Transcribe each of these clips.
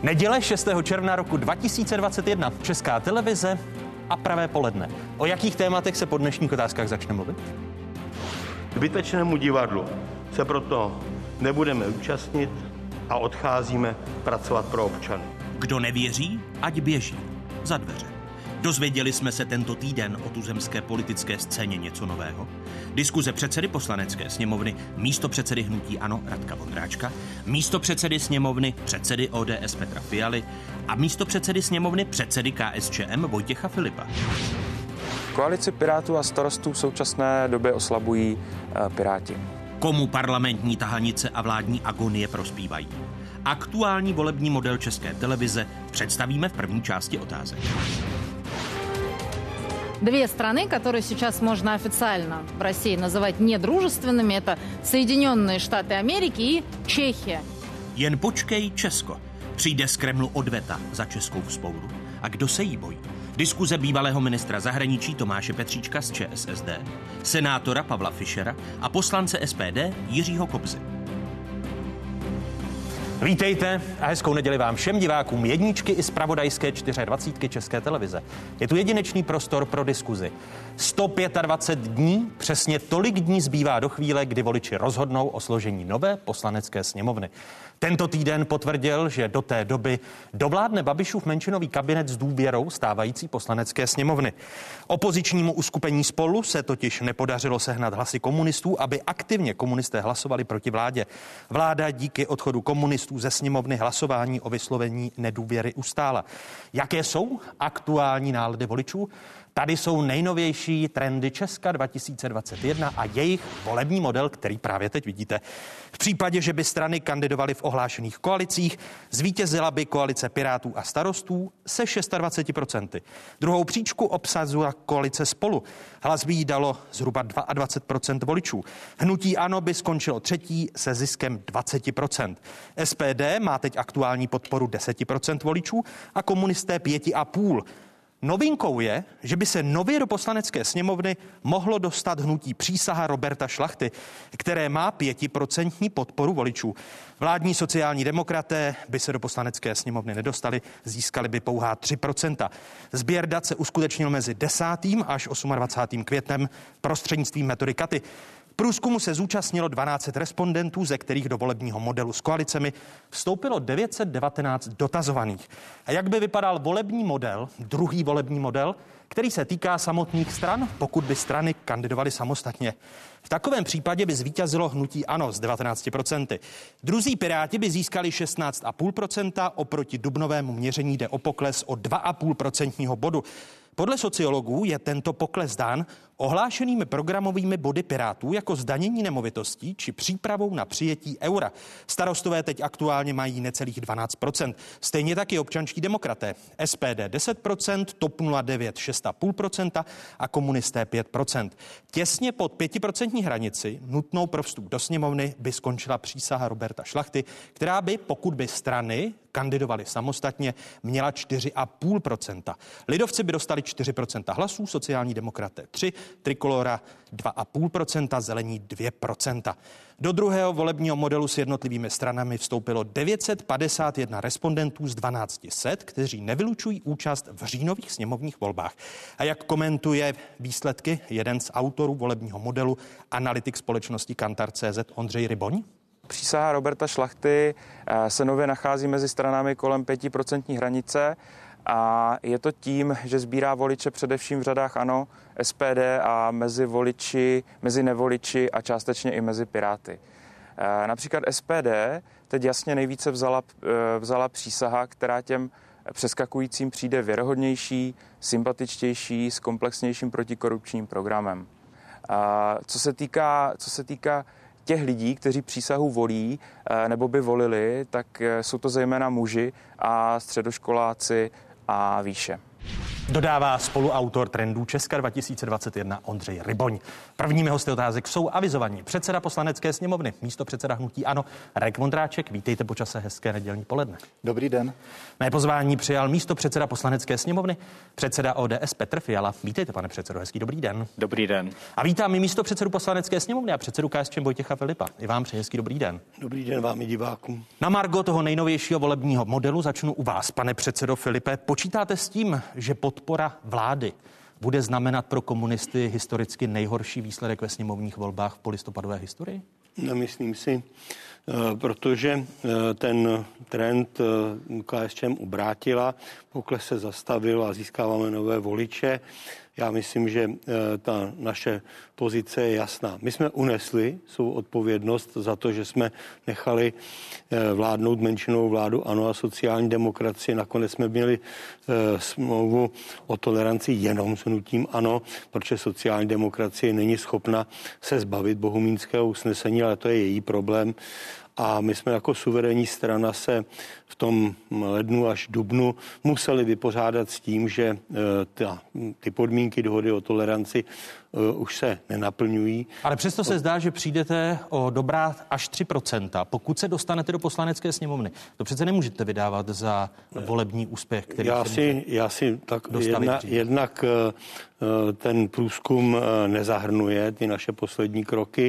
Neděle 6. června roku 2021, Česká televize a Pravé poledne. O jakých tématech se po dnešních otázkách začne mluvit? Zbytečnému divadlu se proto nebudeme účastnit a odcházíme pracovat pro občany. Kdo nevěří, ať běží za dveře. Dozvěděli jsme se tento týden o tuzemské politické scéně něco nového. Diskuze předsedy Poslanecké sněmovny, místopředsedy hnutí ANO Radka Vondráčka, místopředsedy sněmovny, předsedy ODS Petra Fialy a místopředsedy sněmovny, předsedy KSČM Vojtěcha Filipa. Koalici Pirátů a Starostů v současné době oslabují Piráti. Komu parlamentní tahanice a vládní agonie prospívají? Aktuální volební model České televize představíme v první části otázek. Две страны, которые сейчас можно официально в России называть недружественными, это Соединенные Штаты Америки и Чехия. Jen počkej, Česko. Přijde z Kremlu odveta za českou vzpouru. A kdo se jí bojí? Diskuze bývalého ministra zahraničí Tomáše Petříčka z ČSSD, senátora Pavla Fischera a poslance SPD Jiřího Kobzy. Vítejte a hezkou neděli vám všem divákům jedničky i zpravodajské 24 České televize. Je tu jedinečný prostor pro diskuzi. 125 dní, přesně tolik dní zbývá do chvíle, kdy voliči rozhodnou o složení nové poslanecké sněmovny. Tento týden potvrdil, že do té doby dovládne Babišův menšinový kabinet s důvěrou stávající poslanecké sněmovny. Opozičnímu uskupení Spolu se totiž nepodařilo sehnat hlasy komunistů, aby aktivně komunisté hlasovali proti vládě. Vláda díky odchodu komunistů ze sněmovny hlasování o vyslovení nedůvěry ustála. Jaké jsou aktuální nálady voličů? Tady jsou nejnovější trendy Česka 2021 a jejich volební model, který právě teď vidíte. V případě, že by strany kandidovaly v ohlášených koalicích, zvítězila by koalice Pirátů a Starostů se 26%. Druhou příčku obsazuje koalice Spolu. Hlas by jí dalo zhruba 22% voličů. Hnutí ANO by skončilo třetí se ziskem 20%. SPD má teď aktuální podporu 10% voličů a komunisté 5,5%. Novinkou je, že by se nově do poslanecké sněmovny mohlo dostat hnutí Přísaha Roberta Šlachty, které má 5% podporu voličů. Vládní sociální demokraté by se do poslanecké sněmovny nedostali, získali by pouhá 3%. Sběr dat se uskutečnil mezi 10. až 28. květnem prostřednictvím metody Katy. V průzkumu se zúčastnilo 12 respondentů, ze kterých do volebního modelu s koalicemi vstoupilo 919 dotazovaných. A jak by vypadal volební model, druhý volební model, který se týká samotných stran, pokud by strany kandidovaly samostatně? V takovém případě by zvítězilo hnutí ANO s 19%. Druzí Piráti by získali 16,5%, oproti dubnovému měření jde o pokles o 2,5% bodu. Podle sociologů je tento pokles dán ohlášenými programovými body Pirátů jako zdanění nemovitostí či přípravou na přijetí eura. Starostové teď aktuálně mají necelých 12%. Stejně taky občanští demokraté. SPD 10%, TOP 09 6,5% a komunisté 5%. Těsně pod 5% hranici nutnou pro vstup do sněmovny by skončila Přísaha Roberta Šlachty, která by, pokud by strany kandidovali samostatně, měla 4,5%. Lidovci by dostali 4% hlasů, sociální demokraté 3%, Trikolora 2,5%, zelení 2%. Do druhého volebního modelu s jednotlivými stranami vstoupilo 951 respondentů z 1200, kteří nevylučují účast v říjnových sněmovních volbách. A jak komentuje výsledky jeden z autorů volebního modelu, analytik společnosti Kantar.cz Ondřej Ryboň? Přísaha Roberta Šlachty se nově nachází mezi stranami kolem 5% hranice a je to tím, že sbírá voliče především v řadách ANO, SPD a mezi nevoliči a částečně i mezi Piráty. Například SPD teď jasně nejvíce vzala Přísaha, která těm přeskakujícím přijde věrohodnější, sympatičtější, s komplexnějším protikorupčním programem. Co se týká těch lidí, kteří Přísahu volí nebo by volili, tak jsou to zejména muži a středoškoláci a výše. Dodává spoluautor trendů Česka 2021 Ondřej Ryboň. Prvními hosty otázek jsou avizovaní předseda Poslanecké sněmovny, místopředseda hnutí ANO Radek Vondráček. Vítejte po čase, hezké nedělní poledne. Dobrý den. Mé pozvání přijal místopředseda Poslanecké sněmovny, předseda ODS Petr Fiala. Vítejte, pane předsedo, hezký dobrý den. Dobrý den. A vítám i místopředsedu Poslanecké sněmovny a předsedu KSČM Vojtěcha Filipa. I vám přeji hezký dobrý den. Dobrý den vám i divákům. Na margo toho nejnovějšího volebního modelu začnu u vás, pane předsedo Filipe. Počítáte s tím, že podpora vlády bude znamenat pro komunisty historicky nejhorší výsledek ve sněmovních volbách v polistopadové historii? Nemyslím si, protože ten trend KSČM obrátila, pokles se zastavil a získáváme nové voliče. Já myslím, že ta naše pozice je jasná. My jsme unesli svou odpovědnost za to, že jsme nechali vládnout menšinovou vládu ANO a sociální demokracie. Nakonec jsme měli smlouvu o toleranci jenom s hnutím ANO, protože sociální demokracie není schopna se zbavit bohumínského usnesení, ale to je její problém. A my jsme jako suverénní strana se v tom lednu až dubnu museli vypořádat s tím, že ty podmínky dohody o toleranci už se nenaplňují. Ale přesto se zdá, že přijdete o dobrá až 3%. Pokud se dostanete do Poslanecké sněmovny, to přece nemůžete vydávat za volební úspěch, který já si tak jednak ten průzkum nezahrnuje ty naše poslední kroky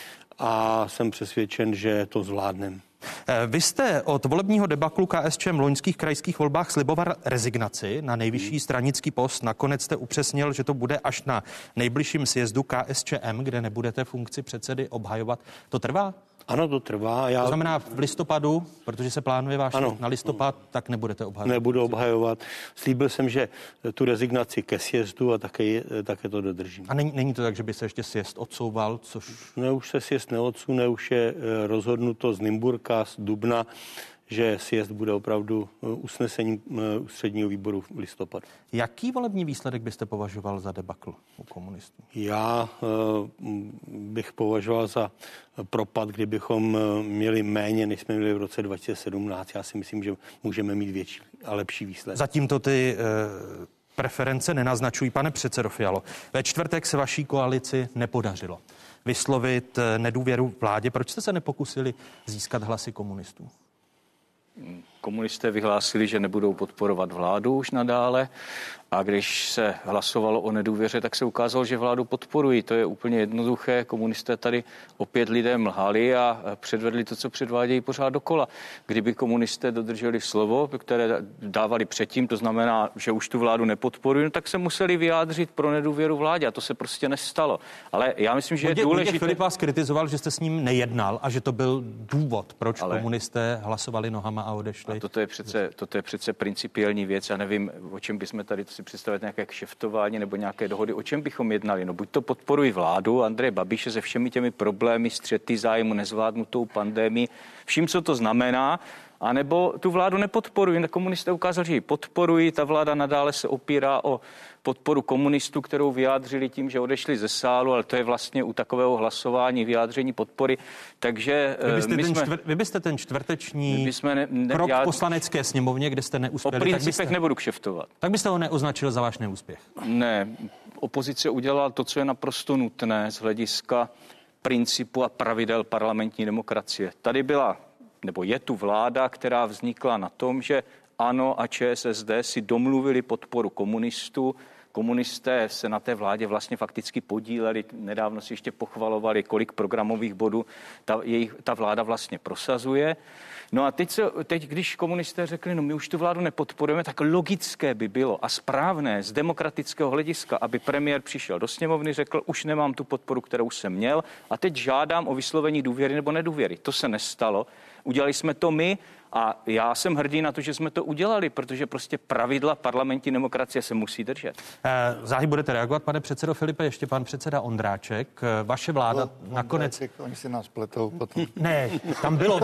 a jsem přesvědčen, že to zvládneme. Vy jste od volebního debaklu KSČM v loňských krajských volbách sliboval rezignaci na nejvyšší stranický post. Nakonec jste upřesnil, že to bude až na nejbližším sjezdu KSČM, kde nebudete funkci předsedy obhajovat. To trvá? Ano, to trvá. To znamená v listopadu, protože se plánuje váš na listopad, tak nebudete obhajovat. Nebudu obhajovat. Slíbil jsem, že tu rezignaci ke sjezdu a také to dodržím. A není to tak, že by se ještě sjezd odsouval, což... Ne, už se sjezd neodsune, už je rozhodnuto z Nymburka, z dubna, že sjezd bude opravdu usnesením ústředního výboru v listopadu. Jaký volební výsledek byste považoval za debakl u komunistů? Já bych považoval za propad, kdybychom měli méně, než jsme měli v roce 2017. Já si myslím, že můžeme mít větší a lepší výsledek. Zatím to ty preference nenaznačují, pane předsedo Fialo. Ve čtvrtek se vaší koalici nepodařilo vyslovit nedůvěru vládě. Proč jste se nepokusili získat hlasy komunistů? Komunisté vyhlásili, že nebudou podporovat vládu už nadále a když se hlasovalo o nedůvěře, tak se ukázalo, že vládu podporují. To je úplně jednoduché. Komunisté tady opět lidem lhali a předvedli to, co předvádějí pořád dokola. Kdyby komunisté dodrželi slovo, které dávali předtím, to znamená, že už tu vládu nepodporují, tak se museli vyjádřit pro nedůvěru vládě a to se prostě nestalo. Ale já myslím, že je důležité... Filip vás kritizoval, že jste s ním nejednal a že to byl důvod, proč komunisté hlasovali nohama a odešli. A toto je přece principiální věc. Já nevím, o čem bychom tady si představit nějaké kšeftování nebo nějaké dohody, o čem bychom jednali. No buď to podporují vládu Andreje Babiše se všemi těmi problémy, střety zájmu, nezvládnutou pandemii, vším, co to znamená, anebo tu vládu nepodporují. Komunisté ukázali, že ji podporují, ta vláda nadále se opírá o podporu komunistů, kterou vyjádřili tím, že odešli ze sálu, ale to je vlastně u takového hlasování vyjádření podpory. Takže vy byste ten čtvrteční krok v Poslanecké sněmovně, kde jste neuspěli. O principech nebudu kšeftovat. Tak byste ho neoznačil za váš neúspěch? Ne, opozice udělala to, co je naprosto nutné z hlediska principu a pravidel parlamentní demokracie. Tady je tu vláda, která vznikla na tom, že ANO a ČSSD si domluvili podporu komunistů. Komunisté se na té vládě vlastně fakticky podíleli. Nedávno si ještě pochvalovali, kolik programových bodů ta vláda vlastně prosazuje. No a teď, když komunisté řekli, no my už tu vládu nepodporujeme, tak logické by bylo a správné z demokratického hlediska, aby premiér přišel do sněmovny, řekl, už nemám tu podporu, kterou jsem měl a teď žádám o vyslovení důvěry nebo nedůvěry. To se nestalo. Udělali jsme to my a já jsem hrdý na to, že jsme to udělali, protože prostě pravidla parlamentní demokracie se musí držet. Záhy budete reagovat, pane předsedo Filipe, ještě pan předseda Ondráček. Vaše vláda nakonec... Oni si nás pletou potom. Ne, tam bylo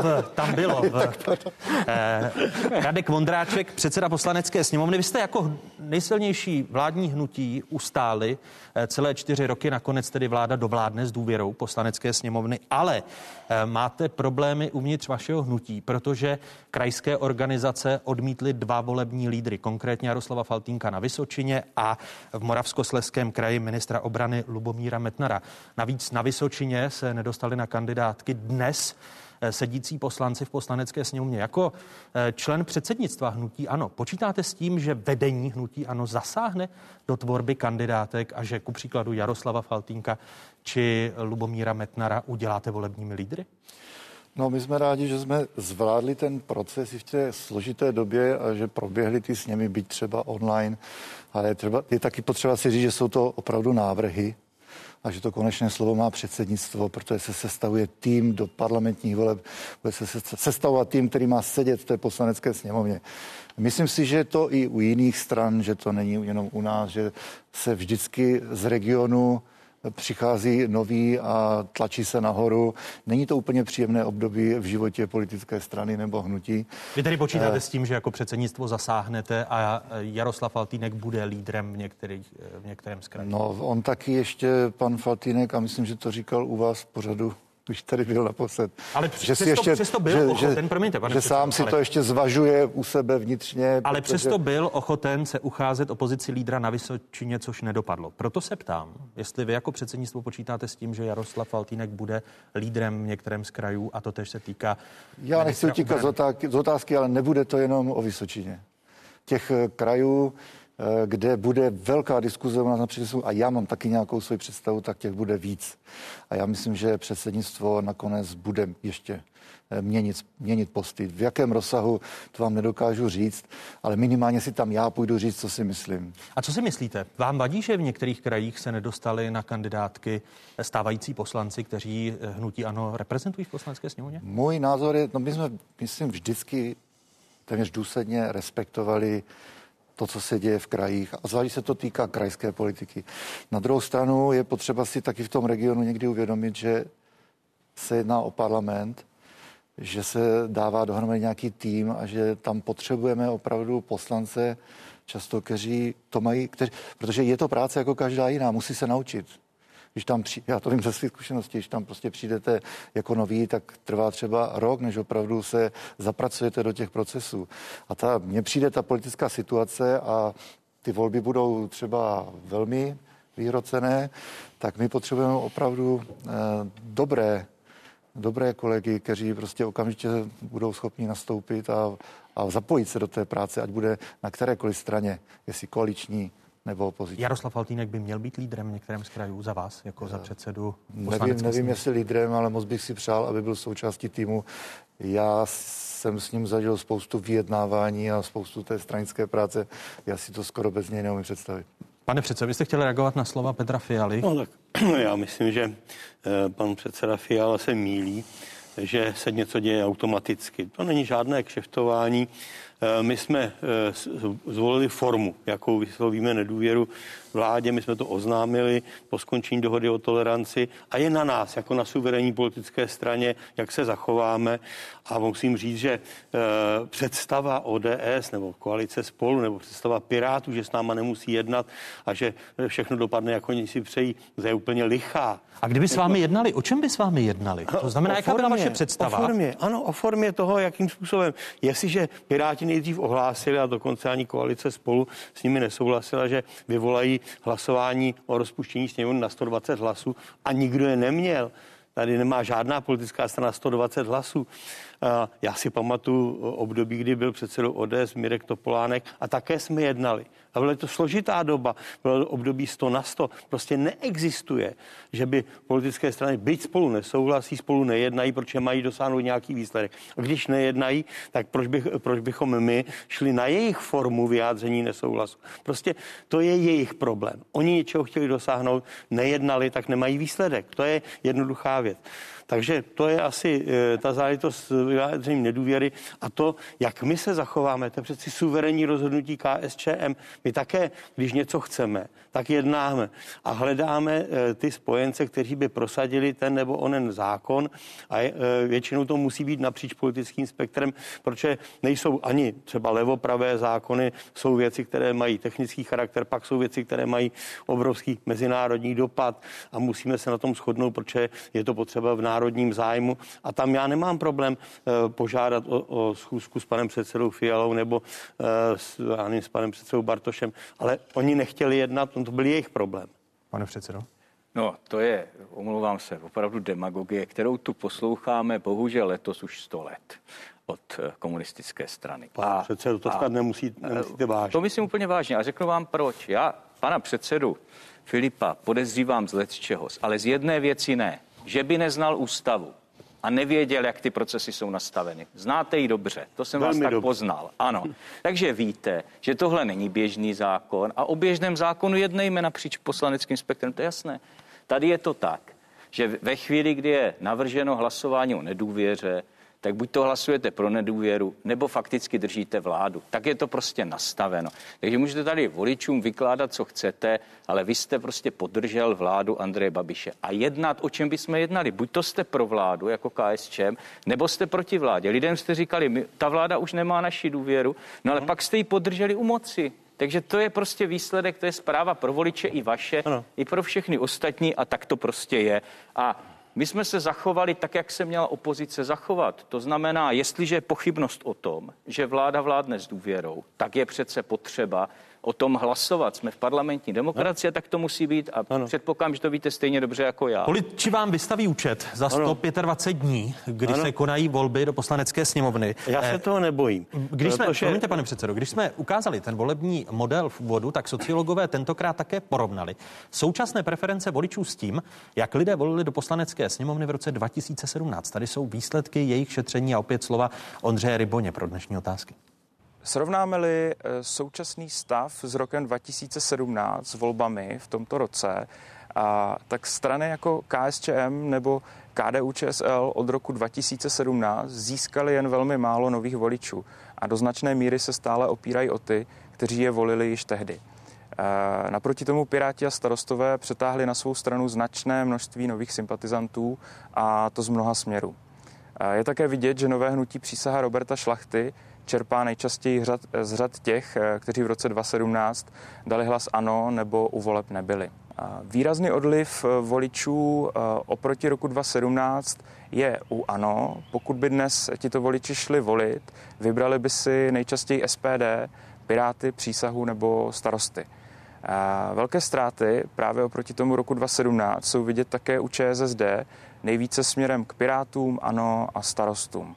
Radek Vondráček, předseda Poslanecké sněmovny. Vy jste jako nejsilnější vládní hnutí ustáli celé 4 roky, nakonec tedy vláda dovládne s důvěrou Poslanecké sněmovny, ale máte problémy uvnitř vašeho hnutí, protože krajské organizace odmítly 2 volební lídry, konkrétně Jaroslava Faltýnka na Vysočině a v Moravskoslezském kraji ministra obrany Lubomíra Metnara. Navíc na Vysočině se nedostali na kandidátky dnes sedící poslanci v Poslanecké sněmovně. Jako člen předsednictva hnutí ANO, počítáte s tím, že vedení hnutí ANO zasáhne do tvorby kandidátek a že ku příkladu Jaroslava Faltýnka či Lubomíra Metnara uděláte volebními lídry? No, my jsme rádi, že jsme zvládli ten proces i v té složité době a že proběhly ty sněmy, byť třeba online, ale je taky potřeba si říct, že jsou to opravdu návrhy a že to konečné slovo má předsednictvo, protože se sestavuje tým do parlamentních voleb, bude se sestavovat tým, který má sedět v té Poslanecké sněmovně. Myslím si, že to i u jiných stran, že to není jenom u nás, že se vždycky z regionu přichází nový a tlačí se nahoru. Není to úplně příjemné období v životě politické strany nebo hnutí. Vy tedy počítáte s tím, že jako předsednictvo zasáhnete a Jaroslav Faltýnek bude lídrem v některém z krajů? No, on taky ještě, pan Faltýnek, a myslím, že to říkal u vás v pořadu, když tady byl naposled. Ale přesto byl ochoten, promiňte, pane že sám si to ještě zvažuje u sebe vnitřně. Ale přesto byl ochoten se ucházet o pozici lídra na Vysočině, což nedopadlo. Proto se ptám, jestli vy jako předsednictvo počítáte s tím, že Jaroslav Faltýnek bude lídrem v některém z krajů a to tež se týká... Já nechci utíkat z otázky, ale nebude to jenom o Vysočině. Těch krajů, kde bude velká diskuze u nás na předsednictvu a já mám taky nějakou svoji představu, tak těch bude víc. A já myslím, že předsednictvo nakonec bude ještě měnit posty. V jakém rozsahu, to vám nedokážu říct, ale minimálně si tam já půjdu říct, co si myslím. A co si myslíte? Vám vadí, že v některých krajích se nedostali na kandidátky stávající poslanci, kteří hnutí ANO reprezentují v Poslanecké sněmovně? Můj názor je, my jsme, myslím, vždycky téměř důsledně respektovali to, co se děje v krajích. A zvlášť se to týká krajské politiky. Na druhou stranu je potřeba si taky v tom regionu někdy uvědomit, že se jedná o parlament, že se dává dohromady nějaký tým a že tam potřebujeme opravdu poslance, často, kteří to mají, protože je to práce jako každá jiná, musí se naučit. Když tam já to vím ze svých zkušeností, když tam prostě přijdete jako nový, tak trvá třeba rok, než opravdu se zapracujete do těch procesů. A mně přijde ta politická situace a ty volby budou třeba velmi vyhrocené, tak my potřebujeme opravdu dobré kolegy, kteří prostě okamžitě budou schopni nastoupit a zapojit se do té práce, ať bude na kterékoliv straně, jestli koaliční nebo opoziční. Jaroslav Faltýnek by měl být lídrem v některém z krajů za vás, jako za předsedu Nevím, jestli lídrem, ale moc bych si přál, aby byl součástí týmu. Já jsem s ním zažil spoustu vyjednávání a spoustu té stranické práce. Já si to skoro bez něj neumím představit. Pane předsedo, vy jste chtěli reagovat na slova Petra Fialy? No tak já myslím, že pan předseda Fiala se mýlí, že se něco děje automaticky. To není žádné kšeftování. My jsme zvolili formu, jakou vyslovíme nedůvěru vládě. My jsme to oznámili po skončení dohody o toleranci a je na nás, jako na suverénní politické straně, jak se zachováme. A musím říct, že představa ODS nebo koalice Spolu nebo představa Pirátů, že s náma nemusí jednat a že všechno dopadne, jako oni si přejí, to je úplně lichá. A kdyby s vámi jednali, o čem by s vámi jednali? To znamená, jaká byla vaše představa? O formě toho, jakým způsobem. Jestliže Piráti nejdřív ohlásili a dokonce ani koalice Spolu s nimi nesouhlasila, že vyvolají hlasování o rozpuštění sněmovny na 120 hlasů a nikdo je neměl. Tady nemá žádná politická strana 120 hlasů. Já si pamatuju období, kdy byl předsedou ODS Mirek Topolánek a také jsme jednali. A byla to složitá doba, bylo období 100 na 100. Prostě neexistuje, že by politické strany, byť spolu nesouhlasí, spolu nejednají, protože mají dosáhnout nějaký výsledek. A když nejednají, tak proč bychom my šli na jejich formu vyjádření nesouhlasu? Prostě to je jejich problém. Oni něčeho chtěli dosáhnout, nejednali, tak nemají výsledek. To je jednoduchá věc. Takže to je asi ta záležitost vyjádřením nedůvěry a to, jak my se zachováme, to je přeci suverénní rozhodnutí KSČM. My také, když něco chceme, tak jednáme a hledáme ty spojence, kteří by prosadili ten nebo onen zákon a většinou to musí být napříč politickým spektrem, protože nejsou ani třeba levopravé zákony, jsou věci, které mají technický charakter, pak jsou věci, které mají obrovský mezinárodní dopad a musíme se na tom shodnout, protože je to potřeba v národním zájmu a tam já nemám problém požádat o schůzku s panem předsedou Fialou nebo s panem předsedou Bartošem, ale oni nechtěli jednat, to byl jejich problém. Pane předsedo? No, to je, omlouvám se, opravdu demagogie, kterou tu posloucháme bohužel letos už 100 let od komunistické strany. Pane předsedo, to snad nemusíte vážit. To myslím úplně vážně a řeknu vám proč. Já pana předsedu Filipa podezřívám z lecčehos, ale z jedné věci ne, že by neznal ústavu a nevěděl, jak ty procesy jsou nastaveny. Znáte ji dobře, to jsem Velmi vás tak dobře. poznal. Ano. Takže víte, že tohle není běžný zákon a o běžném zákonu jednejme napříč poslaneckým spektrem, to je jasné. Tady je to tak, že ve chvíli, kdy je navrženo hlasování o nedůvěře, tak buď to hlasujete pro nedůvěru, nebo fakticky držíte vládu. Tak je to prostě nastaveno. Takže můžete tady voličům vykládat, co chcete, ale vy jste prostě podržel vládu Andreje Babiše. A jednat, o čem bychom jednali, buď to jste pro vládu jako KSČM, nebo jste proti vládě. Lidem jste říkali, ta vláda už nemá naši důvěru, no ale pak jste ji podrželi u moci. Takže to je prostě výsledek, to je zpráva pro voliče i vaše, i pro všechny ostatní a tak to prostě je. A my jsme se zachovali tak, jak se měla opozice zachovat. To znamená, jestliže je pochybnost o tom, že vláda vládne s důvěrou, tak je přece potřeba o tom hlasovat. Jsme v parlamentní demokracii, tak to musí být a předpokládám, že to víte stejně dobře jako já. Voliči vám vystaví účet za 125 dní, kdy se konají volby do Poslanecké sněmovny. Já se toho nebojím. Promiňte, pane předsedo, když jsme ukázali ten volební model v úvodu, tak sociologové tentokrát také porovnali současné preference voličů s tím, jak lidé volili do Poslanecké sněmovny v roce 2017. Tady jsou výsledky jejich šetření a opět slova Ondřeje Ryboně pro dnešní otázky. Srovnáme-li současný stav s rokem 2017 s volbami v tomto roce, tak strany jako KSČM nebo KDU-ČSL od roku 2017 získaly jen velmi málo nových voličů a do značné míry se stále opírají o ty, kteří je volili již tehdy. Naproti tomu Piráti a Starostové přetáhli na svou stranu značné množství nových sympatizantů a to z mnoha směrů. Je také vidět, že nové hnutí Přísaha Roberta Šlachty čerpá nejčastěji z řad těch, kteří v roce 2017 dali hlas ANO nebo u voleb nebyli. Výrazný odliv voličů oproti roku 2017 je u ANO. Pokud by dnes tito voliči šli volit, vybrali by si nejčastěji SPD, Piráty, Přísahu nebo Starosty. Velké ztráty právě oproti tomu roku 2017 jsou vidět také u ČSSD, nejvíce směrem k Pirátům, ANO a Starostům.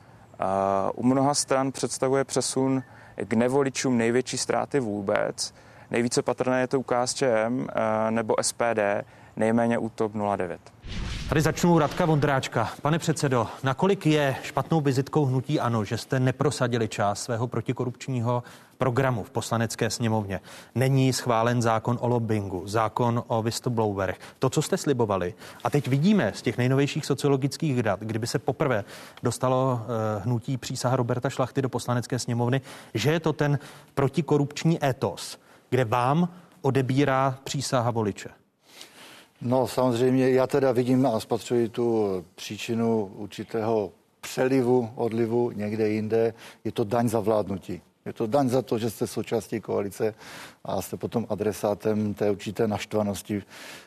U mnoha stran představuje přesun k nevoličům největší ztráty vůbec. Nejvíce patrné je to u KSČM nebo SPD, nejméně u TOP 09. Tady začnu u Radka Vondráčka. Pane předsedo, nakolik je špatnou vizitkou hnutí ANO, že jste neprosadili část svého protikorupčního programu v Poslanecké sněmovně? Není schválen zákon o lobbingu, zákon o whistleblowerech. To, co jste slibovali. A teď vidíme z těch nejnovějších sociologických dat, kdyby se poprvé dostalo hnutí Přísaha Roberta Šlachty do Poslanecké sněmovny, že je to ten protikorupční étos, kde vám odebírá přísaha voliče. No samozřejmě, já teda vidím a spatřuji tu příčinu určitého přelivu, odlivu někde jinde. Je to daň za vládnutí. Je to daň za to, že jste součástí koalice a jste potom adresátem té určité naštvanosti,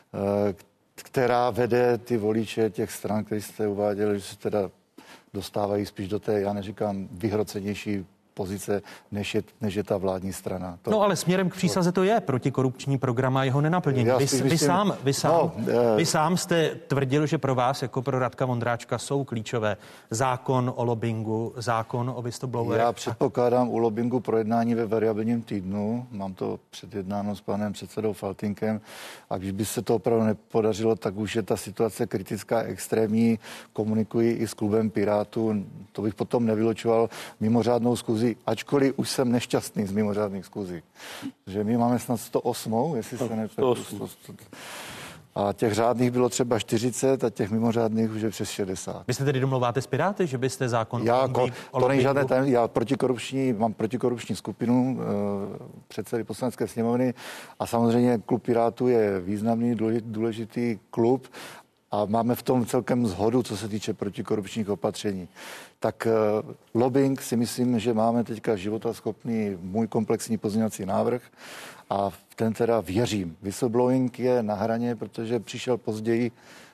která vede ty voliče těch stran, které jste uváděli, že se teda dostávají spíš do té, já neříkám, vyhrocenější pozice, než je ta vládní strana. No ale směrem k přísaze to je protikorupční program a jeho nenaplnění. Vy sám jste tvrdil, že pro vás, jako pro Radka Vondráčka, jsou klíčové zákon o lobbingu, zákon o whistleblowerech. Já předpokládám u lobbingu projednání ve variabilním týdnu. Mám to předjednáno s panem předsedou Faltýnkem a když by se to opravdu nepodařilo, tak už je ta situace kritická, extrémní. Komunikuji i s klubem Pirátů. To bych potom nevylučoval mimořádnou schůzi, ačkoliv už jsem nešťastný z mimořádných schůzí. Že my máme snad 108, jestli se nepletu. A těch řádných bylo třeba 40 a těch mimořádných už je přes 60. Vy se tedy domlouváte s Piráty, že byste zákon to není žádné tajemství. Já mám protikorupční skupinu předsedy Poslanecké sněmovny a samozřejmě klub Pirátů je významný, důležitý klub a máme v tom celkem shodu, co se týče protikorupčních opatření. Tak lobbying si myslím, že máme teďka životaschopný můj komplexní pozměňovací návrh a v ten teda věřím. Whistleblowing je na hraně, protože přišel později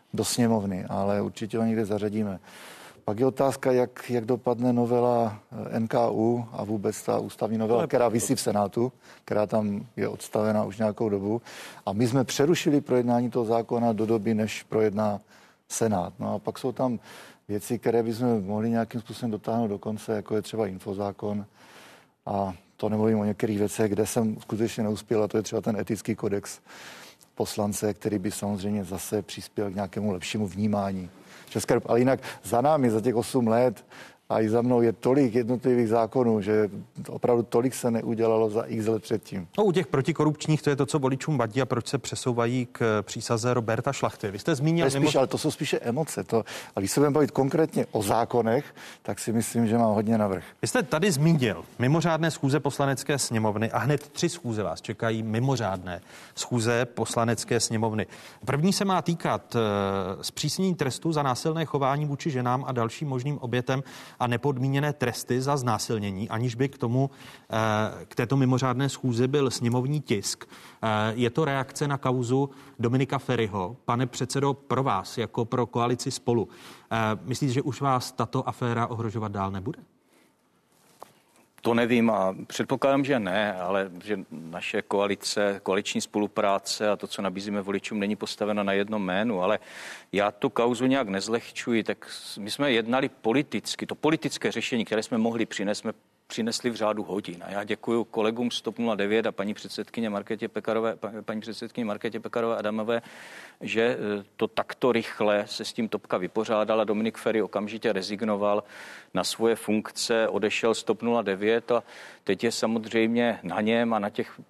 do sněmovny, ale určitě ho někde zařadíme. Pak je otázka, jak dopadne novela NKÚ a vůbec ta ústavní novela, která visí v Senátu, která tam je odstavena už nějakou dobu. A my jsme přerušili projednání toho zákona do doby, než projedná Senát. No a pak jsou tam věci, které bychom mohli nějakým způsobem dotáhnout do konce, jako je třeba infozákon. A to nemluvím o některých věcech, kde jsem skutečně neuspěl, a to je třeba ten etický kodex poslance, který by samozřejmě zase přispěl k nějakému lepšímu vnímání České republiky. Ale jinak za námi, za těch 8 let a i za mnou je tolik jednotlivých zákonů, že opravdu tolik se neudělalo za x let předtím. No, u těch protikorupčních to je to, co voličům vadí a proč se přesouvají k přísaze Roberta Šlachty. Vy jste zmínil... Ale to jsou spíše emoce. A když se budeme bavit konkrétně o zákonech, tak si myslím, že mám hodně navrch. Vy jste tady zmínil mimořádné schůze Poslanecké sněmovny a hned 3 schůze vás čekají mimořádné schůze Poslanecké sněmovny. První se má týkat zpřísnění trestu za násilné chování vůči ženám a dalším možným obětem a nepodmíněné tresty za znásilnění, aniž by k této mimořádné schůzi byl sněmovní tisk. Je to reakce na kauzu Dominika Feriho. Pane předsedo, pro vás, jako pro koalici Spolu, myslíte, že už vás tato aféra ohrožovat dál nebude? To nevím a předpokládám, že ne, ale že naše koaliční spolupráce a to, co nabízíme voličům, není postaveno na jednom jménu, ale já tu kauzu nějak nezlehčuji, tak my jsme jednali politicky. To politické řešení, které jsme mohli přinést, jsme přinesli v řádu hodin. A já děkuji kolegům z TOP 09 a paní předsedkyně Markétě Pekarové Adamové, že to takto rychle se s tím Topka vypořádala. Dominik Feri okamžitě rezignoval na svoje funkce, odešel z TOP 09 a teď je samozřejmě na něm a na těch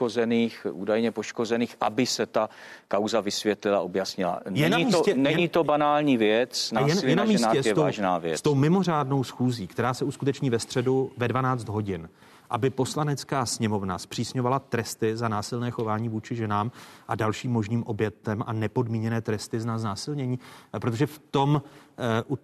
údajně poškozených, aby se ta kauza vysvětlila, objasnila. Není to banální věc, násilí na ženách je vážná věc. S tou mimořádnou schůzí, která se uskuteční ve středu ve 12 hodin, aby Poslanecká sněmovna zpřísňovala tresty za násilné chování vůči ženám a dalším možným obětem a nepodmíněné tresty za znásilnění, protože u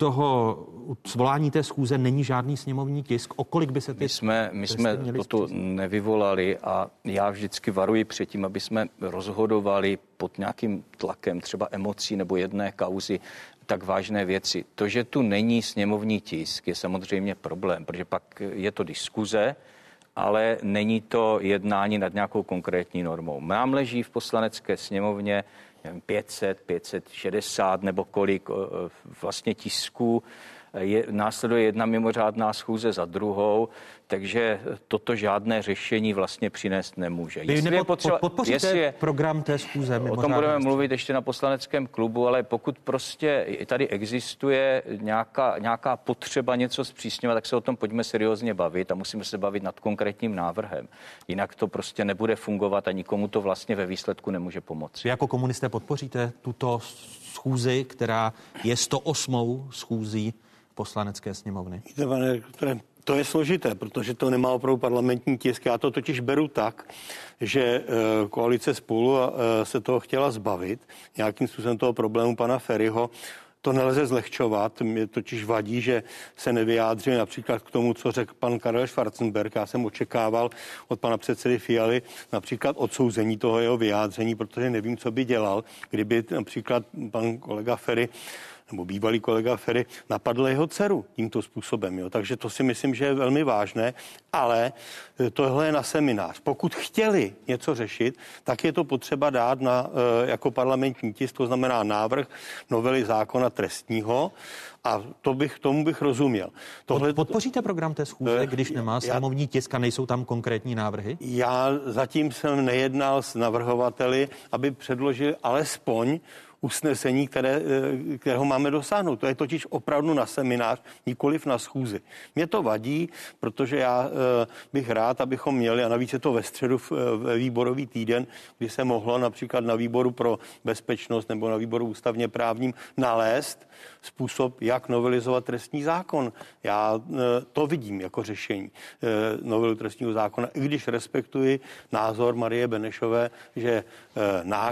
svolání té schůze není žádný sněmovní tisk. O kolik by se ty My jsme toto nevyvolali a já vždycky varuji před tím, aby jsme rozhodovali pod nějakým tlakem třeba emocí nebo jedné kauzy tak vážné věci. To, že tu není sněmovní tisk, je samozřejmě problém, protože pak je to diskuze, ale není to jednání nad nějakou konkrétní normou. Nám leží v Poslanecké sněmovně 500, 560 nebo kolik vlastně tisků. Následuje jedna mimořádná schůze za druhou, takže toto žádné řešení vlastně přinést nemůže. Podpoříte program té schůze? O tom budeme mluvit ještě na poslaneckém klubu, ale pokud prostě tady existuje nějaká potřeba něco zpřísňovat, tak se o tom pojďme seriózně bavit a musíme se bavit nad konkrétním návrhem. Jinak to prostě nebude fungovat a nikomu to vlastně ve výsledku nemůže pomoci. Vy jako komunisté podpoříte tuto schůzi, která je 108. schůzí Poslanecké sněmovny? To je složité, protože to nemá opravdu parlamentní tisk. Já to totiž beru tak, že koalice Spolu se toho chtěla zbavit, nějakým způsobem toho problému pana Feriho. To nelze zlehčovat, mě totiž vadí, že se nevyjádřili například k tomu, co řekl pan Karel Schwarzenberg. Já jsem očekával od pana předsedy Fialy například odsouzení toho jeho vyjádření, protože nevím, co by dělal, kdyby například pan kolega Feri nebo bývalý kolega Feri napadl jeho dceru tímto způsobem. Jo. Takže to si myslím, že je velmi vážné, ale tohle je na seminář. Pokud chtěli něco řešit, tak je to potřeba dát jako parlamentní tisk, to znamená návrh novely zákona trestního, a tomu bych rozuměl. Podpoříte program té schůze, když nemá sněmovní tisk a nejsou tam konkrétní návrhy? Já zatím jsem nejednal s navrhovateli, aby předložili alespoň usnesení, kterého máme dosáhnout. To je totiž opravdu na seminář, nikoliv na schůzi. Mě to vadí, protože já bych rád, abychom měli, a navíc je to ve středu ve výborový týden, kdy se mohlo například na výboru pro bezpečnost nebo na výboru ústavně právním nalézt způsob, jak novelizovat trestní zákon. Já to vidím jako řešení novelu trestního zákona, i když respektuji názor Marie Benešové, že náš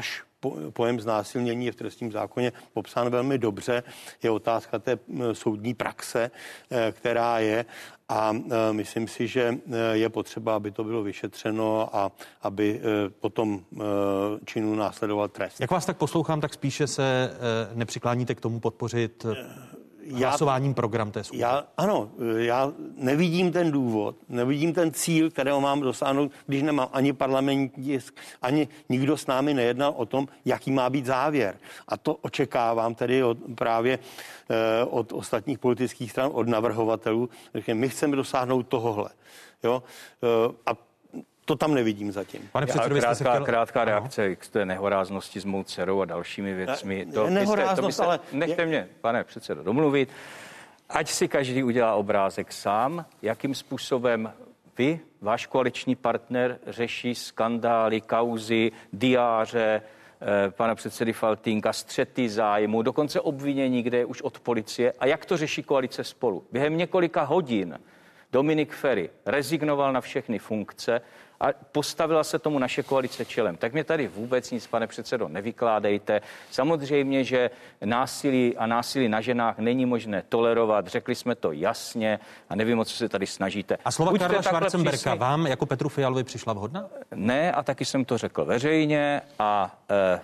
pojem znásilnění je v trestním zákoně popsán velmi dobře. Je otázka té soudní praxe, která je. A myslím si, že je potřeba, aby to bylo vyšetřeno a aby potom činu následoval trest. Jak vás tak poslouchám, tak spíše se nepřikláníte k tomu podpořit hlasováním program té schůze. Já nevidím ten důvod, nevidím ten cíl, kterého mám dosáhnout, když nemám ani parlamentní tisk, ani nikdo s námi nejednal o tom, jaký má být závěr. A to očekávám tedy právě od ostatních politických stran, od navrhovatelů. My chceme dosáhnout tohohle. Jo? A to tam nevidím zatím. Pane předsedo, krátká reakce k té nehoráznosti s mou dcerou a dalšími věcmi. Nechte mě, pane předsedo, domluvit. Ať si každý udělá obrázek sám, jakým způsobem vy, váš koaliční partner, řeší skandály, kauzy, diáře, pana předsedy Faltýnka, střety zájmu, dokonce obvinění, kde je už od policie. A jak to řeší koalice Spolu? Během několika hodin Dominik Feri rezignoval na všechny funkce a postavila se tomu naše koalice čelem. Tak mě tady vůbec nic, pane předsedo, nevykládejte. Samozřejmě, že násilí na ženách není možné tolerovat. Řekli jsme to jasně a nevím, o co se tady snažíte. A slova Karla Schwarzenberga vám jako Petru Fialovi přišla vhodná? Ne, a taky jsem to řekl veřejně a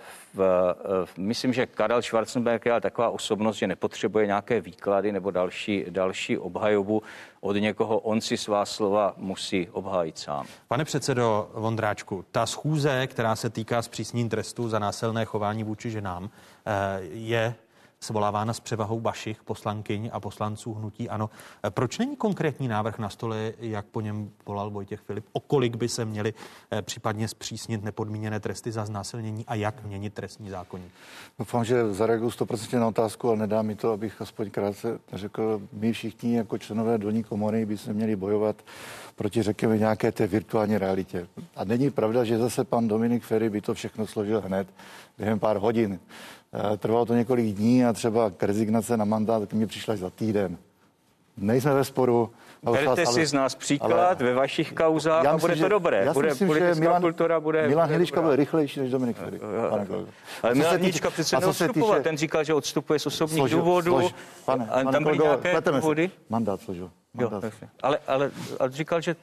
myslím, že Karel Schwarzenberg je ale taková osobnost, že nepotřebuje nějaké výklady nebo další obhajobu od někoho. On si svá slova musí obhájit sám. Pane předsedo Vondráčku, ta schůze, která se týká zpřísnění trestu za násilné chování vůči ženám, je svolávána s převahou vašich poslankyň a poslanců hnutí ANO. Proč není konkrétní návrh na stole, jak po něm volal Vojtěch Filip, o kolik by se měly případně zpřísnit nepodmíněné tresty za znásilnění a jak měnit trestní zákoník? Doufám, že zareaguju 100% na otázku, ale nedá mi to, abych aspoň krátce řekl, my všichni jako členové dolní komory by se měli bojovat proti, řekněme, nějaké té virtuální realitě. A není pravda, že zase pan Dominik Feri by to všechno složil hned během pár hodin. Trvalo to několik dní a třeba k rezignace na mandát k mně přišla za týden. Nejsme ve sporu. Berte si z nás příklad ve vašich kauzách a bude to dobré. Politická kultura bude... Milan Hnilička byl rychlejší než Dominik Feri. Ale Milan Hnilička přece neodstupoval. Ten říkal, že odstupuje z osobních důvodů. Tam byly nějaké důvody? Mandát složil. Ale říkal, že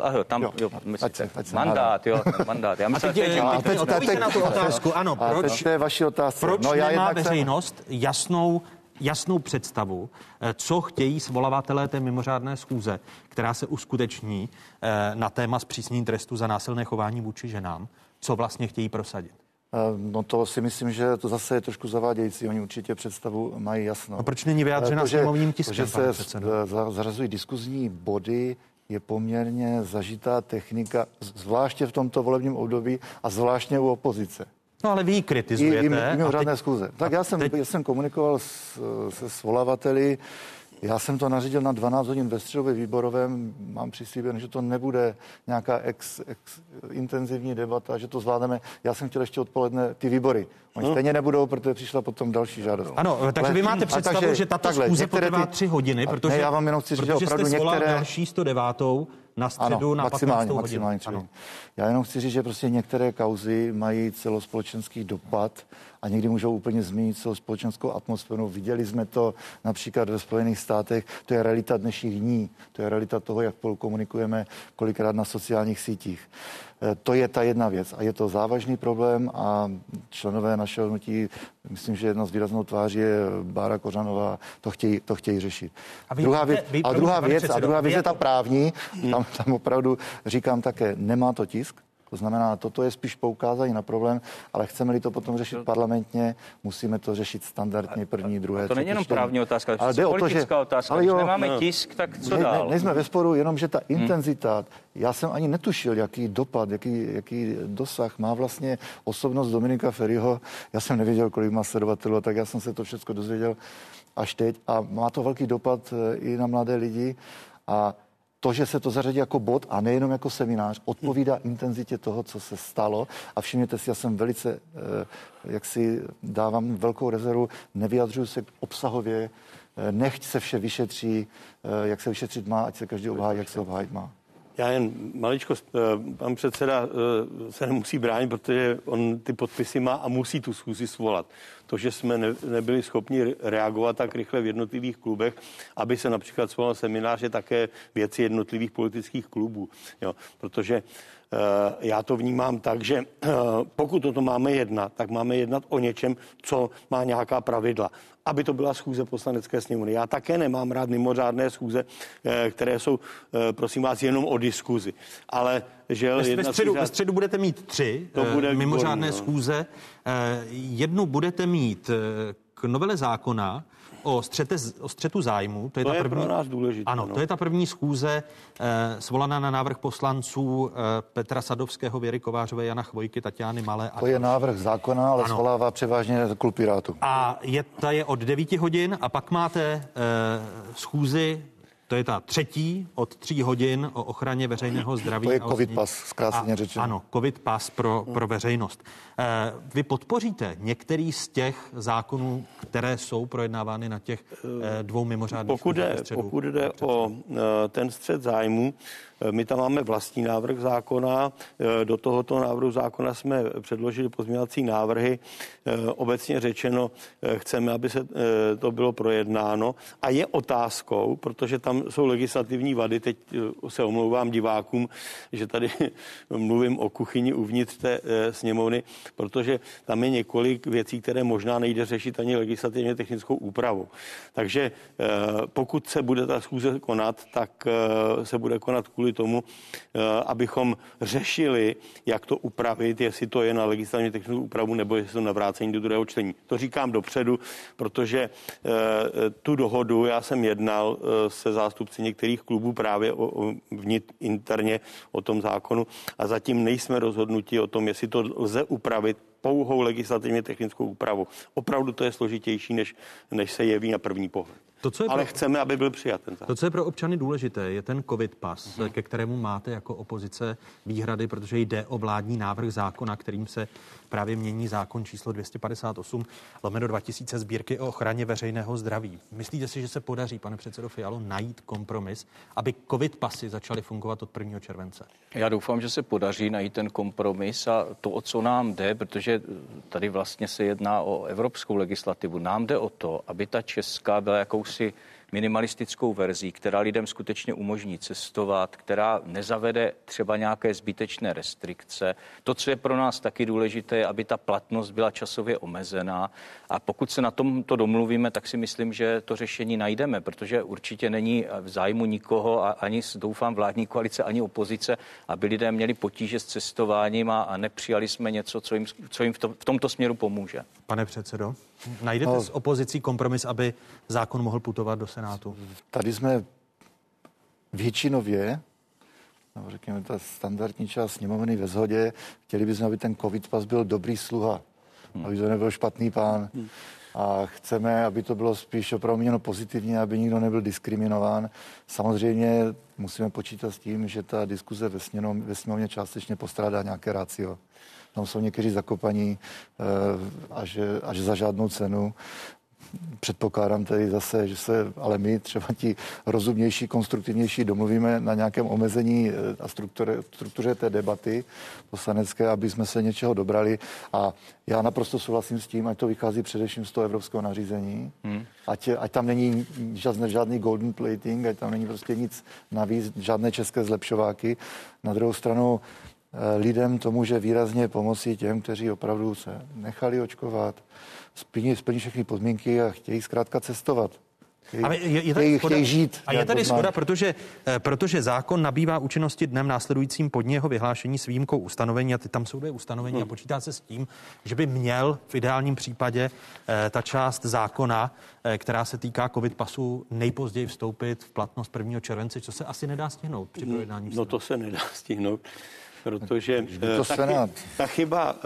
mandát. Já myslím, že na tu otázku. Ano, proč? To je vaši otázka. Proč nemá veřejnost jasnou představu, co chtějí svolavatelé té mimořádné schůze, která se uskuteční na téma zpřísnění trestu za násilné chování vůči ženám, co vlastně chtějí prosadit? No to si myslím, že to zase je trošku zavádějící. Oni určitě představu mají jasno. A proč není vyjádřena sněmovním tiskem? Že se zařazují diskuzní body, je poměrně zažitá technika, zvláště v tomto volebním období a zvláště u opozice. No ale vy ji kritizujete. I mimořádné schůze. Tak já jsem komunikoval se svolavateli. Já jsem to nařídil na 12 hodin ve středu ve výborovém. Mám přislíbeno, že to nebude nějaká intenzivní debata, že to zvládneme. Já jsem chtěl ještě odpoledne ty výbory. Oni stejně nebudou, protože přišla potom další žádost. Ano, takže vy máte představu, že tato schůze potrvá 3 hodiny, protože, já vám jenom chci říct, protože opravdu jste svolal některé... další 109. na středu na 15 hodin. Ano. Já jenom chci říct, že prostě některé kauzy mají celospolečenský dopad a někdy můžou úplně změnit celospolečenskou atmosféru. Viděli jsme to například ve Spojených státech. To je realita dnešních dní. To je realita toho, jak spolu komunikujeme kolikrát na sociálních sítích. To je ta jedna věc a je to závažný problém a členové našeho hnutí, myslím, že jedna z výraznou tváří je Bára Kořanová, to chtějí řešit. Druhá věc je ta právní, tam opravdu říkám také, nemá to tisk. To znamená, toto je spíš poukázání na problém, ale chceme-li to potom řešit parlamentně, musíme to řešit standardně první, druhé. To není jenom právní otázka, ale je politická otázka. Ale když nemáme tisk, tak co dál? Nejsme ve sporu, jenom že ta intenzita, já jsem ani netušil, jaký dopad, jaký dosah má vlastně osobnost Dominika Feriho. Já jsem nevěděl, kolik má sledovatelů, tak já jsem se to všechno dozvěděl až teď a má to velký dopad i na mladé lidi a to, že se to zařadí jako bod a nejenom jako seminář, odpovídá intenzitě toho, co se stalo. A všimněte si, já jsem velice, jak si dávám velkou rezervu, nevyjadřuju se obsahově, nechť se vše vyšetří, jak se vyšetřit má, ať se každý obhájí, jak se obhájit má. Já jen maličkost, pan předseda se nemusí bránit, protože on ty podpisy má a musí tu schůzi svolat. To, že jsme nebyli schopni reagovat tak rychle v jednotlivých klubech, aby se například svolal seminář, je také věci jednotlivých politických klubů. Jo, protože já to vnímám tak, že pokud o to máme jednat, tak máme jednat o něčem, co má nějaká pravidla. Aby to byla schůze Poslanecké sněmovny. Já také nemám rád mimořádné schůze, které jsou, prosím vás, jenom o diskuzi. Ale že ve středu budete mít 3 mimořádné schůze. Jednu budete mít k novele zákona o střetu zájmu. To je pro nás důležité. Ano, to je ta první schůze svolaná na návrh poslanců Petra Sadovského, Věry Kovářové, Jana Chvojky, Tatiany Malé. To je návrh zákona, ale svolává převážně klub Pirátů. A ta je od 9 hodin a pak máte schůzi, to je ta 3. od 3 hodin o ochraně veřejného zdraví. To je covid pas, zkráceně řečeno. Ano, covid pas pro veřejnost. Vy podpoříte některý z těch zákonů, které jsou projednávány na těch 2 mimořádných schůzích? Pokud jde o ten střet zájmu, my tam máme vlastní návrh zákona. Do tohoto návrhu zákona jsme předložili pozměňovací návrhy. Obecně řečeno, chceme, aby se to bylo projednáno. A je otázkou, protože tam jsou legislativní vady, teď se omlouvám divákům, že tady mluvím o kuchyni uvnitř té sněmovny, protože tam je několik věcí, které možná nejde řešit ani legislativně technickou úpravou. Takže pokud se bude ta schůze konat, tak se bude konat kvůli tomu, abychom řešili, jak to upravit, jestli to je na legislativně technickou úpravu, nebo jestli to na vrácení do druhého čtení. To říkám dopředu, protože tu dohodu já jsem jednal se zástupci některých klubů právě interně o tom zákonu a zatím nejsme rozhodnuti o tom, jestli to lze upravit pouhou legislativně technickou úpravu. Opravdu to je složitější, než se jeví na první pohled. Ale chceme, aby byl přijat ten zákon. To, co je pro občany důležité, je ten covid pas, ke kterému máte jako opozice výhrady, protože jde o vládní návrh zákona, kterým se právě mění zákon číslo 258/2000 Sbírky o ochraně veřejného zdraví. Myslíte si, že se podaří, pane předsedo Fialo, najít kompromis, aby covid pasy začaly fungovat od 1. července? Já doufám, že se podaří najít ten kompromis a to, o co nám jde, protože tady vlastně se jedná o evropskou legislativu. Nám jde o to, aby ta česká byla jakousi minimalistickou verzí, která lidem skutečně umožní cestovat, která nezavede třeba nějaké zbytečné restrikce. To, co je pro nás taky důležité, je, aby ta platnost byla časově omezená. A pokud se na tomto domluvíme, tak si myslím, že to řešení najdeme, protože určitě není v zájmu nikoho a ani, doufám, vládní koalice, ani opozice, aby lidé měli potíže s cestováním a nepřijali jsme něco, co jim v tomto směru pomůže. Pane předsedo, najdete s opozicí kompromis, aby zákon mohl putovat do Senátu? Tady jsme většinově, nebo řekněme, ta standardní část sněmovny ve shodě, chtěli bychom, aby ten covid pas byl dobrý sluha, aby to nebyl špatný pán. A chceme, aby to bylo spíš opravdu pozitivně, aby nikdo nebyl diskriminován. Samozřejmě musíme počítat s tím, že ta diskuze ve sněmovně částečně postrádá nějaké ratio. Tam jsou někteří zakopaní a že za žádnou cenu. Předpokládám tedy zase, že se, ale my třeba ti rozumnější, konstruktivnější domluvíme na nějakém omezení a struktuře té debaty poslanecké, aby jsme se něčeho dobrali. A já naprosto souhlasím s tím, ať to vychází především z toho evropského nařízení. Ať tam není žádný golden plating, ať tam není prostě nic navíc, žádné české zlepšováky. Na druhou stranu lidem to může výrazně pomoci těm, kteří opravdu se nechali očkovat, splní všechny podmínky a chtějí zkrátka cestovat. Chtějí žít. A je tady shoda, protože zákon nabývá účinnosti dnem následujícím po dni jeho vyhlášení s výjimkou ustanovení, a tam jsou dvě ustanovení a počítá se s tím, že by měl v ideálním případě ta část zákona, která se týká covid pasu, nejpozději vstoupit v platnost 1. července, co se asi nedá stihnout při projednání. No to se nedá stihnout. Protože ta chyba,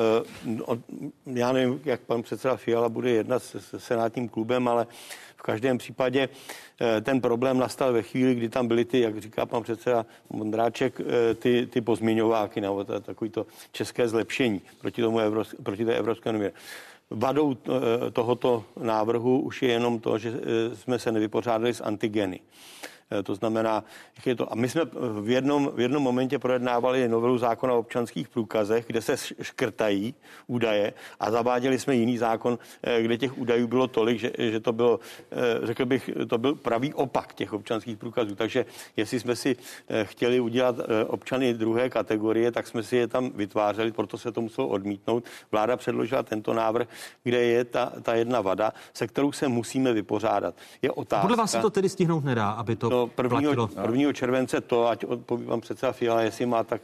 já nevím, jak pan předseda Fiala bude jednat se senátním klubem, ale v každém případě ten problém nastal ve chvíli, kdy tam byly ty, jak říká pan předseda Vondráček, ty pozměňováky, nebo takový to české zlepšení proti té Evropské unii. Vadou tohoto návrhu už je jenom to, že jsme se nevypořádali s antigeny. To znamená, jak je to. A my jsme v jednom momentě projednávali novelu zákona o občanských průkazech, kde se škrtají údaje a zaváděli jsme jiný zákon, kde těch údajů bylo tolik, že to bylo, řekl bych, to byl pravý opak těch občanských průkazů. Takže jestli jsme si chtěli udělat občany druhé kategorie, tak jsme si je tam vytvářeli, proto se to muselo odmítnout. Vláda předložila tento návrh, kde je ta jedna vada, se kterou se musíme vypořádat. Je otázka. Podle vás se to tedy stihnout nedá, aby to platilo? 1. července to, ať odpoví pan předseda Fiala, jestli má tak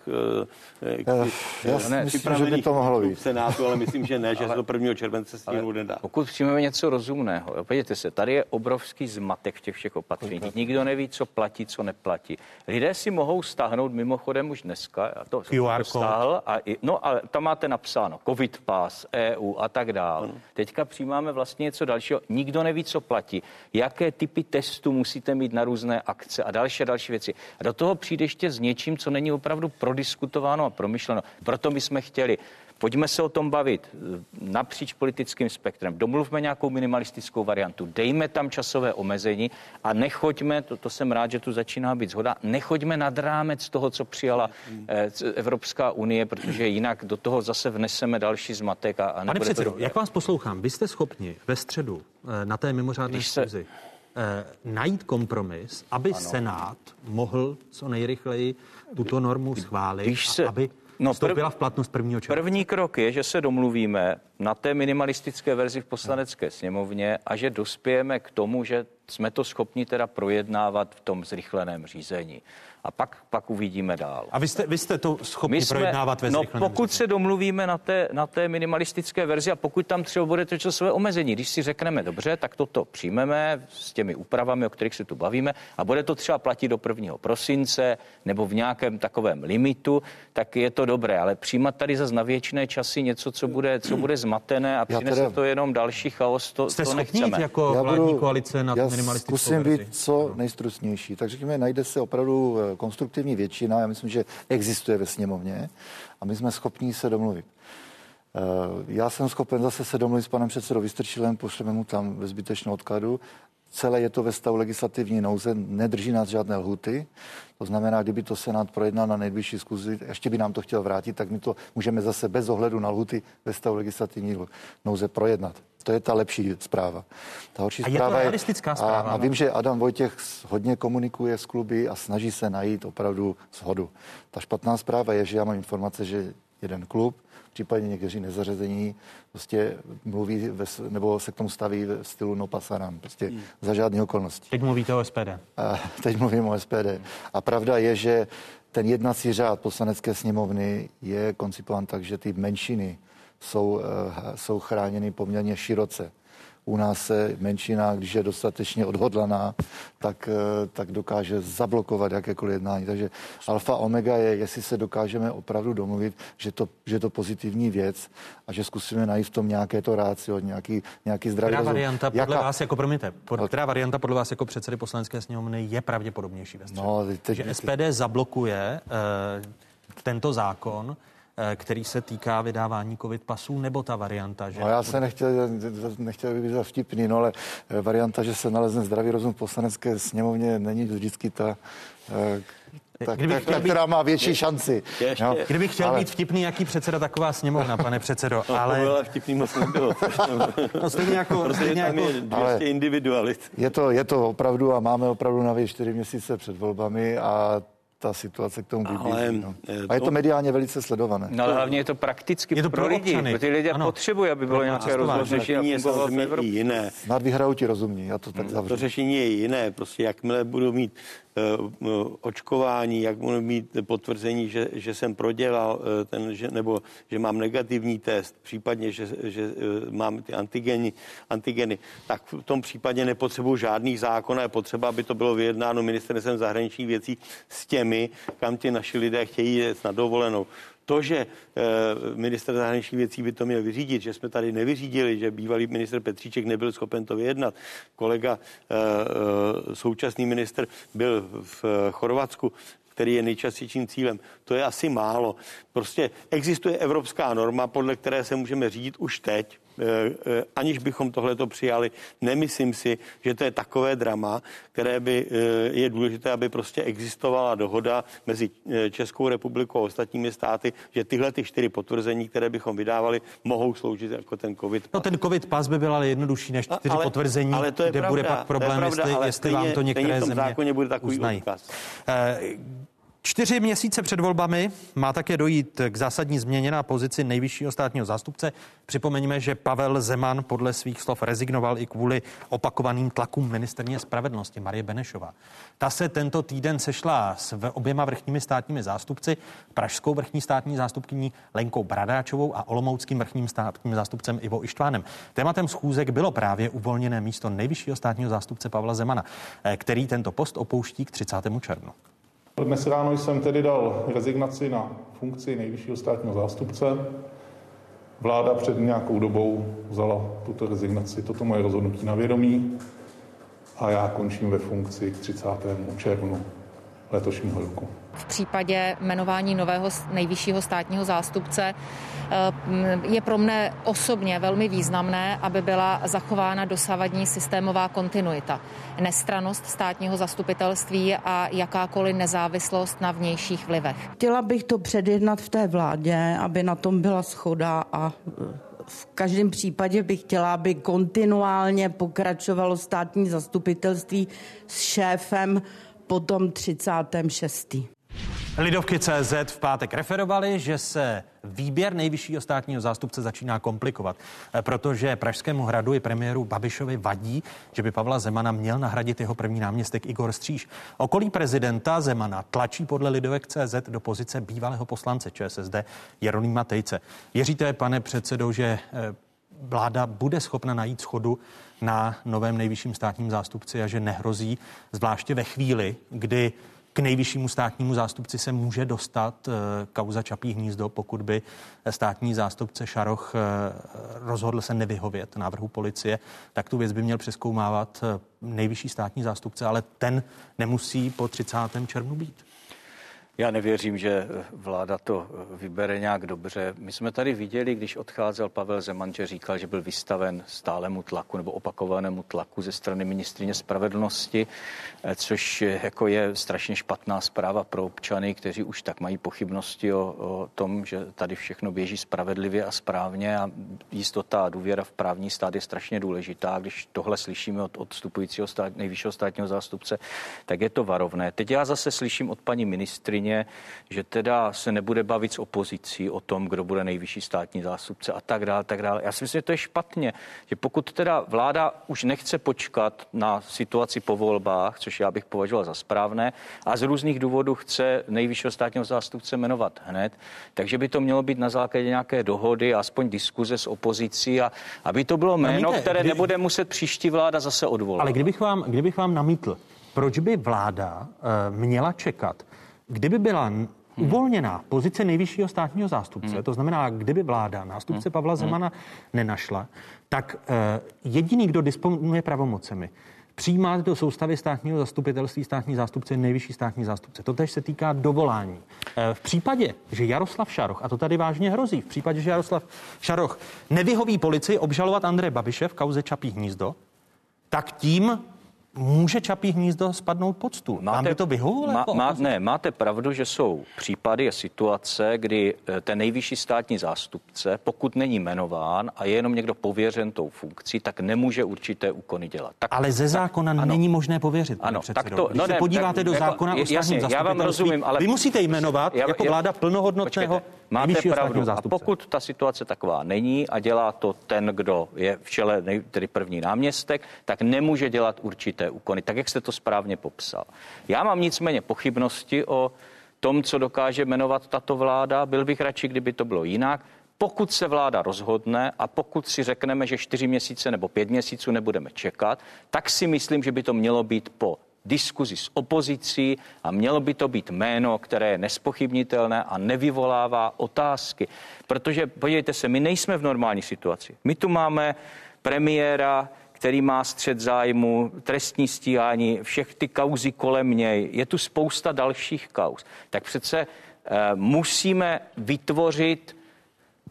myslím, že by to mohlo být. V Senátu, ale myslím, že ne, že se do 1. července stihnout nedá. Pokud přijmeme něco rozumného, podívejte se, tady je obrovský zmatek v těch všech opatřeních. Nikdo neví, co platí, co neplatí. Lidé si mohou stáhnout mimochodem už dneska, já to stáhl, ale tam máte napsáno COVID Pass, EU a tak dál. Teďka přijímáme vlastně něco dalšího. Nikdo neví, co platí, jaké typy testů musíte mít na různé akce a další věci. A do toho přijde ještě s něčím, co není opravdu prodiskutováno a promyšleno. Proto my jsme chtěli, pojďme se o tom bavit napříč politickým spektrem. Domluvme nějakou minimalistickou variantu. Dejme tam časové omezení a nechoďme, to jsem rád, že tu začíná být shoda, nechoďme nad rámec toho, co přijala Evropská unie, protože jinak do toho zase vneseme další zmatek a nebude. Pane předsedo, to jak vás poslouchám, vy jste schopni ve středu na té mimořádné schůzi najít kompromis, aby Senát mohl co nejrychleji tuto normu schválit, aby vstoupila v platnost 1. července. První krok je, že se domluvíme na té minimalistické verzi v Poslanecké sněmovně a že dospějeme k tomu, že jsme to schopni teda projednávat v tom zrychleném řízení. A pak uvidíme dál. A vy jste to schopni projednávat ve zrychleném pokud řízení? Se domluvíme na té minimalistické verzi a pokud tam třeba bude to časové omezení, když si řekneme dobře, tak toto přijmeme s těmi úpravami, o kterých se tu bavíme a bude to třeba platit do 1. prosince nebo v nějakém takovém limitu, tak je to dobré, ale přijímat tady zase na věčné časy něco, co bude zmatené a přinese to jenom další chaos, to nechceme. Jako vládní koalice na minimalistickou zkusím verzi. být co nejstručnější. Tak řekněme, najde se opravdu konstruktivní většina, já myslím, že existuje ve sněmovně a my jsme schopni se domluvit. Já jsem schopen zase se domluvit s panem předsedou Vystrčilem, pošleme mu tam ve zbytečnou odkladu. Celé je to ve stavu legislativní nouze, nedrží nás žádné lhuty. To znamená, kdyby to Senát projednal na nejbližší schůzi, ještě by nám to chtěl vrátit, tak my to můžeme zase bez ohledu na lhuty ve stavu legislativní nouze projednat. To je ta lepší zpráva. Ta horší a zpráva je to realistická zpráva. A vím, že Adam Vojtěch hodně komunikuje s kluby a snaží se najít opravdu shodu. Ta špatná zpráva je, že já mám informace, že jeden klub, případně někteří nezařazení, prostě mluví nebo se k tomu staví v stylu no pasaran, prostě za žádné okolnosti. Teď mluvíte o SPD. Teď mluvím o SPD. A pravda je, že ten jednací řád Poslanecké sněmovny je koncipován tak, že ty menšiny jsou chráněny poměrně široce. U nás se menšina, když je dostatečně odhodlaná, tak dokáže zablokovat jakékoliv jednání. Takže alfa omega je, jestli se dokážeme opravdu domluvit, že to pozitivní věc a že zkusíme najít v tom nějaké to rácio, nějaký zdravý rozum. Která varianta podle vás jako předsedy Poslanecké sněmovny je pravděpodobnější ve středu? Že SPD zablokuje tento zákon, který se týká vydávání covid pasů, nebo ta varianta, že... No já se nechtěl být za vtipný, ale varianta, že se nalezne zdravý rozum v Poslanecké sněmovně, není vždycky ta která má větší šanci. Kdybych chtěl být vtipný, jaký předseda, taková sněmovna, pane předsedo, ale... To byla vtipný moc nebylo. Stejně jako je 200 individualit. Je to opravdu a máme opravdu na 4 měsíce před volbami a ta situace k tomu vybízí. A je to mediálně velice sledované. No ale hlavně je to prakticky pro lidi. Ty lidé potřebují, aby bylo nějaké rozhodnutí a fungovalo v Evropě. Snad vyhrajou ti rozumní, já to tak zavřu. To řešení je jiné. Prostě jakmile budu mít očkování, jak budu mít potvrzení, že jsem prodělal nebo že mám negativní test, případně, že mám ty antigeny, tak v tom případě nepotřebuji žádný zákon a je potřeba, aby to bylo vyjednáno ministerstvem zahraničních věcí s těmi, kam ti naši lidé chtějí jet na dovolenou. To, že ministr zahraničních věcí by to měl vyřídit, že jsme tady nevyřídili, že bývalý ministr Petříček nebyl schopen to vyjednat. Kolega, současný ministr, byl v Chorvatsku, který je nejčastějším cílem. To je asi málo. Prostě existuje evropská norma, podle které se můžeme řídit už teď. aniž bychom tohleto přijali, nemyslím si, že to je takové drama, které by je důležité, aby prostě existovala dohoda mezi Českou republikou a ostatními státy, že tyhle ty 4 potvrzení, které bychom vydávali, mohou sloužit jako ten covid pas. No ten covid pas by byl ale jednodušší než 4 potvrzení, ale to je kde pravda, bude pak problém, jestli vám to některé země zákoně bude takový uznají. odkaz. 4 měsíce před volbami má také dojít k zásadní změně na pozici nejvyššího státního zástupce. Připomeňme, že Pavel Zeman podle svých slov rezignoval i kvůli opakovaným tlakům ministryně spravedlnosti Marie Benešová. Ta se tento týden sešla s oběma vrchními státními zástupci, pražskou vrchní státní zástupkyní Lenkou Bradáčovou a olomouckým vrchním státním zástupcem Ivo Ištvánem. Tématem schůzek bylo právě uvolněné místo nejvyššího státního zástupce Pavla Zemana, který tento post opouští k 30. červnu. Dnes ráno jsem tedy dal rezignaci na funkci nejvyššího státního zástupce. Vláda před nějakou dobou vzala tuto rezignaci, toto moje rozhodnutí na vědomí a já končím ve funkci k 30. červnu letošního roku. V případě jmenování nového nejvyššího státního zástupce je pro mne osobně velmi významné, aby byla zachována dosavadní systémová kontinuita, nestrannost státního zastupitelství a jakákoliv nezávislost na vnějších vlivech. Chtěla bych to předjednat v té vládě, aby na tom byla shoda a v každém případě bych chtěla, aby kontinuálně pokračovalo státní zastupitelství s šéfem potom 36. Lidovky.cz v pátek referovali, že se výběr nejvyššího státního zástupce začíná komplikovat, protože Pražskému hradu i premiéru Babišovi vadí, že by Pavla Zemana měl nahradit jeho první náměstek Igor Stříž. Okolí prezidenta Zemana tlačí podle Lidovek.cz do pozice bývalého poslance ČSSD Jeronýma Tejce. Věříte, pane předsedo, že vláda bude schopna najít shodu na novém nejvyšším státním zástupci a že nehrozí, zvláště ve chvíli, kdy k nejvyššímu státnímu zástupci se může dostat kauza Čapí hnízdo, pokud by státní zástupce Šaroch rozhodl se nevyhovět návrhu policie, tak tu věc by měl přezkoumávat nejvyšší státní zástupce, ale ten nemusí po 30. červnu být. Já nevěřím, že vláda to vybere nějak dobře. My jsme tady viděli, když odcházel Pavel Zeman, že říkal, že byl vystaven stálemu tlaku nebo opakovanému tlaku ze strany ministryně spravedlnosti, což jako je strašně špatná zpráva pro občany, kteří už tak mají pochybnosti o tom, že tady všechno běží spravedlivě a správně a jistota a důvěra v právní stát je strašně důležitá. Když tohle slyšíme od odstupujícího nejvyššího státního zástupce, tak je to varovné. Teď já zase slyším od paní ministryně, že teda se nebude bavit s opozicí o tom, kdo bude nejvyšší státní zástupce a tak dále, tak dále. Já si myslím, že to je špatně, že pokud teda vláda už nechce počkat na situaci po volbách, což já bych považoval za správné, a z různých důvodů chce nejvyššího státního zástupce jmenovat hned, takže by to mělo být na základě nějaké dohody, aspoň diskuze s opozicí a aby to bylo jméno, které nebude muset příští vláda zase odvolat. Ale kdybych vám namítl, proč by vláda měla čekat, kdyby byla uvolněná pozice nejvyššího státního zástupce, to znamená, kdyby vláda nástupce Pavla Zemana nenašla, tak jediný, kdo disponuje pravomocemi, přijímat do soustavy státního zastupitelství státní zástupce, nejvyšší státní zástupce. To též se týká dovolání. V případě, že Jaroslav Šaroch, a to tady vážně hrozí, v případě, že Jaroslav Šaroch nevyhoví policii obžalovat Andreje Babiše v kauze Čapí hnízdo, tak tím může Čapí hnízdo spadnout pod stůl. Vám by to vyhovovalo? Máte pravdu, že jsou případy a situace, kdy ten nejvyšší státní zástupce, pokud není jmenován a je jenom někdo pověřen tou funkcí, tak nemůže určité úkony dělat. Ale ze zákona není možné pověřit. Ano, tak to, když se podíváte do zákona o státním zastupitelství, já vám rozumím, ale vy musíte jmenovat jako vláda plnohodnotného nejvyššího státního zástupce. A pokud ta situace taková není a dělá to ten, kdo je v čele, tedy první náměstek, tak nemůže dělat určité úkony, tak jak jste to správně popsal. Já mám nicméně pochybnosti o tom, co dokáže jmenovat tato vláda. Byl bych radši, kdyby to bylo jinak. Pokud se vláda rozhodne a pokud si řekneme, že 4 měsíce nebo 5 měsíců nebudeme čekat, tak si myslím, že by to mělo být po diskuzi s opozicí a mělo by to být jméno, které je nespochybnitelné a nevyvolává otázky. Protože, podívejte se, my nejsme v normální situaci. My tu máme premiéra, který má střet zájmu, trestní stíhání, všech ty kauzy kolem něj. Je tu spousta dalších kauz. Tak přece musíme vytvořit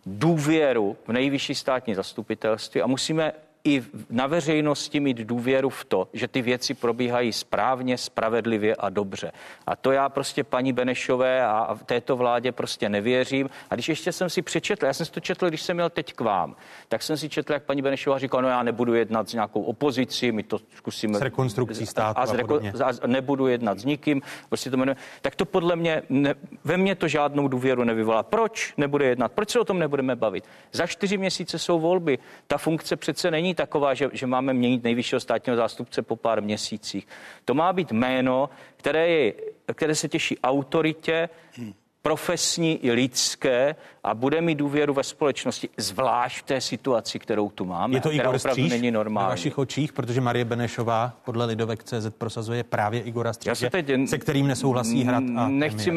důvěru v nejvyšší státní zastupitelství a musíme i na veřejnosti mít důvěru v to, že ty věci probíhají správně, spravedlivě a dobře. A to já prostě paní Benešové a této vládě prostě nevěřím. A když ještě jsem si přečetl, já jsem si to četl, když jsem měl teď k vám, tak jsem si četl, jak paní Benešová říkala, no já nebudu jednat s nějakou opozicí, my to zkusíme... S rekonstrukcí státu a nebudu jednat s nikým, prostě to jmenuje. Tak to podle mě, ve mně to žádnou důvěru nevyvolá. Proč nebude jednat? Proč se o tom nebudeme bavit? Za 4 měsíce jsou volby. Ta funkce přece není taková, že máme měnit nejvyššího státního zástupce po pár měsících. To má být jméno, které se těší autoritě, profesní i lidské a bude mít důvěru ve společnosti, zvlášť v té situaci, kterou tu máme. Je to Igor Stříž není normální. Na vašich očích, protože Marie Benešová podle Lidovek.cz prosazuje právě Igora Stříže, se kterým nesouhlasí Hrad a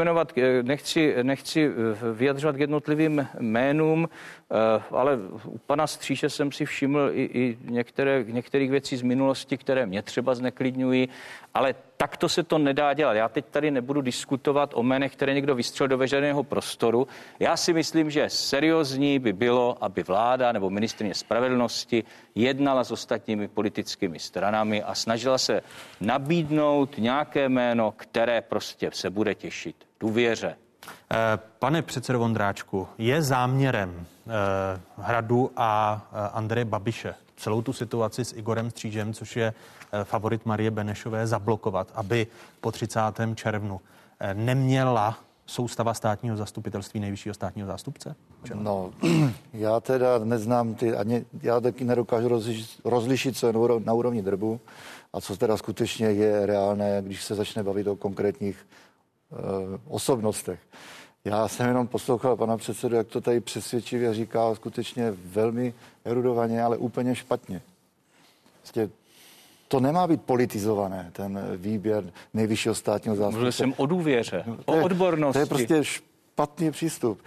nechci vyjadřovat k jednotlivým jménům, ale u pana Stříže jsem si všiml i některých věcí z minulosti, které mě třeba zneklidňují, ale takto se to nedá dělat. Já teď tady nebudu diskutovat o jménech, které někdo vystřelil do veřejného prostoru. Já si myslím, že seriózní by bylo, aby vláda nebo ministryně spravedlnosti jednala s ostatními politickými stranami a snažila se nabídnout nějaké jméno, které prostě se bude těšit důvěře. Pane předsedo Vondráčku, je záměrem Hradu a Andreje Babiše celou tu situaci s Igorem Střížem, což je favorit Marie Benešové, zablokovat, aby po 30. červnu neměla soustava státního zastupitelství nejvyššího státního zástupce? No, já teda neznám já taky nedokážu rozlišit, co je na úrovni drbu a co teda skutečně je reálné, když se začne bavit o konkrétních osobnostech. Já jsem jenom poslouchal pana předsedu, jak to tady přesvědčivě říká, skutečně velmi erudovaně, ale úplně špatně. Vlastně to nemá být politizované, ten výběr nejvyššího státního zástupce. Mluvil jsem o důvěře, o odbornosti. To je prostě špatný přístup.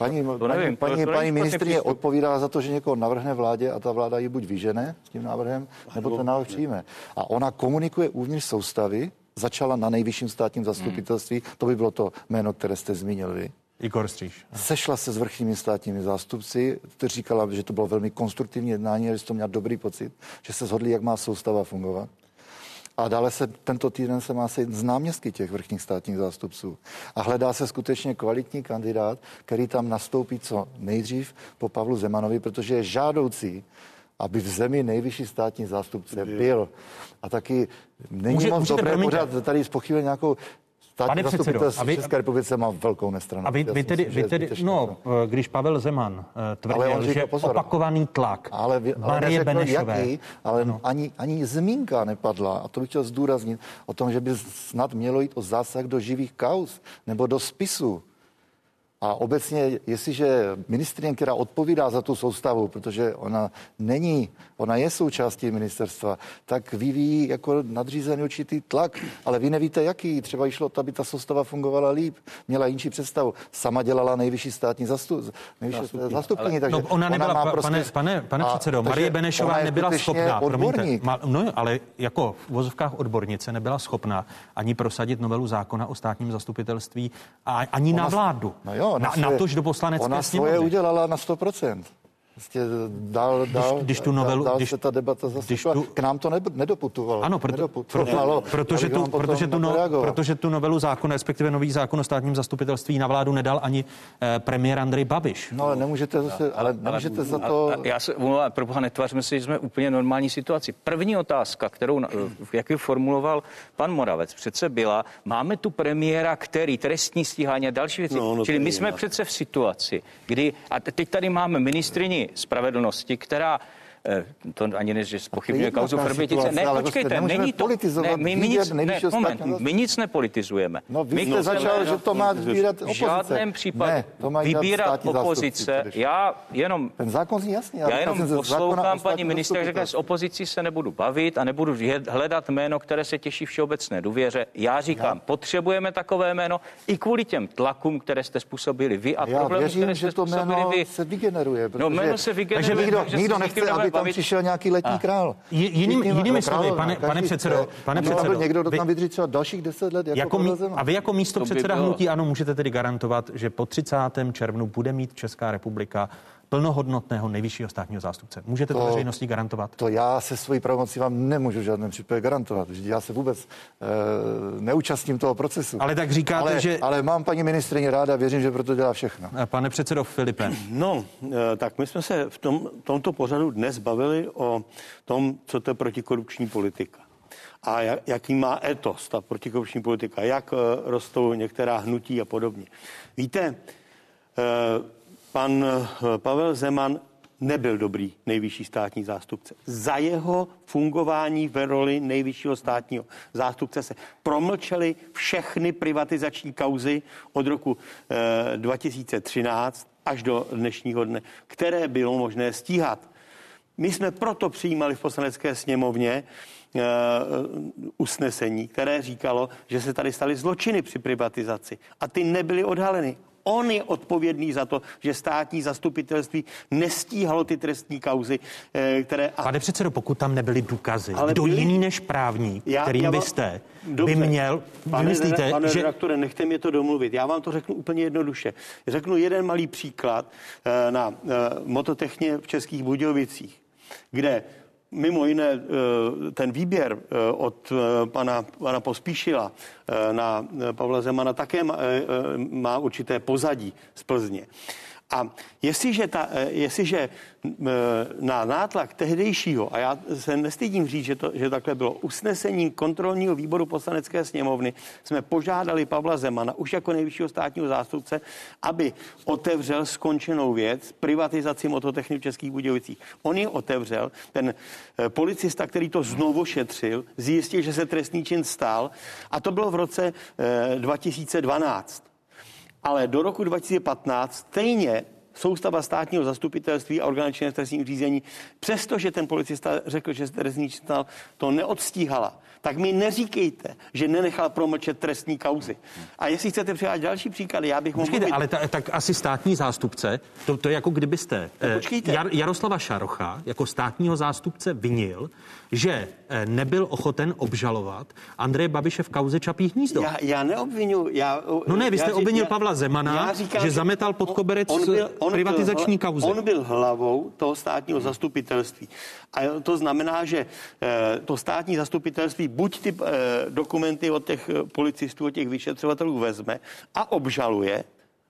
Paní ministryně odpovídá za to, že někoho navrhne vládě a ta vláda ji buď vyžene s tím návrhem, nebo ten návrh přijme. A ona komunikuje uvnitř soustavy, začala na nejvyšším státním zastupitelství, to by bylo to jméno, které jste zmínil vy. Igor Stříž. Sešla se s vrchními státními zástupci, kteří říkala, že to bylo velmi konstruktivní jednání, že to měla dobrý pocit, že se shodli, jak má soustava fungovat. A dále tento týden se má sejít z náměstky těch vrchních státních zástupců. A hledá se skutečně kvalitní kandidát, který tam nastoupí co nejdřív po Pavlu Zemanovi, protože je žádoucí, aby v zemi nejvyšší státní zástupce byl. A taky není moc dobré pořád tady zpochybnit nějakou státní zastupitelství v České republice má velkou nestranu. A vy tedy když Pavel Zeman tvrdil, že opakovaný tlak Marie Benešové. Ani zmínka nepadla, a to bych chtěl zdůraznit, o tom, že by snad mělo jít o zásah do živých kauz nebo do spisu. A obecně, jestliže ministryně, která odpovídá za tu soustavu, protože ona je součástí ministerstva, tak vyvíjí jako nadřízený určitý tlak, ale vy nevíte, jaký. Třeba šlo, aby ta soustava fungovala líp, měla jinší představu. Sama dělala nejvyšší státní zastupkyni, takže ona nebyla, má prostě... Pane předsedo, Marie Benešová nebyla schopná, ale jako v uvozovkách odbornice nebyla schopná ani prosadit novelu zákona o státním zastupitelství a ani na vládu. No jo, natož do poslanecké sněmovny. Ona svoje udělala na 100%. Prostě dál se ta debata zase k nám to nedoputovalo. Ano, protože tu novelu zákona, respektive nový zákon o státním zastupitelství na vládu nedal ani premiér Andrej Babiš. No ale nemůžete za to... Já se omlouvám, proboha, netvařme si, že jsme úplně normální situaci. První otázka, kterou jaký formuloval pan Moravec, přece byla, máme tu premiéra, který trestní stíhání a další věci. Čili my jsme přece v situaci, kdy, a teď tady máme ministryni spravedlnosti, která to ani než zpochybňuje kauzu Vrbětice. Ne, počkejte, není to... My nic nepolitizujeme. No, vy jste začal, že to má vybírat opozice. V žádném případě vybírat opozice. Ten zákon zní jasný. Já jenom poslouchám paní ministra, že s opozicí se nebudu bavit a nebudu hledat jméno, které se těší všeobecné důvěře. Já říkám, potřebujeme takové jméno i kvůli těm tlakům, které jste způsobili vy a problémům, které jste způsobili vy. Se vygeneruje. No, jméno se vygeneruje. Nikdo nechce, aby tam přišel nějaký letní král. Jinými slovy, pane předsedo, někdo, kdo tam vydrží třeba dalších 10 let. A vy jako místopředseda hnutí ANO můžete tedy garantovat, že po 30. červnu bude mít Česká republika plnohodnotného nejvyššího státního zástupce. Můžete to veřejnosti garantovat? To já se svojí pravomocí vám nemůžu v žádném případě garantovat. Já se vůbec neúčastním toho procesu. Ale tak říkáte, že... Ale mám paní ministryni ráda, věřím, že proto dělá všechno. Pane předsedo Filipe. No, tak my jsme se v tomto pořadu dnes bavili o tom, co to je protikorupční politika. A jaký má etos ta protikorupční politika, jak rostou některá hnutí a podobně. Víte, pan Pavel Zeman nebyl dobrý nejvyšší státní zástupce. Za jeho fungování ve roli nejvyššího státního zástupce se promlčely všechny privatizační kauzy od roku 2013 až do dnešního dne, které bylo možné stíhat. My jsme proto přijímali v Poslanecké sněmovně usnesení, které říkalo, že se tady staly zločiny při privatizaci a ty nebyly odhaleny. On je odpovědný za to, že státní zastupitelství nestíhalo ty trestní kauzy, které... Pane předsedo, pokud tam nebyly důkazy, kdo jiný než právník, kterým vy jste, by měl... Pane redaktore, nechte mě to domluvit. Já vám to řeknu úplně jednoduše. Řeknu jeden malý příklad na Mototechně v Českých Budějovicích, kde mimo jiné ten výběr od pana Pospíšila na Pavla Zemana také má určité pozadí z Plzně. A jestliže na nátlak tehdejšího, a já se nestydím říct, že takhle bylo, usnesením kontrolního výboru Poslanecké sněmovny jsme požádali Pavla Zemana už jako nejvyššího státního zástupce, aby otevřel skončenou věc privatizaci Mototechny v Českých Budějovicích. On ji otevřel, ten policista, který to znovu šetřil, zjistil, že se trestný čin stal a to bylo v roce 2012. Ale do roku 2015 stejně soustava státního zastupitelství a orgány činné v trestním řízení, přestože ten policista řekl, že se trestný čin stal, to neodstíhala. Tak mi neříkejte, že nenechal promlčet trestní kauzy. A jestli chcete přiját další příklady, já bych mohl mluvit... Ale tak asi státní zástupce, to je jako kdybyste Jaroslava Šarocha jako státního zástupce vinil, že nebyl ochoten obžalovat Andreje Babiše v kauze Čapí hnízdo. Já neobvinuji. Vy jste obvinil Pavla Zemana, že zametal pod koberec privatizační kauzy. On byl hlavou toho státního zastupitelství. A to znamená, že to státní zastupitelství buď ty dokumenty od těch policistů, od těch vyšetřovatelů vezme a obžaluje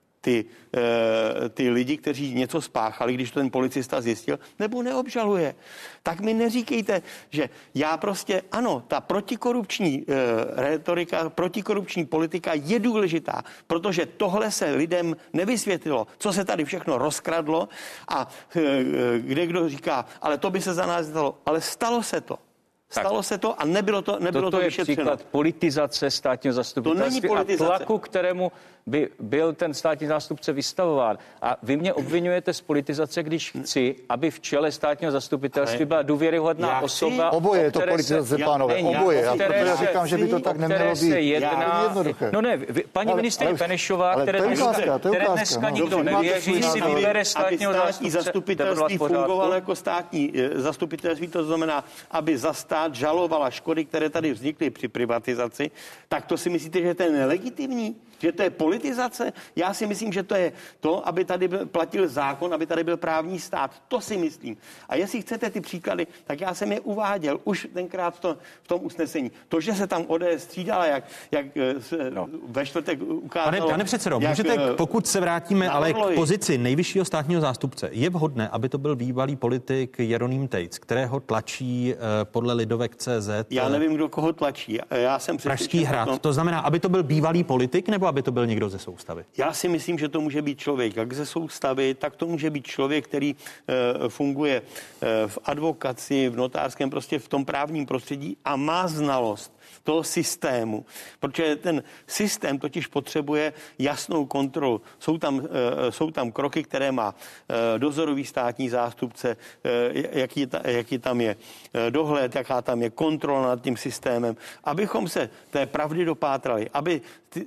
ty lidi, kteří něco spáchali, když to ten policista zjistil, nebo neobžaluje. Tak mi neříkejte, že já prostě, ano, ta protikorupční retorika, protikorupční politika je důležitá, protože tohle se lidem nevysvětlilo, co se tady všechno rozkradlo a kde kdo říká, ale to by se za nás stalo, ale stalo se to. Stalo se to a nebylo to vyšetřeno. Toto je příklad politizace státního zastupitelství a tlaku, kterému by byl ten státní zástupce vystavován. A vy mě obvinujete z politizace, když chci, aby v čele státního zastupitelství byla důvěryhodná osoba. Oboje je to politizace, pánové, oboje. Já říkám, že by to tak nemělo být. No ne, paní ministryně Benešová, které dneska nikdo nevěří, si vybere státního zastupitelství fungovalo jako státní zastupitelství, to znamená, aby za stát žalovala škody, které tady vznikly při privatizaci, tak to si myslíte, že to je nelegitimní? Že to je politizace? Já si myslím, že to je to, aby tady platil zákon, aby tady byl právní stát. To si myslím. A jestli chcete ty příklady, tak já jsem je uváděl už tenkrát v tom usnesení. To, že se tam ODS střídala, jak ve čtvrtek ukázalo... Pane předsedo, můžete, pokud se vrátíme ale k pozici nejvyššího státního zástupce, je vhodné, aby to byl bývalý politik Jeroným Tejc, kterého tlačí podle Lidovek.cz... Já nevím, kdo koho tlačí. Já jsem Pražský hrad. To znamená, aby to byl bývalý politik, nebo aby to byl někdo ze soustavy? Já si myslím, že to může být člověk jak ze soustavy, tak to může být člověk, který funguje v advokaci, v notářském, prostě v tom právním prostředí a má znalost toho systému, protože ten systém totiž potřebuje jasnou kontrolu. Jsou tam kroky, které má dozorový státní zástupce, jaký tam je dohled, jaká tam je kontrola nad tím systémem, abychom se té pravdy dopátrali, aby si tady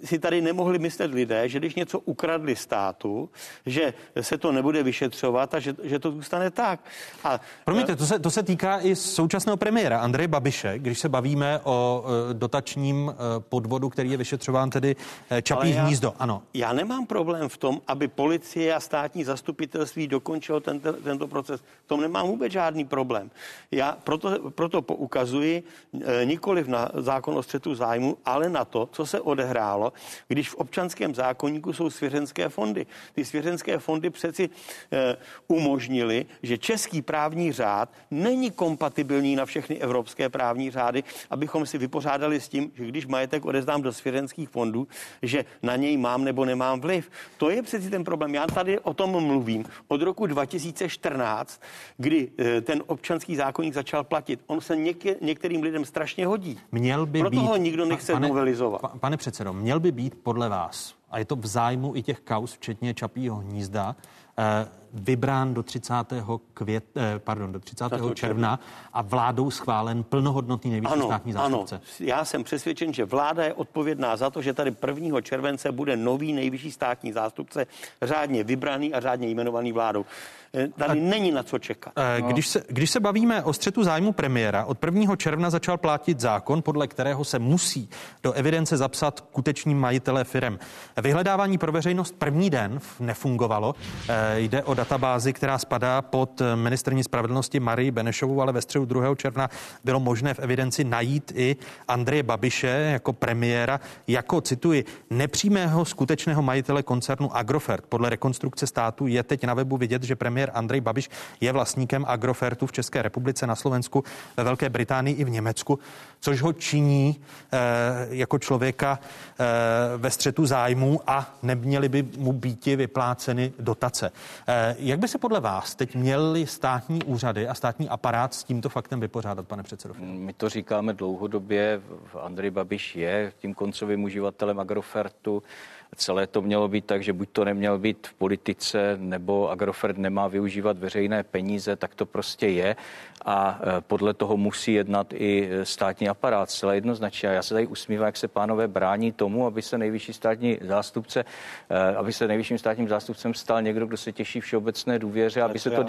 nemohli myslet lidé, že když něco ukradli státu, že se to nebude vyšetřovat a že to zůstane tak. A promiňte, to se týká i současného premiéra Andreje Babiše, když se bavíme o dotačním podvodu, který je vyšetřován, tedy Čapí hnízdo. Ano. Já nemám problém v tom, aby policie a státní zastupitelství dokončilo tento proces. V tom nemám vůbec žádný problém. Já proto poukazuji nikoliv na zákon o střetu zájmu, ale na to, co se odehrálo, když v občanském zákoníku jsou svěřenské fondy. Ty svěřenské fondy přeci umožnili, že český právní řád není kompatibilní na všechny evropské právní řády, abychom si vypořádali s tím, že když majetek odezdám do svěřenských fondů, že na něj mám nebo nemám vliv. To je přeci ten problém. Já tady o tom mluvím od roku 2014, kdy ten občanský zákoník začal platit. On se některým lidem strašně hodí. Proto ho nikdo nechce novelizovat. Pane předsedo, měl by být podle vás, a je to v zájmu i těch kauz, včetně Čapího hnízda, vybrán do 30. června a vládou schválen plnohodnotný nejvyšší státní zástupce. Ano, já jsem přesvědčen, že vláda je odpovědná za to, že tady 1. července bude nový nejvyšší státní zástupce, řádně vybraný a řádně jmenovaný vládou. Tady není na co čekat. Když se bavíme o střetu zájmu premiéra, od 1. června začal platit zákon, podle kterého se musí do evidence zapsat skuteční majitelé firem. Vyhledávání pro veřejnost první den nefungovalo. Jde o databázi, která spadá pod ministryni spravedlnosti Marii Benešovou, ale ve středu 2. června bylo možné v evidenci najít i Andreje Babiše jako premiéra, jako, cituji, nepřímého skutečného majitele koncernu Agrofert. Podle Rekonstrukce státu je teď na webu vidět, že premiér Andrej Babiš je vlastníkem Agrofertu v České republice, na Slovensku, ve Velké Británii i v Německu, což ho činí jako člověka ve střetu zájmů a neměly by mu býti vypláceny dotace. Jak by se podle vás teď měly státní úřady a státní aparát s tímto faktem vypořádat, pane předsedo? My to říkáme dlouhodobě. Andrej Babiš je tím koncovým uživatelem Agrofertu. Celé to mělo být tak, že buď to neměl být v politice, nebo Agrofert nemá využívat veřejné peníze, tak to prostě je. A podle toho musí jednat i státní aparát, celé jednoznačně. A já se tady usmívám, jak se pánové brání tomu, aby se nejvyšším státním zástupcem stal někdo, kdo se těší všeobecné důvěře, aby se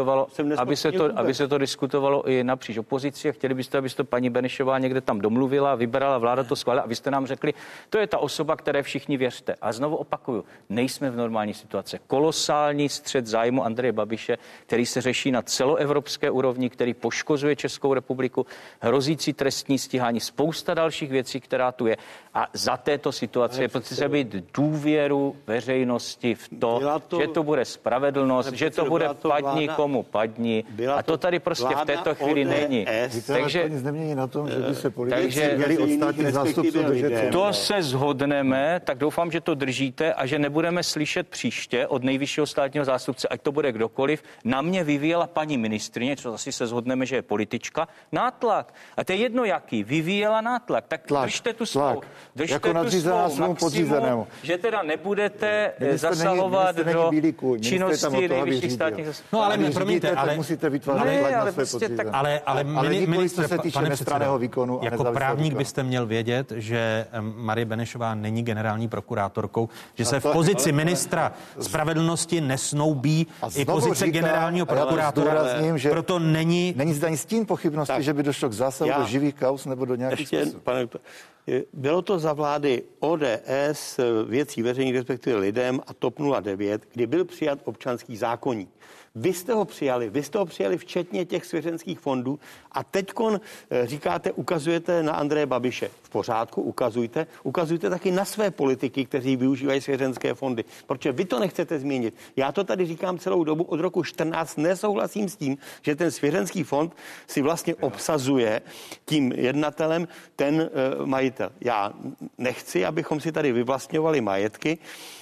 to diskutovalo i napříč opozici. A chtěli byste, aby to paní Benešová někde tam domluvila, vybrala, vláda to schválila a vy jste nám řekli, to je ta osoba, které všichni věřte. A znovu opakuju, nejsme v normální situaci. Kolosální střet zájmu Andreje Babiše, který se řeší na celoevropské úrovni, který poškozuje Českou republiku, hrozící trestní stíhání, spousta dalších věcí, která tu je. A za této situace je potřeba být důvěru veřejnosti v to, že to bude spravedlnost, že to bude padni komu padni. A to tady prostě v této chvíli není. Takže nic nemění na tom, že by se politici měli od státních zástupců držet. To se shodneme, tak doufám, že to držíte a že nebudeme slyšet příště od nejvyššího státního zástupce, ať to bude kdokoliv. Na mě vyvíjela paní ministryně, co asi se shodneme, že je politička, nátlak. A to je jedno jaký, vyvíjela nátlak. Tak držte tu svou. Držte jako nadřízená svému podřízenému. Že teda nebudete zasahovat do činnosti nejvyšších státních zástupců. No ale promiňte, ale musíte vytvářet tlak na své podřízené. Ale ministr, se týče nestranného výkonu. Jako právník byste měl vědět, že Marie Benešová není generální prokurátorkou, že se v pozici ministra spravedlnosti nesnoubí i pozice generálního prokurátora. Proto není zde ani stín pochybnosti, že by došlo k zásahu do živých kauz nebo do nějakých způsobů. Bylo to za vlády ODS, Věcí veřejných, respektive Lidem a TOP 09, kdy byl přijat občanský zákoník. Vy jste ho přijali včetně těch svěřenských fondů a teďkon říkáte, ukazujete na Andreje Babiše. V pořádku, ukazujte taky na své politiky, kteří využívají svěřenské fondy. Protože vy to nechcete změnit. Já to tady říkám celou dobu, od roku 14 nesouhlasím s tím, že ten svěřenský fond si vlastně obsazuje tím jednatelem ten majitel. Já nechci, abychom si tady vyvlastňovali majetky.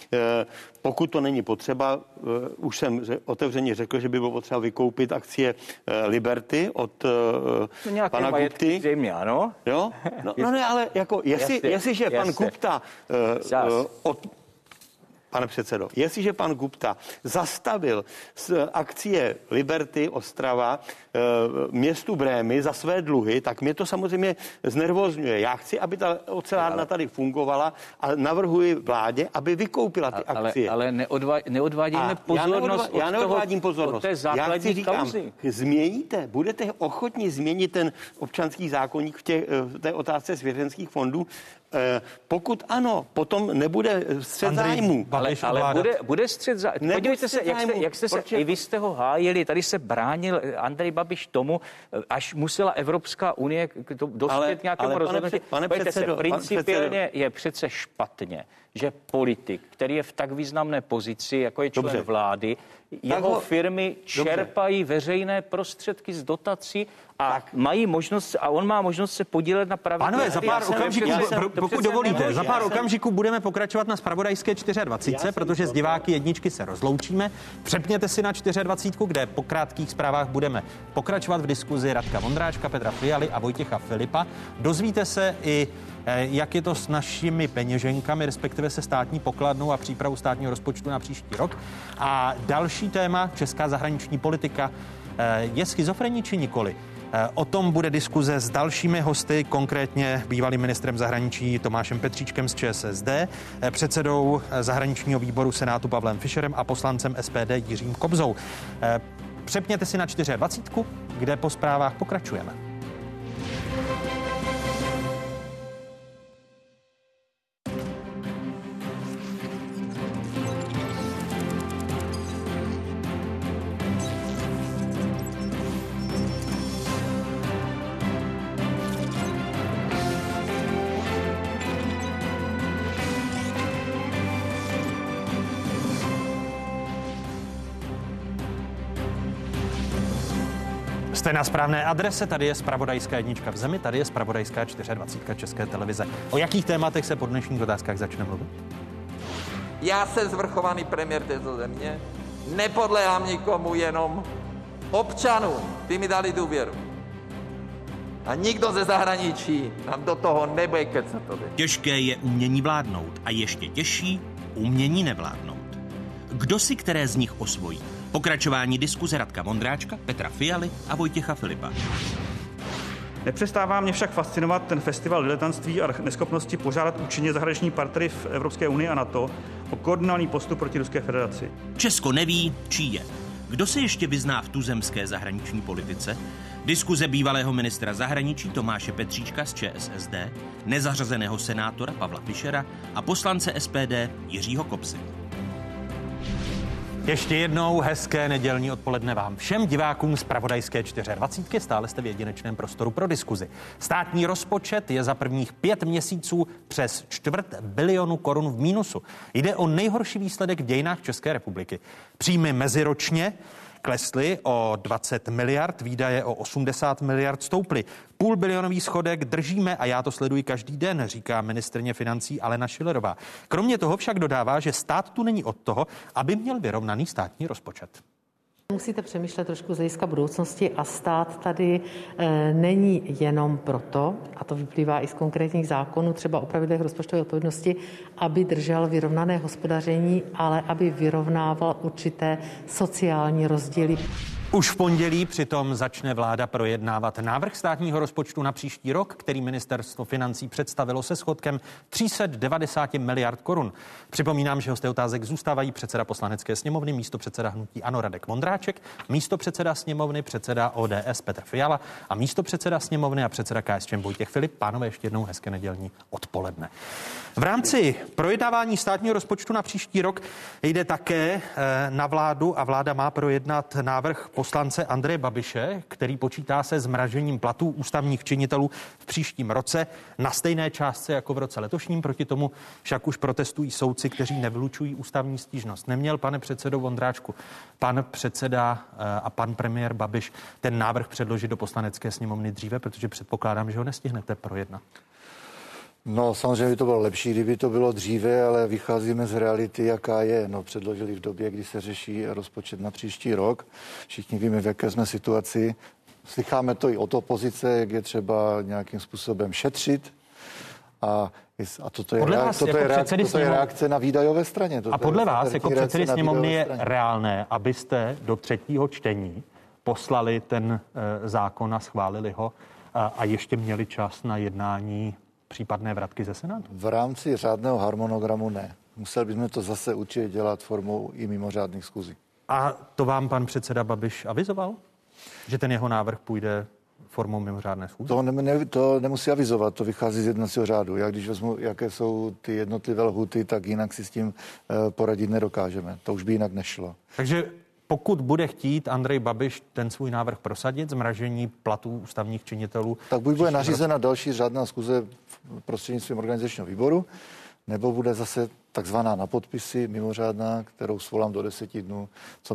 Pokud to není potřeba, už jsem otevřeně řekl, že by bylo potřeba vykoupit akcie Liberty od pana Kupty. Zřejmě, ano. Jo? No ne, ale jako jestliže pan Kupta pane předsedo, jestliže pan Gupta zastavil akcie Liberty Ostrava městu Brémy za své dluhy, tak mě to samozřejmě znervozňuje. Já chci, aby ta ocelárna tady fungovala a navrhuji vládě, aby vykoupila ty akcie. Ale neodvádíme pozornost já neodvádím pozornost. Od té základní říkám, změníte, budete ochotni změnit ten občanský zákoník v té otázce svěřenských fondů? Pokud ano, potom nebude střet zájmů. Ale bude střet zájmů. Podívejte se, jak jste se, i vy jste ho hájili, tady se bránil Andrej Babiš tomu, až musela Evropská unie dospět nějakému rozhodnutí. Pane předsedo, principiálně je přece špatně, že politik, který je v tak významné pozici, jako je člen vlády, jeho firmy čerpají veřejné prostředky z dotací a mají možnost, a on má možnost se podílet na pravidlech. Pánové, za pár okamžiků, pokud dovolíte, za pár okamžiků budeme pokračovat na zpravodajské 24, protože s diváky jedničky se rozloučíme. Přepněte si na 24, kde po krátkých zprávách budeme pokračovat v diskuzi Radka Vondráčka, Petra Fialy a Vojtěcha Filipa. Dozvíte se i, jak je to s našimi peněženkami, respektive se státní pokladnou a přípravou státního rozpočtu na příští rok. A další téma, česká zahraniční politika, je schizofrení či nikoli? O tom bude diskuze s dalšími hosty, konkrétně bývalým ministrem zahraničí Tomášem Petříčkem z ČSSD, předsedou zahraničního výboru Senátu Pavlem Fischerem a poslancem SPD Jiřím Kobzou. Přepněte si na 24, kde po zprávách pokračujeme. Jste na správné adrese, tady je zpravodajská jednička v zemi, tady je zpravodajská 24 České televize. O jakých tématech se po dnešních otázkách začne mluvit? Já jsem svrchovaný premiér této země, nepodléhám nikomu, jenom občanům, ty mi dali důvěru. A nikdo ze zahraničí nám do toho nebude kecat. Těžké je umění vládnout a ještě těžší umění nevládnout. Kdo si které z nich osvojí? Pokračování diskuze Radka Vondráčka, Petra Fialy a Vojtěcha Filipa. Nepřestává mě však fascinovat ten festival diletantství a neschopnosti požádat účinně zahraniční partnery v Evropské unii a NATO o koordinovaný postup proti Ruské federaci. Česko neví, čí je. Kdo se ještě vyzná v tuzemské zahraniční politice? Diskuze bývalého ministra zahraničí Tomáše Petříčka z ČSSD, nezařazeného senátora Pavla Fischera a poslance SPD Jiřího Kobzy. Ještě jednou hezké nedělní odpoledne vám všem divákům z zpravodajské 24. Stále jste v jedinečném prostoru pro diskuzi. Státní rozpočet je za prvních 5 měsíců přes 250 milionu korun v mínusu. Jde o nejhorší výsledek v dějinách České republiky. Příjmy meziročně klesly o 20 miliard, výdaje o 80 miliard stouply. Půlbilionový schodek držíme a já to sleduji každý den, říká ministryně financí Alena Schillerová. Kromě toho však dodává, že stát tu není od toho, aby měl vyrovnaný státní rozpočet. Musíte přemýšlet trošku z hlediska budoucnosti a stát tady není jenom proto, a to vyplývá i z konkrétních zákonů, třeba o pravidlech rozpočtové odpovědnosti, aby držel vyrovnané hospodaření, ale aby vyrovnával určité sociální rozdíly. Už v pondělí přitom začne vláda projednávat návrh státního rozpočtu na příští rok, který ministerstvo financí představilo se schodkem 390 miliard korun. Připomínám, že hosté otázek zůstávají předseda Poslanecké sněmovny, místopředseda hnutí ANO Radek Vondráček, místopředseda sněmovny, předseda ODS Petr Fiala a místopředseda sněmovny a předseda KSČM Vojtěch Filip. Pánové, ještě jednou hezké nedělní odpoledne. V rámci projednávání státního rozpočtu na příští rok jde také na vládu a vláda má projednat návrh poslance Andreje Babiše, který počítá se zmražením platů ústavních činitelů v příštím roce na stejné částce jako v roce letošním. Proti tomu však už protestují soudci, kteří nevylučují ústavní stížnost. Neměl, pane předsedo Vondráčku, pan předseda a pan premiér Babiš ten návrh předložit do Poslanecké sněmovny dříve, protože předpokládám, že ho nestihnete projednat? No, samozřejmě by to bylo lepší, kdyby to bylo dříve, ale vycházíme z reality, jaká je. No, předložili v době, kdy se řeší rozpočet na příští rok. Všichni víme, v jaké jsme situaci. Slycháme to i od opozice, jak je třeba nějakým způsobem šetřit. A A toto je reakce na výdajové straně. A podle vás jako předsedy sněmovny je reálné, abyste do třetího čtení poslali ten zákon a schválili ho a ještě měli čas na jednání případné vratky ze Senátu? V rámci řádného harmonogramu ne. Museli bychom to zase určitě dělat formou i mimořádných schůzí. A to vám pan předseda Babiš avizoval? Že ten jeho návrh půjde formou mimořádné schůze? To nemusí avizovat, to vychází z jednacího řádu. Já když vezmu, jaké jsou ty jednotlivé lhuty, tak jinak si s tím poradit nedokážeme. To už by jinak nešlo. Takže pokud bude chtít Andrej Babiš ten svůj návrh prosadit, zmražení platů ústavních činitelů... Tak buď bude nařízena další řádná schůze prostřednictvím organizačního výboru, nebo bude zase takzvaná na podpisy mimořádná, kterou svolám do 10 dnů,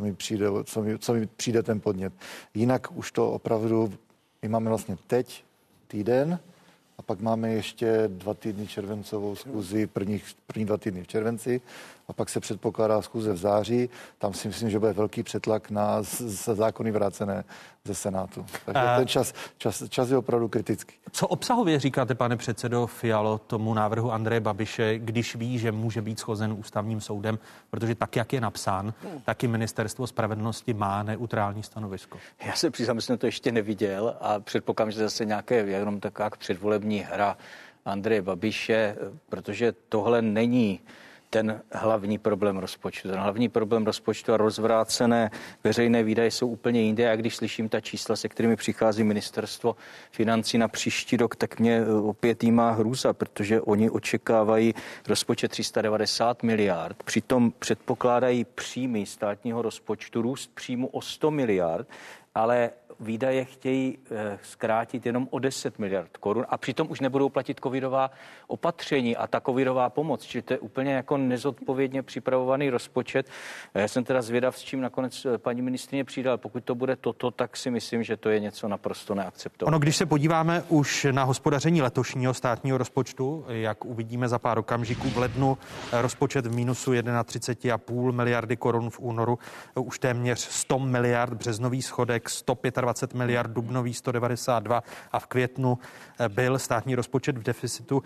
co mi přijde ten podnět. Jinak už to opravdu, my máme vlastně teď týden a pak máme ještě 2 týdny červencovou schůzi, první 2 týdny v červenci a pak se předpokládá schůze v září. Tam si myslím, že bude velký přetlak na zákony vrácené ze Senátu. Takže ten čas je opravdu kritický. Co obsahově říkáte, pane předsedo Fialo, tomu návrhu Andreje Babiše, když ví, že může být shozen ústavním soudem, protože tak, jak je napsán, taky Ministerstvo spravedlnosti má neutrální stanovisko? Já se přiznám, že jsem to ještě neviděl a předpokládám, že zase nějaké jenom taková předvolební hra Andreje Babiše, protože tohle není ten hlavní problém rozpočtu. Ten hlavní problém rozpočtu a rozvrácené veřejné výdaje jsou úplně jinde. A když slyším ta čísla, se kterými přichází ministerstvo financí na příští rok, tak mě opět jímá hrůza, protože oni očekávají rozpočet 390 miliard. Přitom předpokládají příjmy státního rozpočtu růst příjmu o 100 miliard, ale výdaje chtějí zkrátit jenom o 10 miliard korun a přitom už nebudou platit covidová opatření a ta covidová pomoc. Čili to je úplně jako nezodpovědně připravovaný rozpočet. Já jsem teda zvědav, s čím nakonec paní ministryně přijde, ale pokud to bude toto, tak si myslím, že to je něco naprosto neakceptovatelné. Ono, když se podíváme už na hospodaření letošního státního rozpočtu, jak uvidíme za pár okamžiků, v lednu rozpočet v mínusu 31,5 miliardy korun, v únoru už téměř 100 miliard, březnový schodek 125 miliard, dubnový 192 a v květnu byl státní rozpočet v deficitu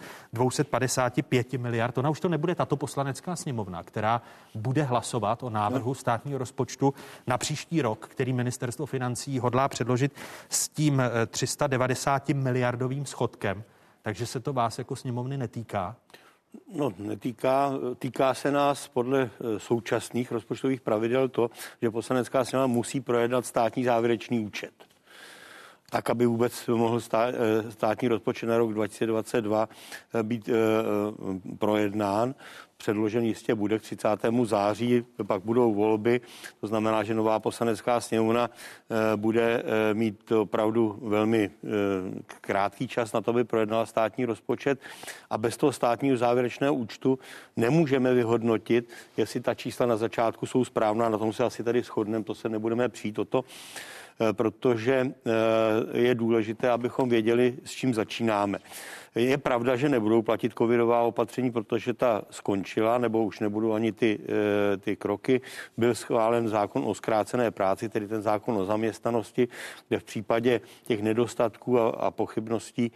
255 miliard. Ona už to nebude tato poslanecká sněmovna, která bude hlasovat o návrhu státního rozpočtu na příští rok, který ministerstvo financí hodlá předložit s tím 390 miliardovým schodkem. Takže se to vás jako sněmovny netýká? No, týká se nás podle současných rozpočtových pravidel to, že poslanecká sněmovna musí projednat státní závěrečný účet. Tak, aby vůbec mohl státní rozpočet na rok 2022 být projednán. Předložen jistě bude k 30. září, pak budou volby, to znamená, že nová poslanecká sněmovna bude mít opravdu velmi krátký čas na to, aby projednala státní rozpočet a bez toho státního závěrečného účtu nemůžeme vyhodnotit, jestli ta čísla na začátku jsou správná, na tom se asi tady shodneme, to se nebudeme přijít o to, protože je důležité, abychom věděli, s čím začínáme. Je pravda, že nebudou platit covidová opatření, protože ta skončila, nebo už nebudou ani ty kroky. Byl schválen zákon o zkrácené práci, tedy ten zákon o zaměstnanosti, kde v případě těch nedostatků a pochybností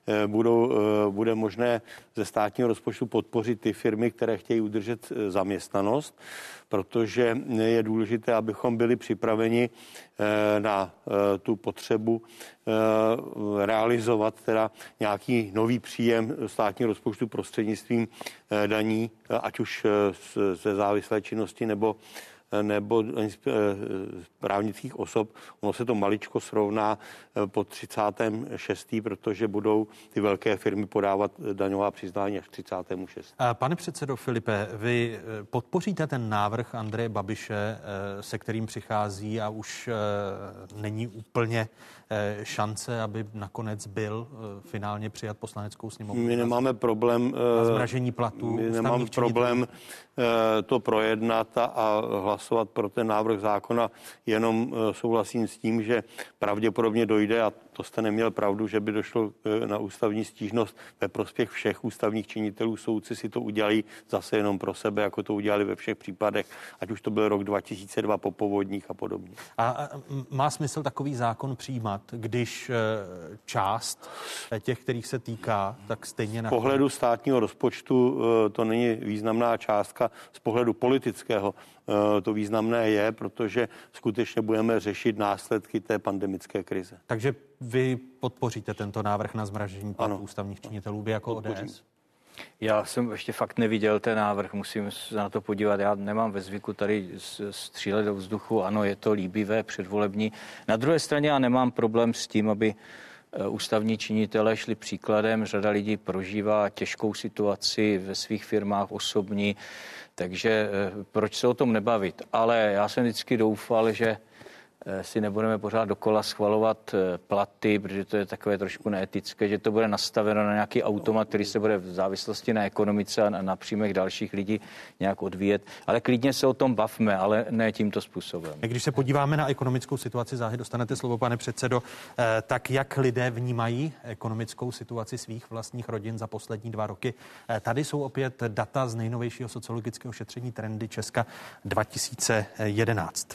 bude možné ze státního rozpočtu podpořit ty firmy, které chtějí udržet zaměstnanost, protože je důležité, abychom byli připraveni na tu potřebu realizovat teda nějaký nový příjem státního rozpočtu prostřednictvím daní, ať už ze závislé činnosti nebo právnických osob. Ono se to maličko srovná po 36., protože budou ty velké firmy podávat daňová přiznání až 36. Pane předsedo Filipe, vy podpoříte ten návrh Andreje Babiše, se kterým přichází a už není úplně šance, aby nakonec byl finálně přijat poslaneckou sněmovnou? My nemáme problém zmražení platů. My nemáme problém to projednat a hlasovat pro ten návrh zákona, jenom souhlasím s tím, že pravděpodobně dojde, a to jste neměl pravdu, že by došlo na ústavní stížnost ve prospěch všech ústavních činitelů. Soudci si to udělají zase jenom pro sebe, jako to udělali ve všech případech, ať už to byl rok 2002 po povodních a podobně. A má smysl takový zákon přijímat, když část těch, kterých se týká, tak stejně na... Z pohledu státního rozpočtu to není významná částka, z pohledu politického to významné je, protože skutečně budeme řešit následky té pandemické krize. Takže vy podpoříte tento návrh na zmražení platů ústavních činitelů, vy jako ODS? Já jsem ještě fakt neviděl ten návrh, musím se na to podívat. Já nemám ve zvyku tady střílet do vzduchu. Ano, je to líbivé, předvolební. Na druhé straně já nemám problém s tím, aby ústavní činitelé šli příkladem. Řada lidí prožívá těžkou situaci ve svých firmách osobní, takže proč se o tom nebavit? Ale já jsem vždycky doufal, že si nebudeme pořád dokola schvalovat platy, protože to je takové trošku neetické, že to bude nastaveno na nějaký automat, který se bude v závislosti na ekonomice a na příjmech dalších lidí nějak odvíjet. Ale klidně se o tom bavme, ale ne tímto způsobem. Když se podíváme na ekonomickou situaci, záhy dostanete slovo, pane předsedo, tak jak lidé vnímají ekonomickou situaci svých vlastních rodin za poslední 2 roky? Tady jsou opět data z nejnovějšího sociologického šetření Trendy Česka 2011.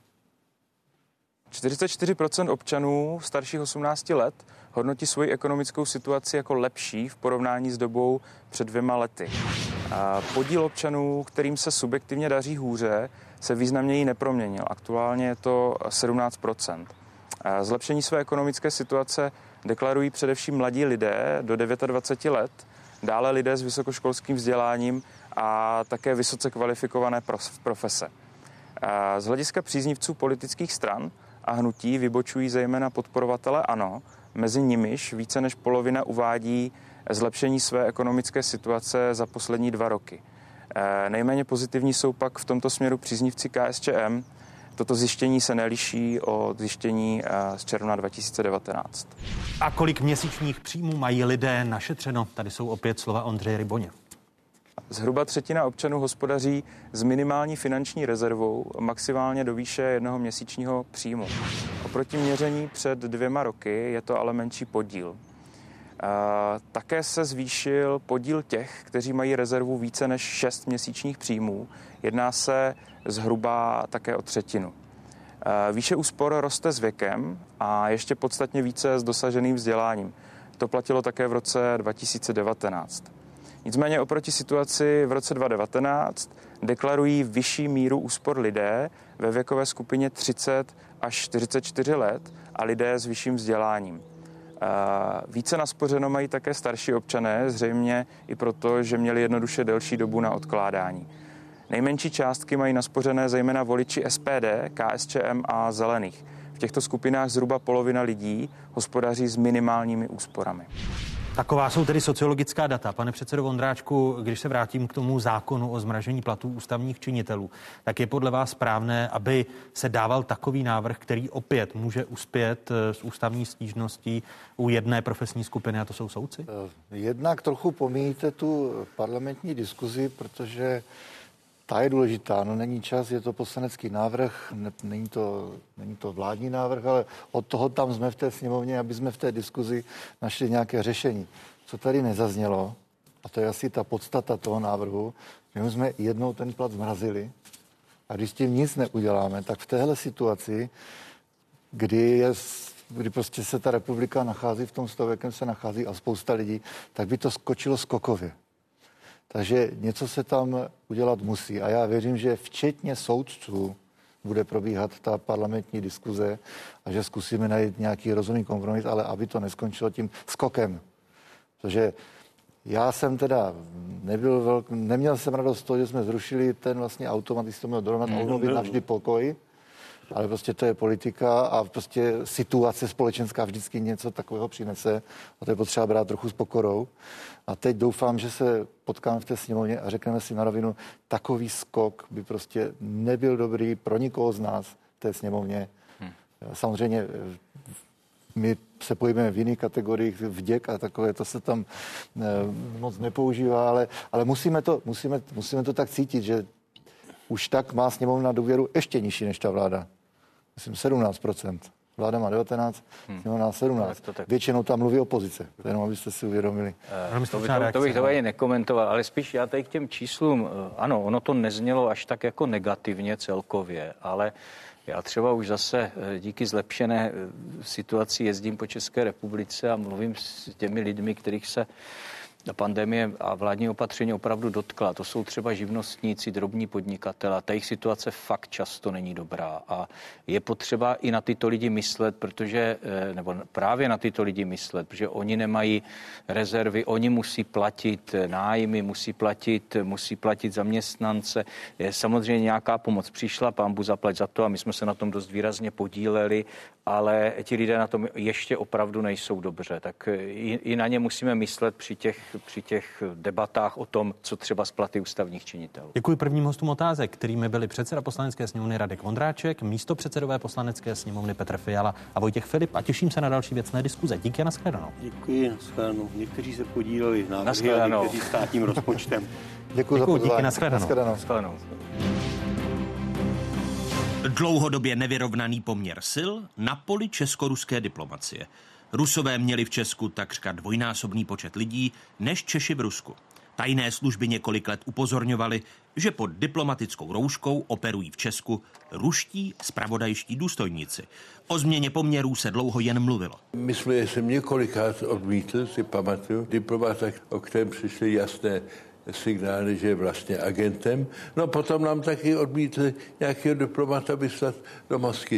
44% občanů starších 18 let hodnotí svoji ekonomickou situaci jako lepší v porovnání s dobou před 2 lety. A podíl občanů, kterým se subjektivně daří hůře, se významněji neproměnil. Aktuálně je to 17%. A zlepšení své ekonomické situace deklarují především mladí lidé do 29 let, dále lidé s vysokoškolským vzděláním a také vysoce kvalifikované profese. A z hlediska příznivců politických stran a hnutí vybočují zejména podporovatele ANO, mezi nimiž více než polovina uvádí zlepšení své ekonomické situace za poslední 2 roky. Nejméně pozitivní jsou pak v tomto směru příznivci KSČM. Toto zjištění se neliší od zjištění z června 2019. A kolik měsíčních příjmů mají lidé našetřeno? Tady jsou opět slova Ondřeje Ryboně. Zhruba 1/3 občanů hospodaří s minimální finanční rezervou maximálně do výše 1 měsíčního příjmu. Oproti měření před 2 roky je to ale menší podíl. Také se zvýšil podíl těch, kteří mají rezervu více než 6 měsíčních příjmů. Jedná se zhruba také o 1/3. Výše úspor roste s věkem a ještě podstatně více s dosaženým vzděláním. To platilo také v roce 2019. Nicméně oproti situaci v roce 2019 deklarují vyšší míru úspor lidé ve věkové skupině 30 až 44 let a lidé s vyšším vzděláním. Více naspořeno mají také starší občané, zřejmě i proto, že měli jednoduše delší dobu na odkládání. Nejmenší částky mají naspořené zejména voliči SPD, KSČM a Zelených. V těchto skupinách zhruba polovina lidí hospodaří s minimálními úsporami. Taková jsou tedy sociologická data. Pane předsedo Vondráčku, když se vrátím k tomu zákonu o zmražení platů ústavních činitelů, tak je podle vás správné, aby se dával takový návrh, který opět může uspět s ústavní stížností u jedné profesní skupiny, a to jsou soudci? Jednak trochu pomíjíte tu parlamentní diskuzi, protože ta je důležitá. No, není čas, je to poslanecký návrh, není to vládní návrh, ale od toho tam jsme v té sněmovně, aby jsme v té diskuzi našli nějaké řešení. Co tady nezaznělo, a to je asi ta podstata toho návrhu, že jsme jednou ten plat zmrazili a když s tím nic neuděláme, tak v téhle situaci, kdy prostě se ta republika nachází v tom stavu, jakém se nachází a spousta lidí, tak by to skočilo skokově. Takže něco se tam udělat musí. A já věřím, že včetně soudců bude probíhat ta parlamentní diskuze a že zkusíme najít nějaký rozumný kompromis, ale aby to neskončilo tím skokem. Protože já jsem teda neměl jsem radost z toho, že jsme zrušili ten vlastně automat, jestli to měl dorovnat a obnovit navždy pokoj, ale prostě to je politika a prostě situace společenská vždycky něco takového přinese a to je potřeba brát trochu s pokorou. A teď doufám, že se potkáme v té sněmovně a řekneme si na rovinu, takový skok by prostě nebyl dobrý pro nikoho z nás v té sněmovně. Samozřejmě my se pohybujeme v jiných kategoriích, vděk a takové, to se tam moc nepoužívá, ale musíme to tak cítit, že už tak má sněmovna důvěru ještě nižší než ta vláda. Myslím 17%. Vláda má 19, sněmovna 17. Většinou tam mluví opozice, jenom abyste si uvědomili. To bych to ani nekomentoval, ale spíš já tady k těm číslům, ano, ono to neznělo až tak jako negativně celkově, ale já třeba už zase díky zlepšené situaci jezdím po České republice a mluvím s těmi lidmi, kterých se pandemie a vládní opatření opravdu dotkla. To jsou třeba živnostníci, drobní podnikatelé. Ta jejich situace fakt často není dobrá a je potřeba i na tyto lidi myslet, nebo právě na tyto lidi myslet, protože oni nemají rezervy, oni musí platit nájmy, musí platit zaměstnance. Je samozřejmě nějaká pomoc přišla, pán Bůh zaplať za to a my jsme se na tom dost výrazně podíleli, ale ti lidé na tom ještě opravdu nejsou dobře. Tak i na ně musíme myslet při těch debatách o tom, co třeba z platy ústavních činitelů. Děkuji prvním hostům otázek, kterými byli předseda Poslanecké sněmovny Radek Vondráček, místopředsedové Poslanecké sněmovny Petr Fiala a Vojtěch Filip. A těším se na další věcné diskuze. Díky a nashledanou. Děkuji, nashledanou. Někteří se podíleli na někteří státním rozpočtem. Děkuji za pozvání. Díky, nashledanou. Dlouhodobě nevyrovnaný poměr sil na poli česko-ruské diplomacie. Rusové měli v Česku takřka dvojnásobný počet lidí než Češi v Rusku. Tajné služby několik let upozorňovaly, že pod diplomatickou rouškou operují v Česku ruští zpravodajští důstojníci. O změně poměrů se dlouho jen mluvilo. My jsem několikrát odmítl, si pamatuju, diplomata, o kterém přišly jasné signály, že je vlastně agentem. No potom nám taky odmítli nějakého diplomata vyslat do Moskvy.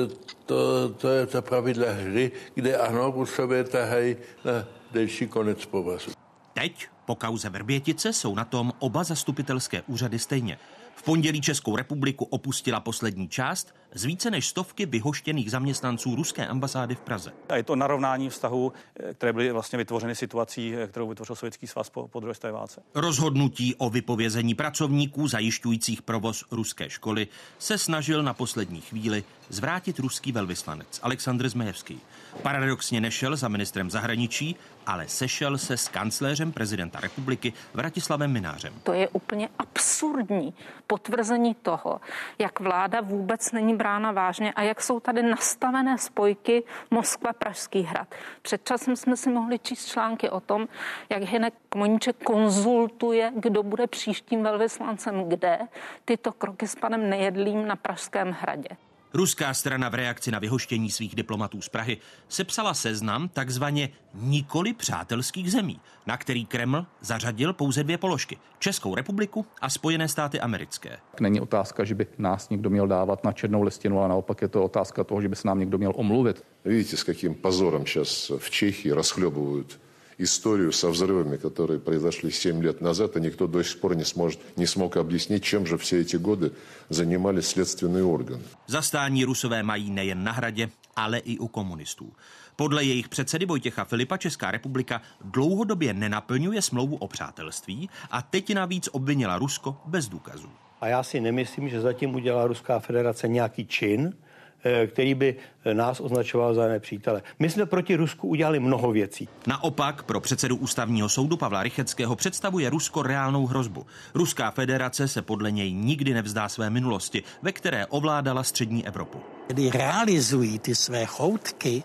To je ta pravidla hry, kde ano, Rusové tahají na delší konec povazu. Teď, po kauze Vrbětice, jsou na tom oba zastupitelské úřady stejně. V pondělí Českou republiku opustila poslední část z více než 100 vyhoštěných zaměstnanců ruské ambasády v Praze. A je to narovnání vztahů, které byly vlastně vytvořeny situací, kterou vytvořil Sovětský svaz po druhé světové válce. Rozhodnutí o vypovězení pracovníků zajišťujících provoz ruské školy se snažil na poslední chvíli zvrátit ruský velvyslanec Aleksandr Zmejevský. Paradoxně nešel za ministrem zahraničí, ale sešel se s kancléřem prezidenta republiky Vratislavem Mynářem. To je úplně absurdní potvrzení toho, jak vláda vůbec není brána vážně a jak jsou tady nastavené spojky Moskva-Pražský hrad. Před časem jsme si mohli číst články o tom, jak Hynek Koníček konzultuje, kdo bude příštím velvyslancem kde, tyto kroky s panem Nejedlým na Pražském hradě. Ruská strana v reakci na vyhoštění svých diplomatů z Prahy sepsala seznam takzvaně nikoli přátelských zemí, na který Kreml zařadil pouze 2 položky. Českou republiku a Spojené státy americké. Není otázka, že by nás někdo měl dávat na černou listinu, ale naopak je to otázka toho, že by se nám někdo měl omluvit. Vidíte, s jakým pozorem сейчас v Čechii rozchlebují историю со взрывами, которые произошли 7 лет назад, и никто до сих пор не смог объяснить, чем же все эти годы занимались следственные органы. Zastání Rusové mají nejen na hradě, ale i u komunistů. Podle jejich předsedy Vojtěcha Filipa Česká republika dlouhodobě nenaplňuje smlouvu o přátelství a teď navíc obvinila Rusko bez důkazů. A já si nemyslím, že zatím udělala Ruská federace nějaký čin, který by nás označoval za nepřítele. My jsme proti Rusku udělali mnoho věcí. Naopak pro předsedu ústavního soudu Pavla Rycheckého představuje Rusko reálnou hrozbu. Ruská federace se podle něj nikdy nevzdá své minulosti, ve které ovládala střední Evropu. Kdy realizují ty své choutky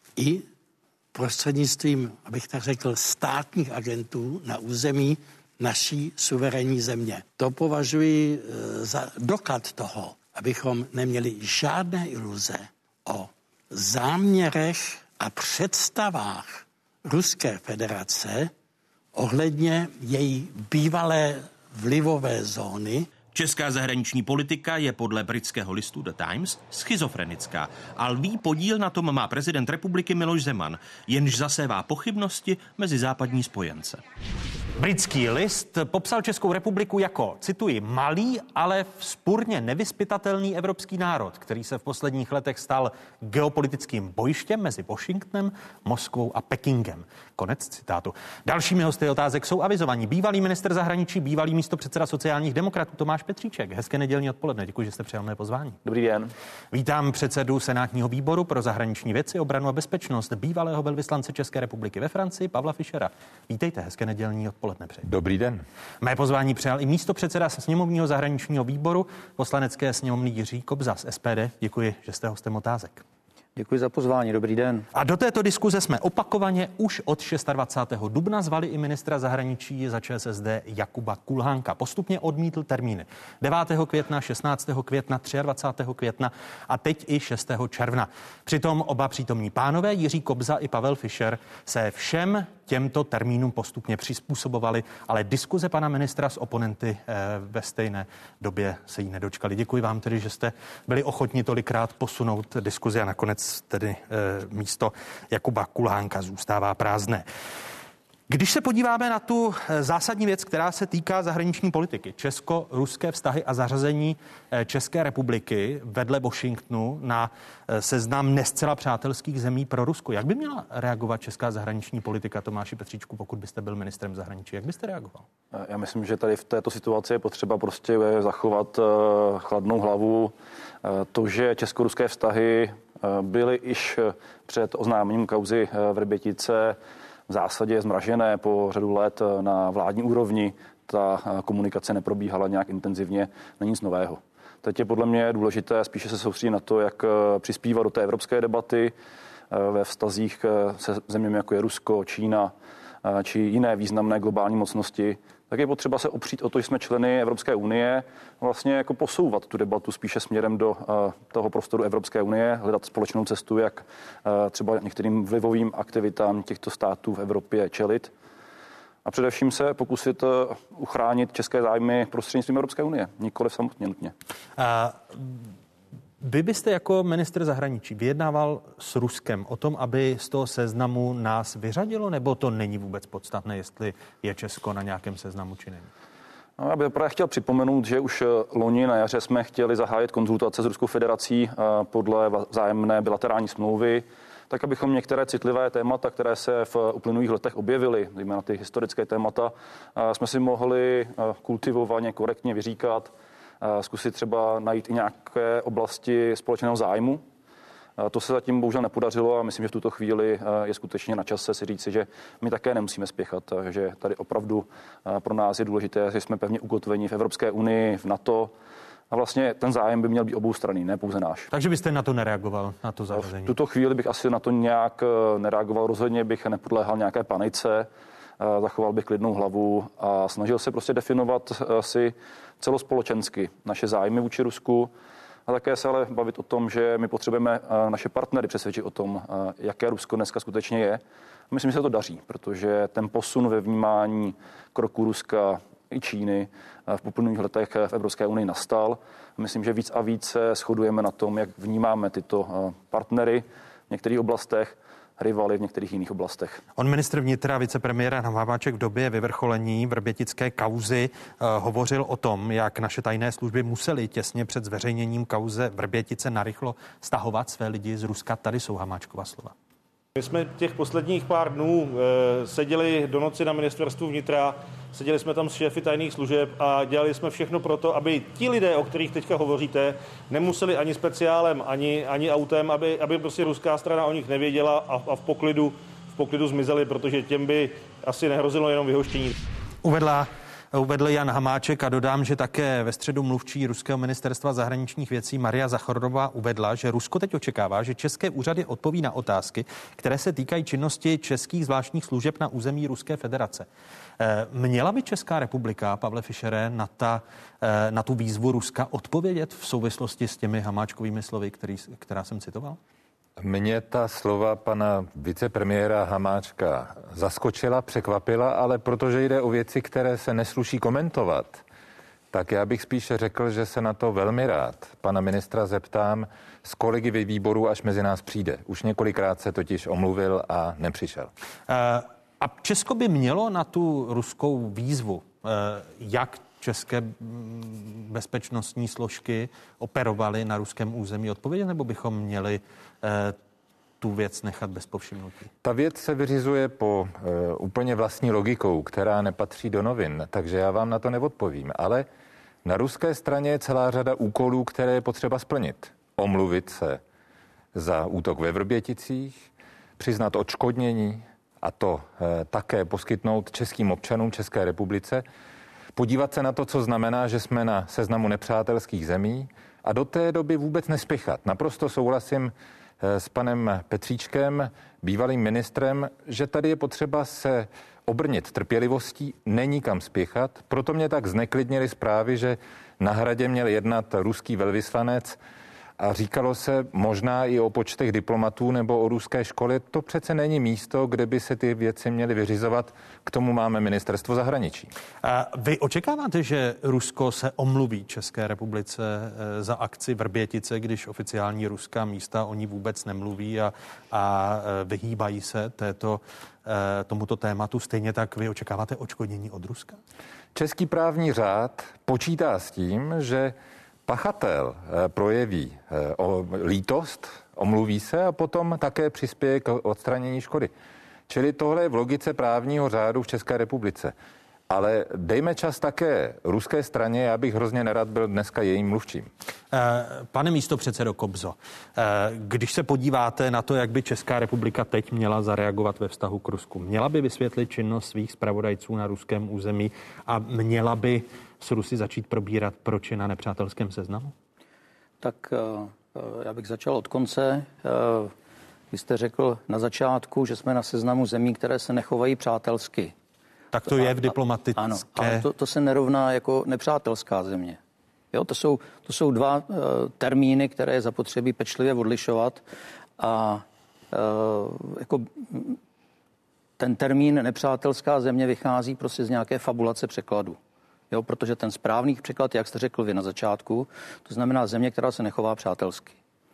i prostřednictvím, abych tak řekl, státních agentů na území naší suverénní země. To považuji za doklad toho, abychom neměli žádné iluze o záměrech a představách Ruské federace ohledně její bývalé vlivové zóny. Česká zahraniční politika je podle britského listu The Times schizofrenická a lví podíl na tom má prezident republiky Miloš Zeman, jenž zasévá pochybnosti mezi západní spojence. Britský list popsal Českou republiku jako, cituji, malý, ale vzpurně nevyzpytatelný evropský národ, který se v posledních letech stal geopolitickým bojištěm mezi Washingtonem, Moskvou a Pekingem. Konec citátu. Dalšími hosty otázek jsou avizovaní bývalý ministr zahraničí, bývalý místopředseda sociálních demokratů Tomáš Petříček. Hezké nedělní odpoledne. Děkuji, že jste přijal mé pozvání. Dobrý den. Vítám předsedu Senátního výboru pro zahraniční věci, obranu a bezpečnost, bývalého velvyslance České republiky ve Francii Pavla Fischera. Vítejte, hezké nedělní odpoledne. Dobrý den. Mé pozvání přijal i místopředseda sněmovního zahraničního výboru Poslanecké sněmovny Jiří Kobza z SPD. Děkuji, že jste hostem otázek. Děkuji za pozvání, dobrý den. A do této diskuze jsme opakovaně už od 26. dubna zvali i ministra zahraničí za ČSSD Jakuba Kulhánka. Postupně odmítl termíny 9. května, 16. května, 23. května a teď i 6. června. Přitom oba přítomní pánové Jiří Kobza i Pavel Fischer se všem těmto termínům postupně přizpůsobovali, ale diskuze pana ministra s oponenty ve stejné době se jí nedočkali. Děkuji vám tedy, že jste byli ochotni tolikrát posunout diskuzi a nakonec tedy místo Jakuba Kulhánka zůstává prázdné. Když se podíváme na tu zásadní věc, která se týká zahraniční politiky, česko-ruské vztahy a zařazení České republiky vedle Washingtonu na seznam nescela přátelských zemí pro Rusko, jak by měla reagovat česká zahraniční politika? Tomáši Petříčku, pokud byste byl ministrem zahraničí, jak byste reagoval? Já myslím, že tady v této situaci je potřeba prostě zachovat chladnou hlavu. To, že česko-ruské vztahy byly již před oznámením kauzy Vrbětice v zásadě zmražené po řadu let na vládní úrovni, ta komunikace neprobíhala nějak intenzivně, není nic nového. Teď je podle mě důležité spíše se soustředit na to, jak přispívat do té evropské debaty ve vztazích se zeměmi, jako je Rusko, Čína či jiné významné globální mocnosti. Tak je potřeba se opřít o to, že jsme členy Evropské unie, vlastně jako posouvat tu debatu spíše směrem do toho prostoru Evropské unie, hledat společnou cestu, jak třeba některým vlivovým aktivitám těchto států v Evropě čelit a především se pokusit uchránit české zájmy prostřednictvím Evropské unie, nikoliv samotně nutně. Vy byste jako ministr zahraničí vyjednával s Ruskem o tom, aby z toho seznamu nás vyřadilo, nebo to není vůbec podstatné, jestli je Česko na nějakém seznamu či není? No, já bych právě chtěl připomenout, že už loni na jaře jsme chtěli zahájit konzultace s Ruskou federací podle vzájemné bilaterální smlouvy, tak abychom některé citlivé témata, které se v uplynulých letech objevily, zejména ty historické témata, jsme si mohli kultivovaně, korektně vyříkat, zkusit třeba najít i nějaké oblasti společného zájmu. To se zatím bohužel nepodařilo a myslím, že v tuto chvíli je skutečně na čase si říci, že my také nemusíme spěchat, že tady opravdu pro nás je důležité, že jsme pevně ukotveni v Evropské unii, v NATO a vlastně ten zájem by měl být oboustranný, ne pouze náš. Takže byste na to nereagoval, na to zařazení? V tuto chvíli bych asi na to nějak nereagoval, rozhodně bych nepodléhal nějaké panice, zachoval bych klidnou hlavu a snažil se prostě definovat si celospolečensky naše zájmy vůči Rusku a také se ale bavit o tom, že my potřebujeme naše partnery přesvědčit o tom, jaké Rusko dneska skutečně je. Myslím, že se to daří, protože ten posun ve vnímání kroku Ruska i Číny v uplynulých letech v Evropské unii nastal. Myslím, že víc a víc se shodujeme na tom, jak vnímáme tyto partnery v některých oblastech, rivaly v některých jiných oblastech. On ministr vnitra a vicepremiér Jan Hamáček v době vyvrcholení vrbětické kauzy hovořil o tom, jak naše tajné služby musely těsně před zveřejněním kauze Vrbětice narychlo stahovat své lidi z Ruska. Tady jsou Hamáčkova slova. My jsme těch posledních pár dnů seděli do noci na ministerstvu vnitra, seděli jsme tam s šéfy tajných služeb a dělali jsme všechno pro to, aby ti lidé, o kterých teďka hovoříte, nemuseli ani speciálem, ani autem, aby prostě ruská strana o nich nevěděla a v poklidu zmizeli, protože těm by asi nehrozilo jenom vyhoštění. Uvedl Jan Hamáček a dodám, že také ve středu mluvčí ruského ministerstva zahraničních věcí Maria Zacharová uvedla, že Rusko teď očekává, že české úřady odpoví na otázky, které se týkají činnosti českých zvláštních služeb na území Ruské federace. Měla by Česká republika, Pavle Fischere, na tu výzvu Ruska odpovědět v souvislosti s těmi Hamáčkovými slovy, která jsem citoval? Mě ta slova pana vicepremiéra Hamáčka zaskočila, překvapila, ale protože jde o věci, které se nesluší komentovat, tak já bych spíše řekl, že se na to velmi rád pana ministra zeptám s kolegy ve výboru, až mezi nás přijde. Už několikrát se totiž omluvil a nepřišel. A Česko by mělo na tu ruskou výzvu, jak české bezpečnostní složky operovaly na ruském území, odpovědět, nebo bychom měli tu věc nechat bez povšimnutí? Ta věc se vyřizuje po úplně vlastní logikou, která nepatří do novin, takže já vám na to neodpovím. Ale na ruské straně je celá řada úkolů, které je potřeba splnit. Omluvit se za útok ve Vrběticích, přiznat odškodnění a to také poskytnout českým občanům České republice, podívat se na to, co znamená, že jsme na seznamu nepřátelských zemí a do té doby vůbec nespěchat. Naprosto souhlasím s panem Petříčkem, bývalým ministrem, že tady je potřeba se obrnit trpělivostí, není kam spěchat. Proto mě tak zneklidnily zprávy, že na Hradě měl jednat ruský velvyslanec a říkalo se možná i o počtech diplomatů nebo o ruské škole. To přece není místo, kde by se ty věci měly vyřizovat. K tomu máme ministerstvo zahraničí. A vy očekáváte, že Rusko se omluví České republice za akci Vrbětice, když oficiální ruská místa o ní vůbec nemluví a vyhýbají se tomuto tématu? Stejně tak vy očekáváte odškodnění od Ruska? Český právní řád počítá s tím, že pachatel projeví lítost, omluví se a potom také přispěje k odstranění škody. Čili tohle je v logice právního řádu v České republice. Ale dejme čas také ruské straně, já bych hrozně nerad byl dneska jejím mluvčím. Pane místopředsedo Kobzo, když se podíváte na to, jak by Česká republika teď měla zareagovat ve vztahu k Rusku, měla by vysvětlit činnost svých zpravodajců na ruském území a měla by s Rusy začít probírat, proč je na nepřátelském seznamu? Tak já bych začal od konce. Vy jste řekl na začátku, že jsme na seznamu zemí, které se nechovají přátelsky. Tak to je v diplomatické... Ano, ale to se nerovná jako nepřátelská země. Jo, to jsou dva termíny, které je zapotřebí pečlivě odlišovat a jako ten termín nepřátelská země vychází prostě z nějaké fabulace překladu. Jo, protože ten správný překlad, jak jste řekl vy na začátku, to znamená země, která se nechová přátelsky.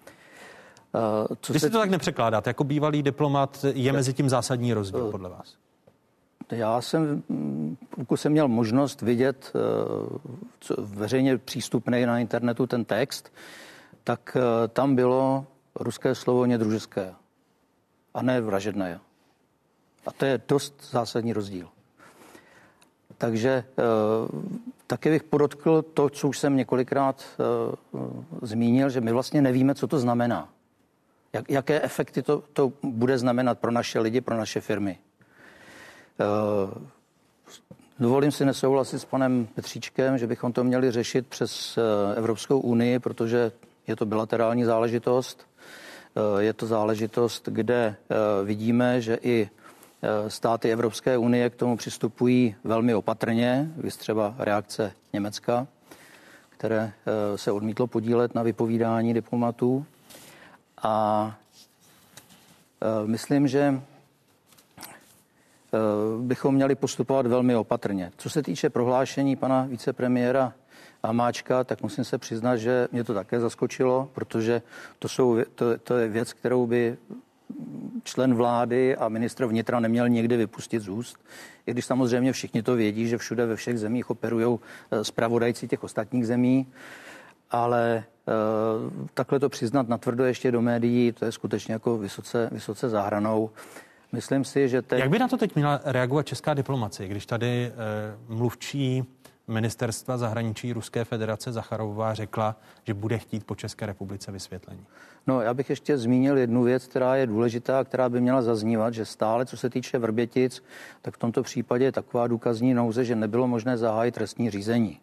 Vy si to tak nepřekládáte. Jako bývalý diplomat je mezi tím zásadní rozdíl podle vás? Já jsem, pokud jsem měl možnost vidět veřejně přístupný na internetu ten text, tak tam bylo ruské slovo nedružské a ne vražedné. A to je dost zásadní rozdíl. Takže taky bych podotkl to, co už jsem několikrát zmínil, že my vlastně nevíme, co to znamená. Jaké efekty to bude znamenat pro naše lidi, pro naše firmy. Dovolím si nesouhlasit s panem Petříčkem, že bychom to měli řešit přes Evropskou unii, protože je to bilaterální záležitost. Je to záležitost, kde vidíme, že i státy Evropské unie k tomu přistupují velmi opatrně, viz třeba reakce Německa, které se odmítlo podílet na vypovídání diplomatů. A myslím, že bychom měli postupovat velmi opatrně. Co se týče prohlášení pana vicepremiéra Hamáčka, tak musím se přiznat, že mě to také zaskočilo, protože to je věc, kterou by člen vlády a ministr vnitra neměl někdy vypustit z úst. I když samozřejmě všichni to vědí, že všude ve všech zemích operují zpravodajci těch ostatních zemí, ale takhle to přiznat natvrdo ještě do médií, to je skutečně jako vysoce za hranou. Myslím si, že Jak by na to teď měla reagovat česká diplomacie, když tady mluvčí ministerstva zahraničí Ruské federace Zacharová řekla, že bude chtít po České republice vysvětlení? No, já bych ještě zmínil jednu věc, která je důležitá, která by měla zaznívat, že stále, co se týče Vrbětic, tak v tomto případě je taková důkazní nouze, že nebylo možné zahájit trestní řízení.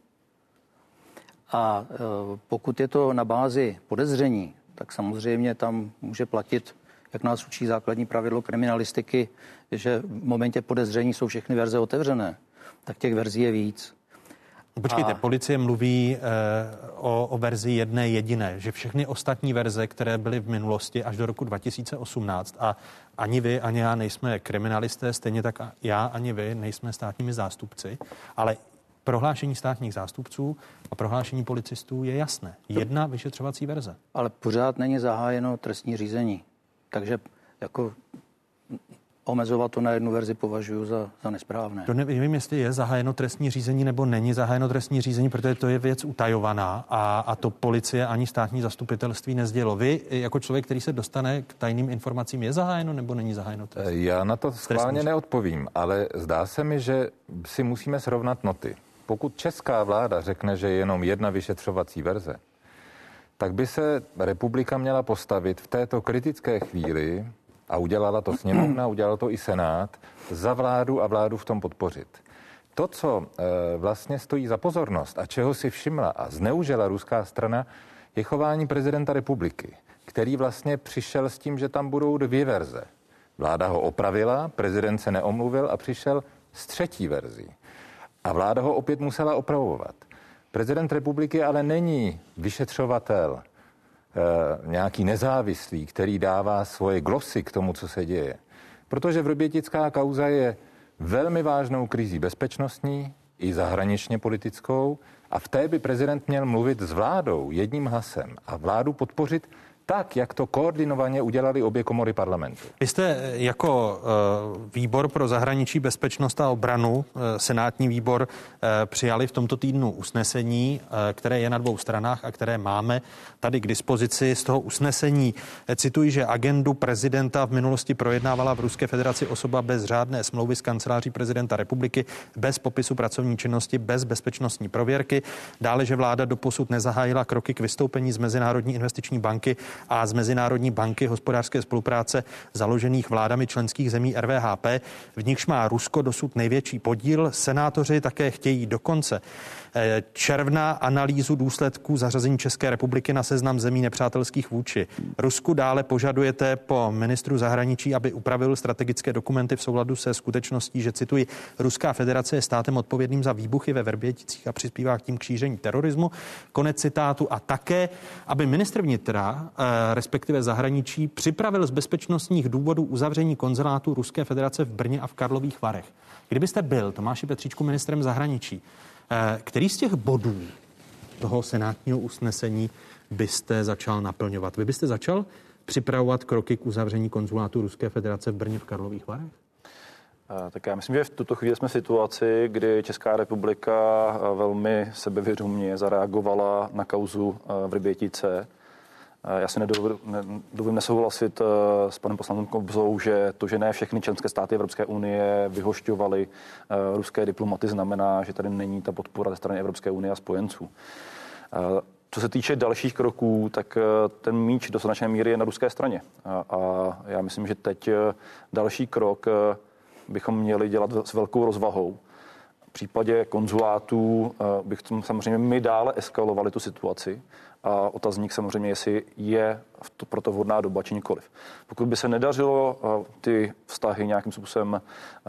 A pokud je to na bázi podezření, tak samozřejmě tam může platit, jak nás učí základní pravidlo kriminalistiky, že v momentě podezření jsou všechny verze otevřené. Tak těch verzí je víc. Počkejte, policie mluví o verzi jedné jediné, že všechny ostatní verze, které byly v minulosti až do roku 2018 a ani vy, ani já nejsme kriminalisté, stejně tak já, ani vy nejsme státními zástupci, ale prohlášení státních zástupců a prohlášení policistů je jasné. Jedna vyšetřovací verze. Ale pořád není zahájeno trestní řízení. Takže jako omezovat to na jednu verzi považuji za nesprávné. To nevím, jestli je zahájeno trestní řízení nebo není zahájeno trestní řízení, protože to je věc utajovaná a to policie ani státní zastupitelství nezdělo. Vy, jako člověk, který se dostane k tajným informacím, je zahájeno nebo není zahájeno trestní? Já na to schválně neodpovím, ale zdá se mi, že si musíme srovnat noty. Pokud česká vláda řekne, že je jenom jedna vyšetřovací verze, tak by se republika měla postavit v této kritické chvíli, a udělala to sněmovna, udělal to i Senát, za vládu a vládu v tom podpořit. To, co vlastně stojí za pozornost a čeho si všimla a zneužila ruská strana, je chování prezidenta republiky, který vlastně přišel s tím, že tam budou 2 verze. Vláda ho opravila, prezident se neomluvil a přišel s 3. verzí. A vláda ho opět musela opravovat. Prezident republiky ale není vyšetřovatel, nějaký nezávislý, který dává svoje glosy k tomu, co se děje. Protože vrbětická kauza je velmi vážnou krizí bezpečnostní i zahraničně politickou a v té by prezident měl mluvit s vládou jedním hlasem a vládu podpořit tak, jak to koordinovaně udělali obě komory parlamentu. Vy jste jako výbor pro zahraničí, bezpečnost a obranu, senátní výbor, přijali v tomto týdnu usnesení, které je na 2 stranách a které máme tady k dispozici. Z toho usnesení cituji, že agendu prezidenta v minulosti projednávala v Ruské federaci osoba bez řádné smlouvy s kanceláří prezidenta republiky, bez popisu pracovní činnosti, bez bezpečnostní prověrky. Dále, že vláda doposud nezahájila kroky k vystoupení z Mezinárodní investiční banky a z Mezinárodní banky hospodářské spolupráce založených vládami členských zemí RVHP, v nichž má Rusko dosud největší podíl. Senátoři také chtějí do konce června analýzu důsledků zařazení České republiky na seznam zemí nepřátelských vůči Rusku. Dále požadujete po ministru zahraničí, aby upravil strategické dokumenty v souladu se skutečností, že, cituji, Ruská federace je státem odpovědným za výbuchy ve Vrběticích a přispívá k tím k šíření terorismu. Konec citátu. A také, aby ministr vnitra, respektive zahraničí, připravil z bezpečnostních důvodů uzavření konzulátu Ruské federace v Brně a v Karlových Varech. Kdybyste byl, Tomáši Petříčku, ministrem zahraničí, který z těch bodů toho senátního usnesení byste začal naplňovat? Vy byste začal připravovat kroky k uzavření konzulátu Ruské federace v Brně v Karlových Varech? Tak já myslím, že v tuto chvíli jsme v situaci, kdy Česká republika velmi sebevědomě zareagovala na kauzu Vrbětice. Já si nedovolím nesouhlasit s panem poslancem Kobzou, že to, že ne všechny členské státy Evropské unie vyhošťovaly ruské diplomaty, znamená, že tady není ta podpora ze strany Evropské unie a spojenců. Co se týče dalších kroků, tak ten míč do značné míry je na ruské straně. A já myslím, že teď další krok bychom měli dělat s velkou rozvahou. V případě konzulátů bychom samozřejmě my dále eskalovali tu situaci a otazník samozřejmě, jestli je pro to vhodná doba či nikoliv. Pokud by se nedařilo ty vztahy nějakým způsobem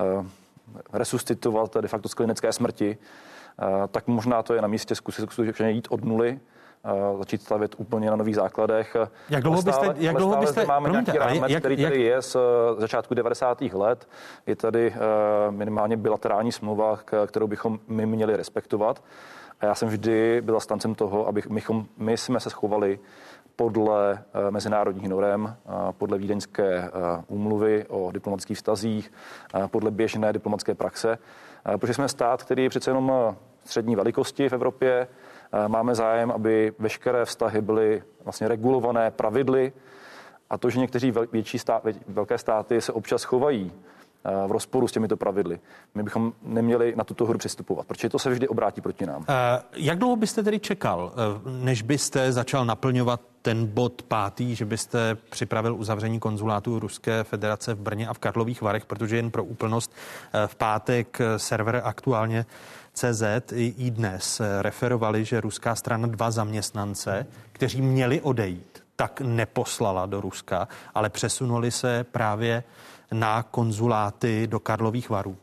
resuscitovat de facto z klinické smrti, tak možná to je na místě zkusit jít od nuly, začít stavět úplně na nových základech. Jak dlouho byste máme nějaký rámec, který tady je z začátku 90. let. Je tady minimálně bilaterální smlouva, kterou bychom my měli respektovat. A já jsem vždy byl zastancem toho, my jsme se schovali podle mezinárodních norem, podle Vídeňské úmluvy o diplomatických vztazích, podle běžné diplomatické praxe, protože jsme stát, který je přece jenom střední velikosti v Evropě. Máme zájem, aby veškeré vztahy byly vlastně regulované pravidly a to, že někteří velké státy se občas chovají v rozporu s těmito pravidly. My bychom neměli na tuto hru přistupovat, protože to se vždy obrátí proti nám. Jak dlouho byste tedy čekal, než byste začal naplňovat ten bod 5., že byste připravil uzavření konzulátu Ruské federace v Brně a v Karlových Varech, protože jen pro úplnost v pátek server Aktuálně CZ i dnes referovali, že ruská strana 2 zaměstnance, kteří měli odejít, tak neposlala do Ruska, ale přesunuli se právě na konzuláty do Karlových Varů.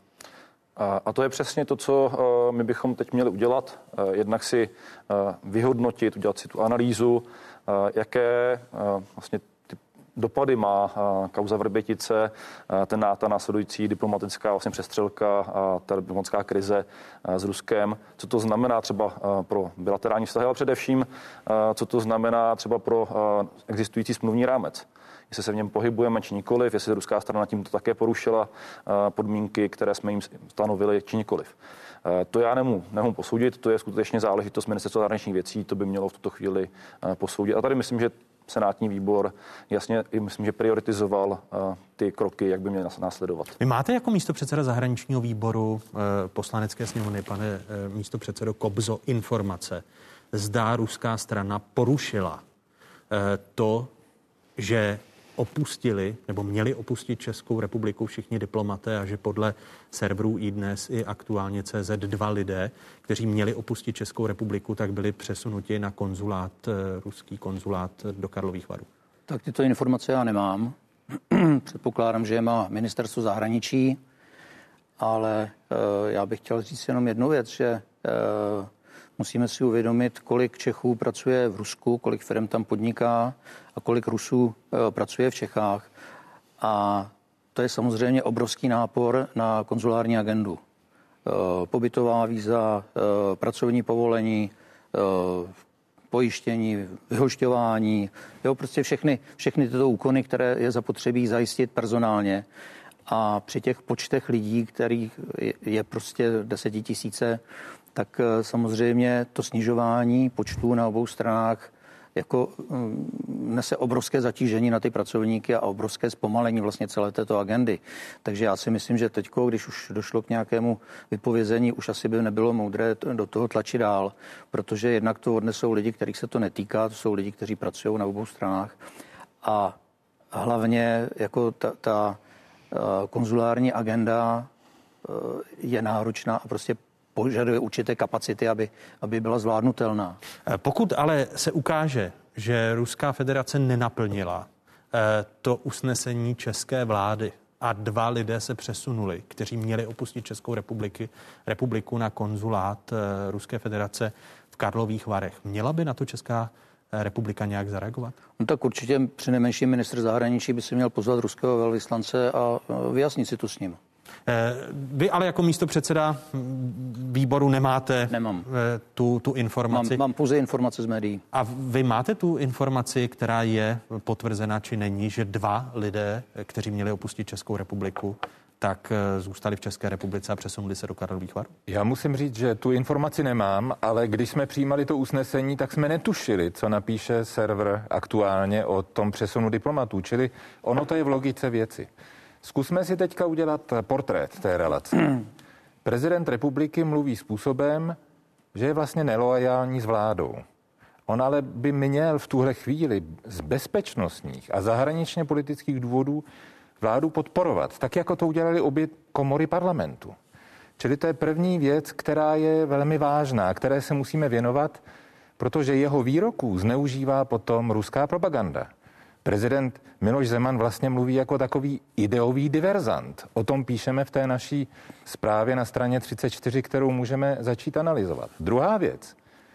A to je přesně to, co my bychom teď měli udělat. Jednak si vyhodnotit, udělat si tu analýzu, jaké vlastně ty dopady má kauza Vrbětice, ta následující diplomatická vlastně přestřelka a ta diplomatická krize s Ruskem. Co to znamená třeba pro bilaterální vztahy, ale především, co to znamená třeba pro existující smluvní rámec. Jestli se v něm pohybujeme, či nikoliv, jestli ruská strana tímto také porušila podmínky, které jsme jim stanovili, či nikoliv. To já nemohu posoudit, to je skutečně záležitost Ministerstva zahraničních věcí, to by mělo v tuto chvíli posoudit. A tady myslím, že senátní výbor jasně, myslím, že prioritizoval ty kroky, jak by měly následovat. Vy máte jako místopředseda zahraničního výboru Poslanecké sněmovny, pane místopředsedo Kobzo, informace, zda ruská strana porušila to, že opustili nebo měli opustit Českou republiku všichni diplomaté a že podle serverů iDnes i Aktuálně CZ 2 lidé, kteří měli opustit Českou republiku, tak byli přesunuti na konzulát, ruský konzulát do Karlových Varů. Tak tyto informace já nemám. Předpokládám, že je má ministerstvo zahraničí, ale já bych chtěl říct jenom jednu věc, že musíme si uvědomit, kolik Čechů pracuje v Rusku, kolik firm tam podniká a kolik Rusů pracuje v Čechách. A to je samozřejmě obrovský nápor na konzulární agendu. Pobytová víza, pracovní povolení, pojištění, vyhošťování, prostě všechny tyto úkony, které je zapotřebí zajistit personálně. A při těch počtech lidí, kterých je prostě 10 000, tak samozřejmě to snižování počtů na obou stranách jako nese obrovské zatížení na ty pracovníky a obrovské zpomalení vlastně celé této agendy. Takže já si myslím, že teď, když už došlo k nějakému vypovězení, už asi by nebylo moudré do toho tlačit dál, protože jednak to odnesou lidi, kterých se to netýká, to jsou lidi, kteří pracují na obou stranách a hlavně jako ta konzulární agenda je náročná a prostě požaduje určité kapacity, aby byla zvládnutelná. Pokud ale se ukáže, že Ruská federace nenaplnila to usnesení české vlády a 2 lidé se přesunuli, kteří měli opustit Českou republiku na konzulát Ruské federace v Karlových Varech, měla by na to Česká republika nějak zareagovat? No tak určitě přinejmenším ministr zahraničí by si měl pozvat ruského velvyslance a vyjasnit si to s ním. Vy ale jako místopředseda výboru nemáte tu informaci. Mám pouze informace z médií. A vy máte tu informaci, která je potvrzena či není, že 2 lidé, kteří měli opustit Českou republiku, tak zůstali v České republice a přesunuli se do Karlových Varů? Já musím říct, že tu informaci nemám, ale když jsme přijímali to usnesení, tak jsme netušili, co napíše server aktuálně o tom přesunu diplomatů, čili ono to je v logice věci. Zkusme si teďka udělat portrét té relace. Prezident republiky mluví způsobem, že je vlastně neloajální s vládou. On ale by měl v tuhle chvíli z bezpečnostních a zahraničně politických důvodů vládu podporovat, tak jako to udělali obě komory parlamentu. Čili to je první věc, která je velmi vážná, které se musíme věnovat, protože jeho výroků zneužívá potom ruská propaganda. Prezident Miloš Zeman vlastně mluví jako takový ideový diverzant. O tom píšeme v té naší zprávě na straně 34, kterou můžeme začít analyzovat. Druhá věc.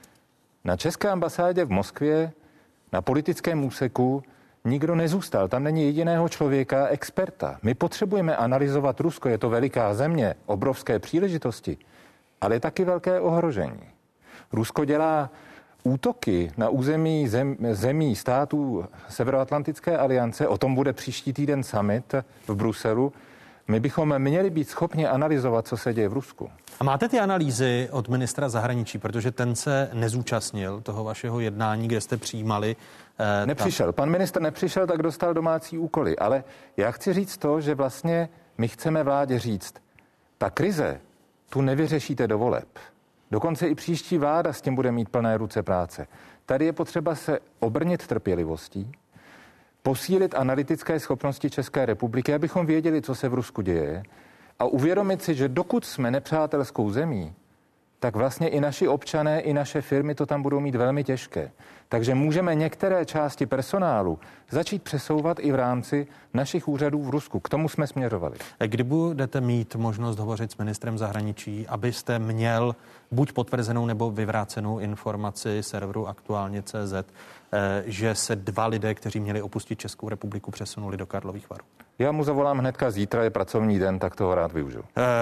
Na české ambasádě v Moskvě, na politickém úseku, nikdo nezůstal. Tam není jediného člověka, experta. My potřebujeme analyzovat Rusko. Je to veliká země, obrovské příležitosti, ale je taky velké ohrožení. Rusko dělá útoky na území zemí států Severoatlantické aliance, o tom bude příští týden summit v Bruselu. My bychom měli být schopni analyzovat, co se děje v Rusku. A máte ty analýzy od ministra zahraničí, protože ten se nezúčastnil toho vašeho jednání, kde jste přijímali... Nepřišel. Pan ministr nepřišel, tak dostal domácí úkoly. Ale já chci říct to, že vlastně my chceme vládě říct, ta krize tu nevyřešíte do voleb. Dokonce i příští vláda s tím bude mít plné ruce práce. Tady je potřeba se obrnit trpělivostí, posílit analytické schopnosti České republiky, abychom věděli, co se v Rusku děje a uvědomit si, že dokud jsme nepřátelskou zemí, tak vlastně i naši občané, i naše firmy to tam budou mít velmi těžké. Takže můžeme některé části personálu začít přesouvat i v rámci našich úřadů v Rusku. K tomu jsme směřovali. Kdy budete mít možnost hovořit s ministrem zahraničí, abyste měl buď potvrzenou nebo vyvrácenou informaci serveru Aktuálně.cz, že se 2 lidé, kteří měli opustit Českou republiku, přesunuli do Karlových Varů? Já mu zavolám hnedka zítra, je pracovní den, tak toho rád využiju.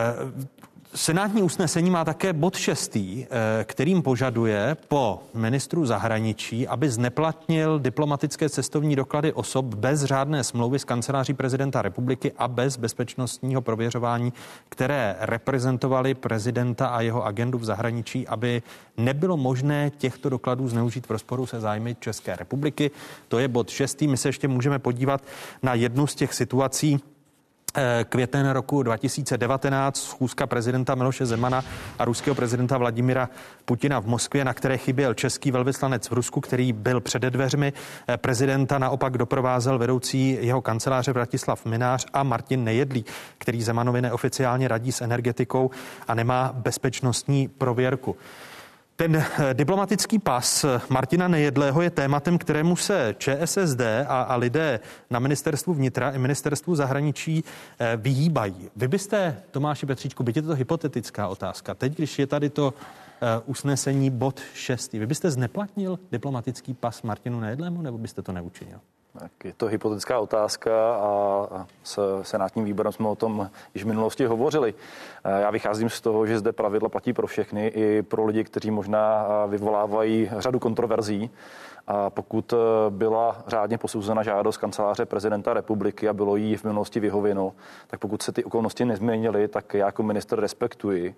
Senátní usnesení má také bod 6, kterým požaduje po ministru zahraničí, aby zneplatnil diplomatické cestovní doklady osob bez řádné smlouvy s kanceláří prezidenta republiky a bez bezpečnostního prověřování, které reprezentovali prezidenta a jeho agendu v zahraničí, aby nebylo možné těchto dokladů zneužít v rozporu se zájmy České republiky. To je bod 6. My se ještě můžeme podívat na jednu z těch situací. Květen roku 2019, schůzka prezidenta Miloše Zemana a ruského prezidenta Vladimira Putina v Moskvě, na které chyběl český velvyslanec v Rusku, který byl před dveřmi. Prezidenta naopak doprovázel vedoucí jeho kanceláře Vratislav Mynář a Martin Nejedlý, který Zemanovi neoficiálně radí s energetikou a nemá bezpečnostní prověrku. Ten diplomatický pas Martina Nejedlého je tématem, kterému se ČSSD a lidé na ministerstvu vnitra i ministerstvu zahraničí vyhýbají. Vy byste, Tomáši Petříčku, byť je to hypotetická otázka, teď, když je tady to usnesení bod 6, vy byste zneplatnil diplomatický pas Martinu Nejedlému, nebo byste to neučinil? Tak je to hypotetická otázka a s senátním výborem jsme o tom již v minulosti hovořili. Já vycházím z toho, že zde pravidla platí pro všechny, i pro lidi, kteří možná vyvolávají řadu kontroverzí. A pokud byla řádně posouzena žádost kanceláře prezidenta republiky a bylo jí v minulosti vyhověno, tak pokud se ty okolnosti nezměnily, tak já jako ministr respektuji,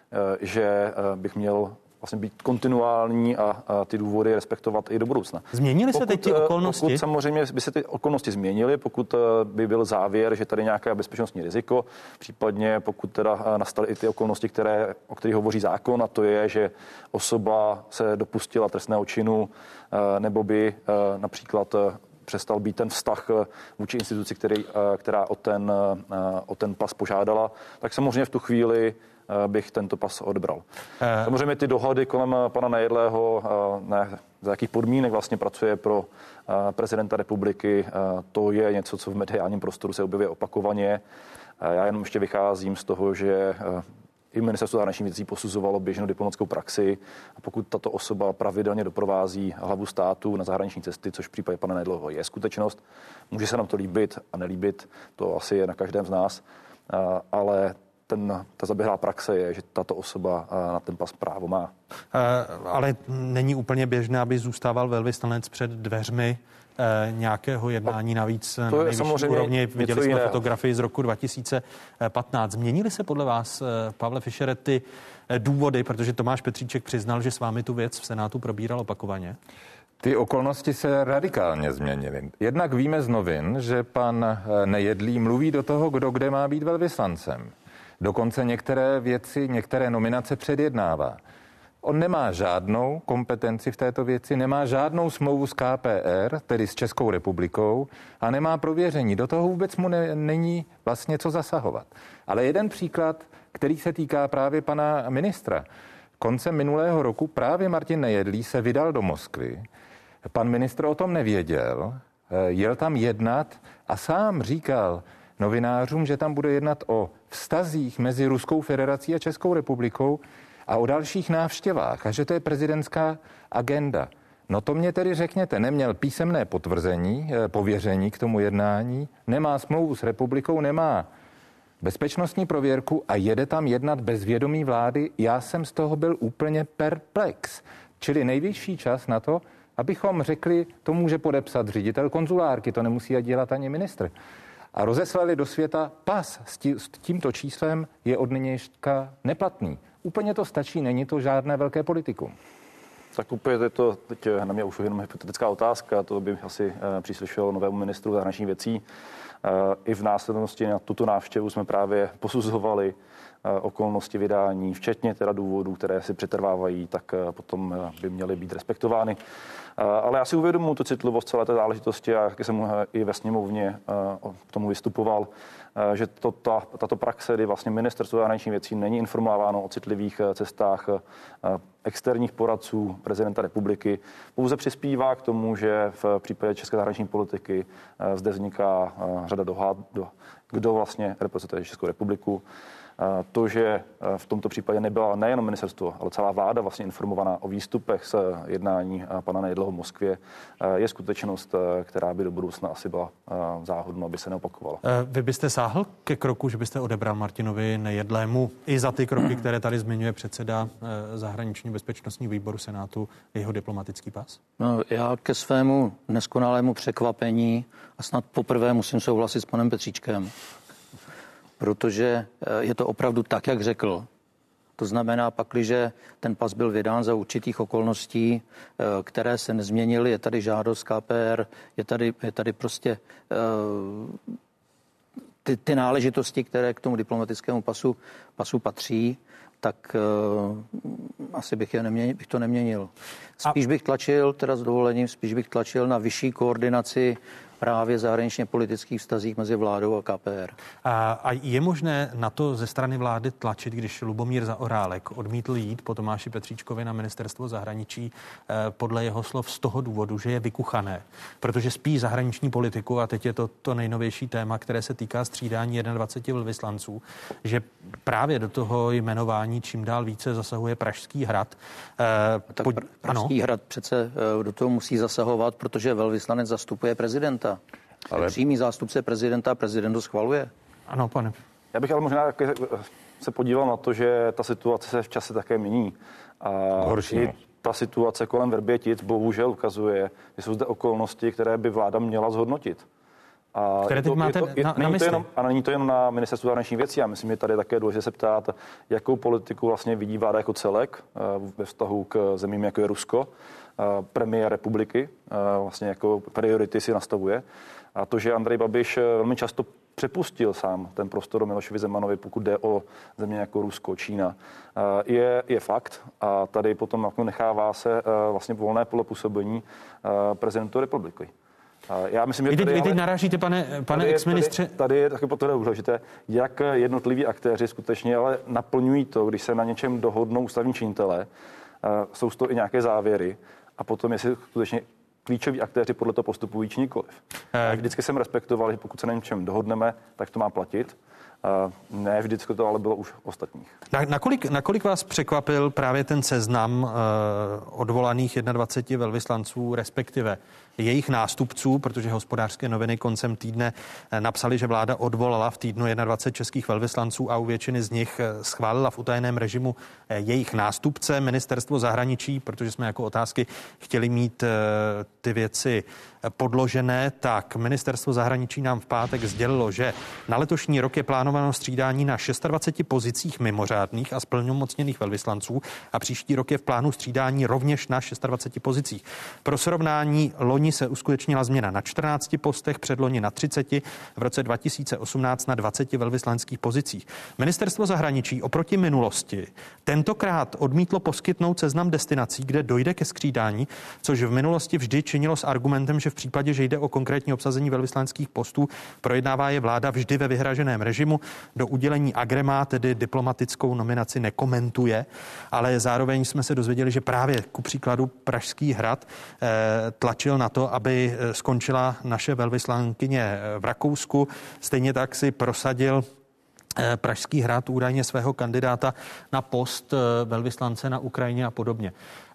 že bych měl vlastně být kontinuální a ty důvody respektovat i do budoucna. Změnily se teď ty okolnosti? Pokud samozřejmě by se ty okolnosti změnily, pokud by byl závěr, že tady nějaké bezpečnostní riziko, případně pokud teda nastaly i ty okolnosti, o kterých hovoří zákon, a to je, že osoba se dopustila trestného činu, nebo by například přestal být ten vztah vůči instituci, která o ten pas požádala, tak samozřejmě v tu chvíli bych tento pas odbral. Samozřejmě ty dohody kolem pana Nejedlého, za jakých podmínek vlastně pracuje pro prezidenta republiky, to je něco, co v mediálním prostoru se objevuje opakovaně. Já jenom ještě vycházím z toho, že i ministerstvo zahraničních věcí posuzovalo běžnou diplomatickou praxi a pokud tato osoba pravidelně doprovází hlavu státu na zahraniční cesty, což v případě pana Nejedlého je skutečnost, může se nám to líbit a nelíbit, to asi je na každém z nás, ale ta zaběhlá praxe je, že tato osoba na ten pas právo má. Ale není úplně běžné, aby zůstával velvyslanec před dveřmi nějakého jednání, navíc na nejvyšší úrovni. Viděli jsme fotografii z roku 2015. Změnily se podle vás, Pavle Fischere, ty důvody, protože Tomáš Petříček přiznal, že s vámi tu věc v Senátu probíral opakovaně? Ty okolnosti se radikálně změnily. Jednak víme z novin, že pan Nejedlý mluví do toho, kdo kde má být velvyslancem. Dokonce některé věci, některé nominace předjednává. On nemá žádnou kompetenci v této věci, nemá žádnou smlouvu s KPR, tedy s Českou republikou, a nemá prověření. Do toho vůbec mu není vlastně co zasahovat. Ale jeden příklad, který se týká právě pana ministra. Koncem minulého roku právě Martin Nejedlý se vydal do Moskvy. Pan ministr o tom nevěděl, jel tam jednat a sám říkal novinářům, že tam bude jednat o vztazích mezi Ruskou federací a Českou republikou a o dalších návštěvách a že to je prezidentská agenda. No to mě tedy řekněte, neměl písemné potvrzení, pověření k tomu jednání, nemá smlouvu s republikou, nemá bezpečnostní prověrku a jede tam jednat bez vědomí vlády. Já jsem z toho byl úplně perplex. Čili nejvyšší čas na to, abychom řekli, to může podepsat ředitel konzulárky, to nemusí dělat ani ministr. A rozeslali do světa pas s tímto číslem je od nynějška neplatný. Úplně to stačí, není to žádné velké politikum. Tak úplně je to teď na mě už jenom hypotetická otázka, to by asi příslušelo novému ministru zahraničních věcí. I v následnosti na tuto návštěvu jsme právě posuzovali okolnosti vydání, včetně teda důvodů, které si přetrvávají, tak potom by měly být respektovány. Ale já si uvědomuji tu citlivost celé té záležitosti a jak jsem i ve sněmovně k tomu vystupoval, že tato praxe, kdy vlastně ministerstvo zahraničních věcí není informováno o citlivých cestách externích poradců prezidenta republiky, pouze přispívá k tomu, že v případě české zahraniční politiky zde vzniká řada dohad, kdo vlastně reprezentuje Českou republiku. To, že v tomto případě nebyla nejenom ministerstvo, ale celá vláda vlastně informovaná o výstupech z jednání pana Nejedlého v Moskvě, je skutečnost, která by do budoucna asi byla záhodná, aby se neopakovala. Vy byste sáhl ke kroku, že byste odebral Martinovi Nejedlému i za ty kroky, které tady zmiňuje předseda zahraniční bezpečnostního výboru Senátu, jeho diplomatický pas? No, já ke svému neskonalému překvapení a snad poprvé musím souhlasit s panem Petříčkem, protože je to opravdu tak, jak řekl. To znamená, pakliže ten pas byl vydán za určitých okolností, které se nezměnily, je tady žádost KPR, je tady prostě ty náležitosti, které k tomu diplomatickému pasu patří, tak asi bych to neměnil. Spíš bych tlačil, teda s dovolením, na vyšší koordinaci právě zahraničně politických vztazích mezi vládou a KPR. A je možné na to ze strany vlády tlačit, když Lubomír Zaorálek odmítl jít po Tomáši Petříčkovi na ministerstvo zahraničí podle jeho slov z toho důvodu, že je vykuchané, protože spí zahraniční politiku a teď je to nejnovější téma, které se týká střídání 21 velvyslanců, že právě do toho jmenování čím dál více zasahuje Pražský hrad. Pražský hrad přece do toho musí zasahovat, protože velvyslanec zastupuje prezidenta. Ale přímý zástupce prezidenta, prezident to schvaluje. Ano, pane. Já bych ale možná se podíval na to, že ta situace se v čase také mění. A i ta situace kolem Vrbětic bohužel ukazuje, že jsou zde okolnosti, které by vláda měla zhodnotit. A které teď máte na mysli? A není to jenom na ministerstvu zahraničních věcí. Já myslím, že tady také důležité se ptát, jakou politiku vlastně vidí vláda jako celek ve vztahu k zemím, jako je Rusko. Premiér republiky vlastně jako priority si nastavuje. A to, že Andrej Babiš velmi často přepustil sám ten prostor Milošovi Zemanovi, pokud jde o země jako Rusko, Čína, je fakt. A tady potom nechává se vlastně volné pole působení prezidentu republiky. Já myslím, že vy teď narážíte, pane exministře. Tady je taky potom důležité, jak jednotliví aktéři skutečně ale naplňují to, když se na něčem dohodnou ústavní činitelé, jsou z toho i nějaké závěry a potom jestli skutečně klíčoví aktéři podle toho postupují či nikoliv. Vždycky jsem respektoval, že pokud se na něčem dohodneme, tak to má platit. Ne vždycky to ale bylo už ostatních. Nakolik vás překvapil právě ten seznam odvolaných 21 velvyslanců, respektive jejich nástupců, protože Hospodářské noviny koncem týdne napsali, že vláda odvolala v týdnu 21 českých velvyslanců a u většiny z nich schválila v utajeném režimu jejich nástupce. Ministerstvo zahraničí, protože jsme jako otázky chtěli mít ty věci podložené, tak Ministerstvo zahraničí nám v pátek sdělilo, že na letošní rok je plánováno střídání na 26 pozicích mimořádných a splnomocněných velvyslanců a příští rok je v plánu střídání rovněž na 26 pozicích. Pro srovnání loni se uskutečnila změna na 14 postech, předloni na 30, v roce 2018 na 20 velvyslanských pozicích. Ministerstvo zahraničí oproti minulosti tentokrát odmítlo poskytnout seznam destinací, kde dojde ke střídání, což v minulosti vždy činilo s argumentem, že v případě, že jde o konkrétní obsazení velvyslanských postů, projednává je vláda vždy ve vyhraženém režimu. Do udělení agrema, tedy diplomatickou nominaci, nekomentuje, ale zároveň jsme se dozvěděli, že právě ku příkladu Pražský hrad tlačil na to, aby skončila naše velvyslankyně v Rakousku. Stejně tak si prosadil Pražský hrad údajně svého kandidáta na post velvyslance na Ukrajině a podobně.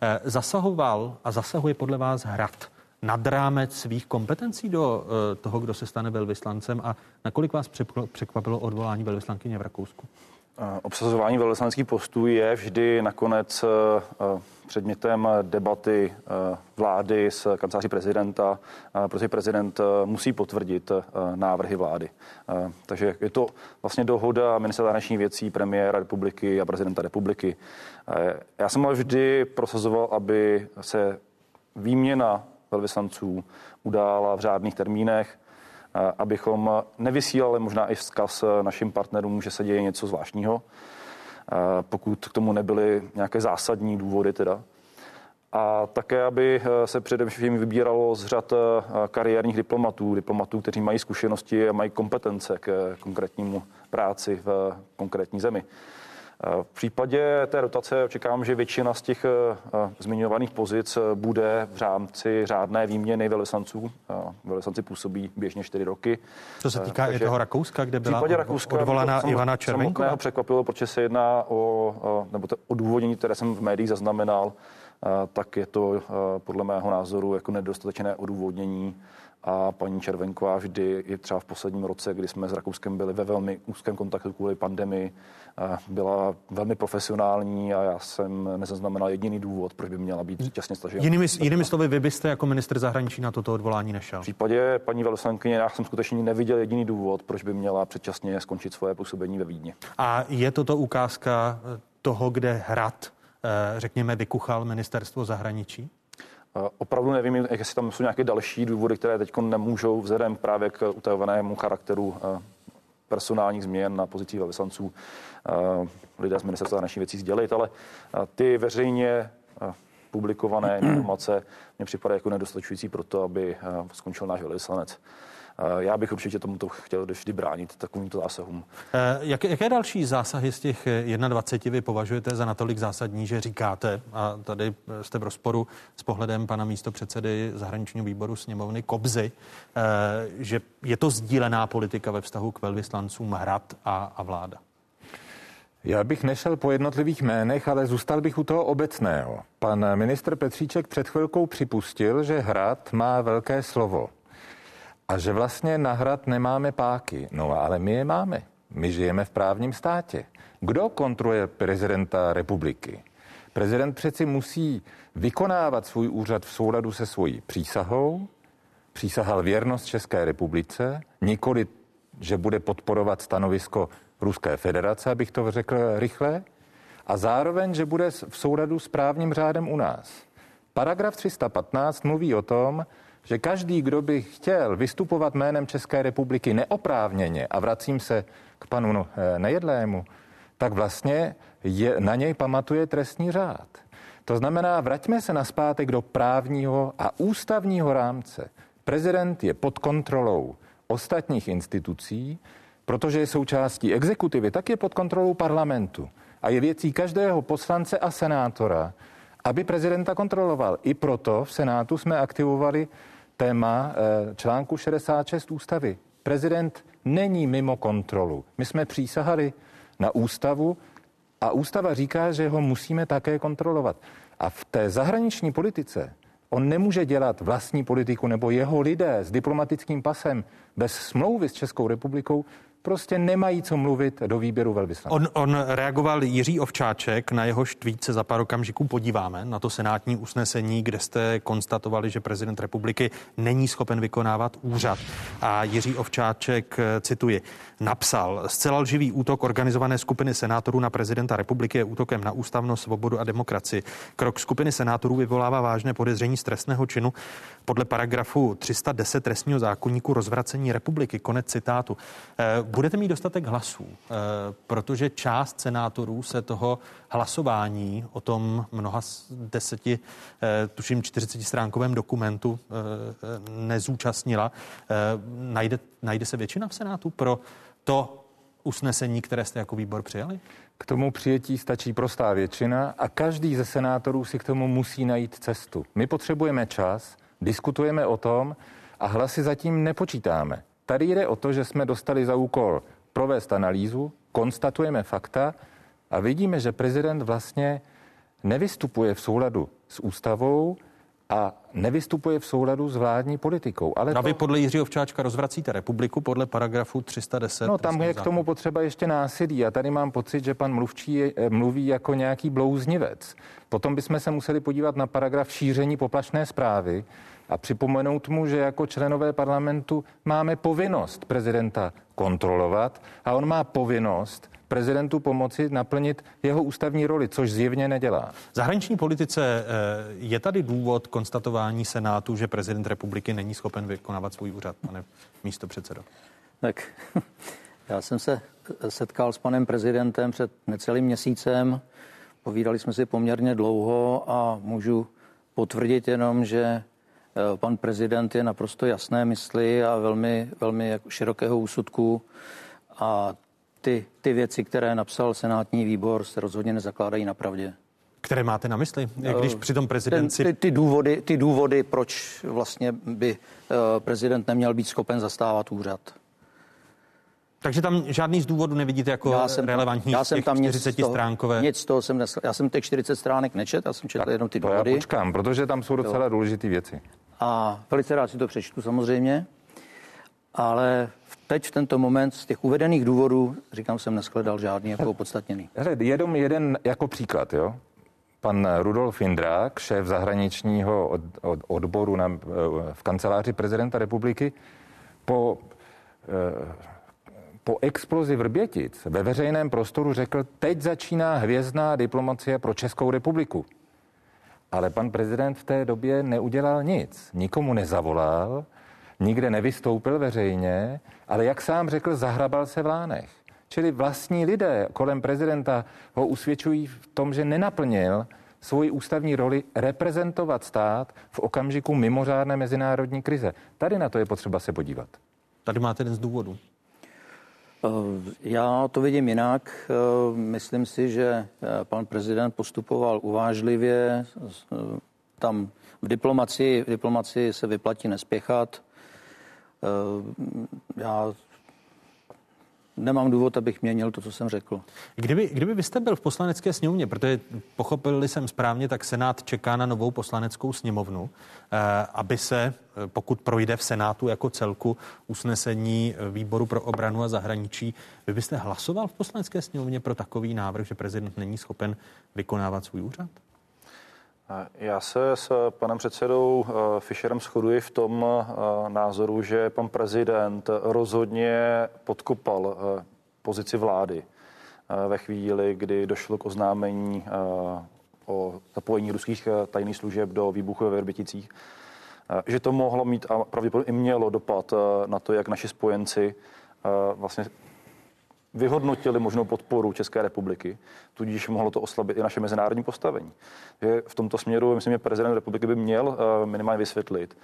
Zasahoval a zasahuje podle vás hrad nad rámec svých kompetencí do toho, kdo se stane velvyslancem, a nakolik vás překvapilo odvolání velvyslankyně v Rakousku? Obsazování velvyslanských postů je vždy nakonec předmětem debaty vlády s kanceláří prezidenta, protože prezident musí potvrdit návrhy vlády. Takže je to vlastně dohoda ministra zahraničních věcí, premiéra republiky a prezidenta republiky. Já jsem ale vždy prosazoval, aby se výměna velvyslanců udála v řádných termínech, abychom nevysílali možná i vzkaz našim partnerům, že se děje něco zvláštního, pokud k tomu nebyly nějaké zásadní důvody teda. A také, aby se především vybíralo z řad kariérních diplomatů, kteří mají zkušenosti a mají kompetence k konkrétnímu práci v konkrétní zemi. V případě té rotace očekávám, že většina z těch zmiňovaných pozic bude v rámci řádné výměny velvyslanců. Velvyslanci působí běžně 4 roky. Co se týká i toho Rakouska, kde byla Rakouska, odvolaná Ivana Červenková? Samotného překvapilo, protože se jedná nebo to odůvodnění, které jsem v médiích zaznamenal, tak je to podle mého názoru jako nedostatečné odůvodnění. A paní Červenková vždy, i třeba v posledním roce, kdy jsme s Rakouskem byli ve velmi úzkém kontaktu kvůli pandemii, byla velmi profesionální a já jsem nezaznamenal jediný důvod, proč by měla být těsně stažena. Jinými slovy, vy byste jako ministr zahraničí na toto odvolání nešel? V případě paní velvyslankyně já jsem skutečně neviděl jediný důvod, proč by měla předčasně skončit svoje působení ve Vídni. A je toto ukázka toho, kde hrad, řekněme, vykuchal ministerstvo zahraničí? Opravdu nevím, jestli tam jsou nějaké další důvody, které teď nemůžou vzhledem právě k utajovanému charakteru personálních změn na pozicích velvyslanců lidé z ministerstva zahraničních věcí sdělit, ale ty veřejně publikované informace mně připadají jako nedostačující pro to, aby skončil náš velvyslanec. Já bych určitě tomuto chtěl vždy bránit, takovýmto zásahům. Jaké další zásahy z těch 21 vy považujete za natolik zásadní, že říkáte, a tady jste v rozporu s pohledem pana místopředsedy zahraničního výboru sněmovny Kobzy, že je to sdílená politika ve vztahu k velvyslancům Hrad a vláda? Já bych nešel po jednotlivých jménech, ale zůstal bych u toho obecného. Pan ministr Petříček před chvilkou připustil, že Hrad má velké slovo. A že vlastně na Hrad nemáme páky. No ale my je máme. My žijeme v právním státě. Kdo kontroluje prezidenta republiky? Prezident přeci musí vykonávat svůj úřad v souladu se svojí přísahou. Přísahal věrnost České republice, nikoli, že bude podporovat stanovisko Ruské federace, abych to řekl rychle, a zároveň, že bude v souladu s právním řádem u nás. Paragraf 315 mluví o tom, že každý, kdo by chtěl vystupovat jménem České republiky neoprávněně, a vracím se k panu Nejedlému, tak vlastně na něj pamatuje trestní řád. To znamená, vraťme se nazpátek do právního a ústavního rámce. Prezident je pod kontrolou ostatních institucí, protože je součástí exekutivy, tak je pod kontrolou parlamentu. A je věcí každého poslance a senátora, aby prezidenta kontroloval. I proto v Senátu jsme aktivovali téma článku 66 ústavy. Prezident není mimo kontrolu. My jsme přísahali na ústavu a ústava říká, že ho musíme také kontrolovat. A v té zahraniční politice on nemůže dělat vlastní politiku, nebo jeho lidé s diplomatickým pasem bez smlouvy s Českou republikou prostě nemají co mluvit do výběru velvyslance. On reagoval Jiří Ovčáček, na jehož tweet se za pár okamžiků podíváme, na to senátní usnesení, kde jste konstatovali, že prezident republiky není schopen vykonávat úřad. A Jiří Ovčáček, cituji, napsal: zcela lživý útok organizované skupiny senátorů na prezidenta republiky je útokem na ústavnost, svobodu a demokracii. Krok skupiny senátorů vyvolává vážné podezření z trestného činu podle paragrafu 310 trestního zákoníku rozvracení republiky. Konec citátu. Budete mít dostatek hlasů, protože část senátorů se toho hlasování o tom mnoha 40stránkovém dokumentu nezúčastnila. Najde se většina v Senátu pro to usnesení, které jste jako výbor přijali? K tomu přijetí stačí prostá většina a každý ze senátorů si k tomu musí najít cestu. My potřebujeme čas, diskutujeme o tom a hlasy zatím nepočítáme. Tady jde o to, že jsme dostali za úkol provést analýzu, konstatujeme fakta a vidíme, že prezident vlastně nevystupuje v souladu s ústavou a nevystupuje v souladu s vládní politikou. Ale vy podle Jiřího Ovčáčka rozvracíte republiku podle paragrafu 310. No tam je k tomu potřeba ještě násilí a tady mám pocit, že pan mluvčí mluví jako nějaký blouznivec. Potom bychom se museli podívat na paragraf šíření poplašné zprávy a připomenout mu, že jako členové parlamentu máme povinnost prezidenta kontrolovat a on má povinnost prezidentu pomoci naplnit jeho ústavní roli, což zjevně nedělá. V zahraniční politice je tady důvod konstatování Senátu, že prezident republiky není schopen vykonávat svůj úřad, pane místopředsedo? Tak já jsem se setkal s panem prezidentem před necelým měsícem, povídali jsme si poměrně dlouho a můžu potvrdit jenom, že pan prezident je naprosto jasné mysli a velmi, velmi jako širokého úsudku a ty věci, které napsal senátní výbor, se rozhodně nezakládají na pravdě. Které máte na mysli? Když přitom prezident Ty důvody, proč vlastně by prezident neměl být schopen zastávat úřad. Takže tam žádný z důvodů nevidíte jako relevantní já jsem tam 40stránkové. Nic z toho jsem já jsem těch 40 stránek nečet, já jsem četl jenom ty důvody. Já počkám, protože tam jsou docela důležité věci. A velice rád si to přečtu samozřejmě, ale teď v tento moment z těch uvedených důvodů, říkám, jsem neshledal žádný jako opodstatněný. Jenom jeden jako příklad, jo. Pan Rudolf Jindrák, šéf zahraničního odboru v kanceláři prezidenta republiky, po explozi Vrbětic ve veřejném prostoru řekl, teď začíná hvězdná diplomacie pro Českou republiku. Ale pan prezident v té době neudělal nic. Nikomu nezavolal, nikde nevystoupil veřejně, ale jak sám řekl, zahrabal se v lánech. Čili vlastní lidé kolem prezidenta ho usvědčují v tom, že nenaplnil svoji ústavní roli reprezentovat stát v okamžiku mimořádné mezinárodní krize. Tady na to je potřeba se podívat. Tady máte jeden z důvodů. Já to vidím jinak. Myslím si, že pan prezident postupoval uvážlivě. Tam v diplomacii se vyplatí nespěchat. Já nemám důvod, abych měnil to, co jsem řekl. Kdyby vy jste byl v poslanecké sněmovně, protože pochopil jsem správně, tak Senát čeká na novou poslaneckou sněmovnu, aby se, pokud projde v Senátu jako celku usnesení výboru pro obranu a zahraničí, vy byste hlasoval v poslanecké sněmovně pro takový návrh, že prezident není schopen vykonávat svůj úřad? Já se s panem předsedou Fischerem shoduji v tom názoru, že pan prezident rozhodně podkopal pozici vlády ve chvíli, kdy došlo k oznámení o zapojení ruských tajných služeb do výbuchu ve Vrběticích. Že to mohlo mít a pravděpodobně i mělo dopad na to, jak naši spojenci vlastně vyhodnotili možnou podporu České republiky, tudíž mohlo to oslabit i naše mezinárodní postavení. Že v tomto směru, myslím, že prezident republiky by měl minimálně vysvětlit,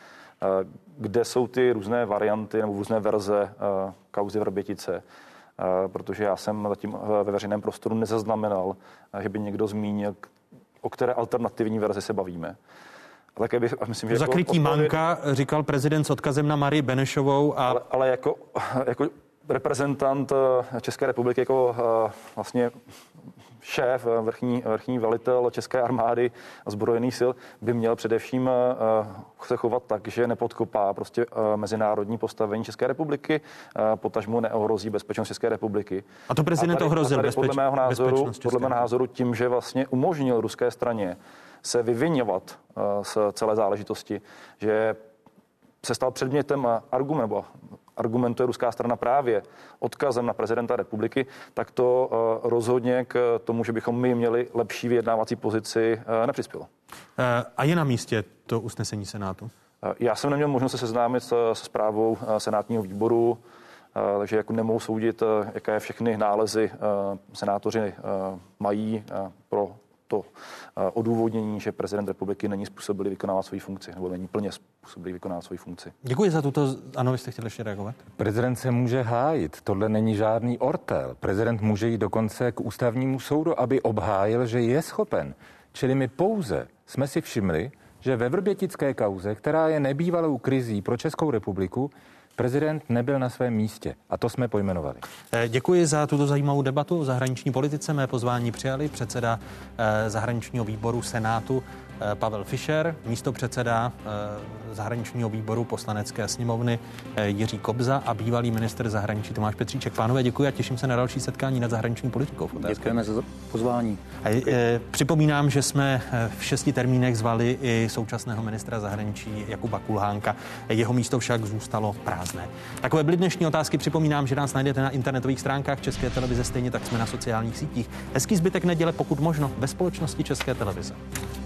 kde jsou ty různé varianty nebo různé verze kauzy Vrbětice, protože já jsem zatím ve veřejném prostoru nezaznamenal, že by někdo zmínil, o které alternativní verzi se bavíme. A také bych, myslím, že zakrytí manka, říkal prezident s odkazem na Marii Benešovou. Ale jako reprezentant České republiky, jako vlastně šéf, vrchní velitel České armády a zbrojených sil by měl především se chovat tak, že nepodkopá prostě mezinárodní postavení České republiky, potažmo neohrozí bezpečnost České republiky. A to prezident ohrozil podle mého názoru tím, že vlastně umožnil ruské straně se vyviňovat z celé záležitosti, že se stal předmětem argumentuje ruská strana právě odkazem na prezidenta republiky, tak to rozhodně k tomu, že bychom my měli lepší vyjednávací pozici, nepřispělo. A je na místě to usnesení Senátu? Já jsem neměl možnost se seznámit se zprávou senátního výboru, takže jako nemohu soudit, jaké všechny nálezy senátoři mají pro to odůvodnění, že prezident republiky není způsobilý vykonávat svoji funkci, nebo není plně způsobilý vykonávat svoji funkci. Děkuji za tuto. Ano, vy jste chtěli ještě reagovat? Prezident se může hájit. Tohle není žádný ortel. Prezident může jít dokonce k ústavnímu soudu, aby obhájil, že je schopen. Čili my pouze jsme si všimli, že ve vrbětické kauze, která je nebývalou krizí pro Českou republiku, prezident nebyl na svém místě a to jsme pojmenovali. Děkuji za tuto zajímavou debatu o zahraniční politice. Mé pozvání přijali předseda zahraničního výboru Senátu Pavel Fischer, místopředseda zahraničního výboru Poslanecké sněmovny Jiří Kobza a bývalý ministr zahraničí Tomáš Petříček. Pánové, děkuji a těším se na další setkání nad zahraniční politikou. Děkujeme za pozvání. Připomínám, že jsme v 6 termínech zvali i současného ministra zahraničí Jakuba Kulhánka. Jeho místo však zůstalo prázdné. Takové byly dnešní otázky. Připomínám, že nás najdete na internetových stránkách České televize, stejně tak jsme na sociálních sítích. Hezký zbytek neděle, pokud možno, ve společnosti České televize.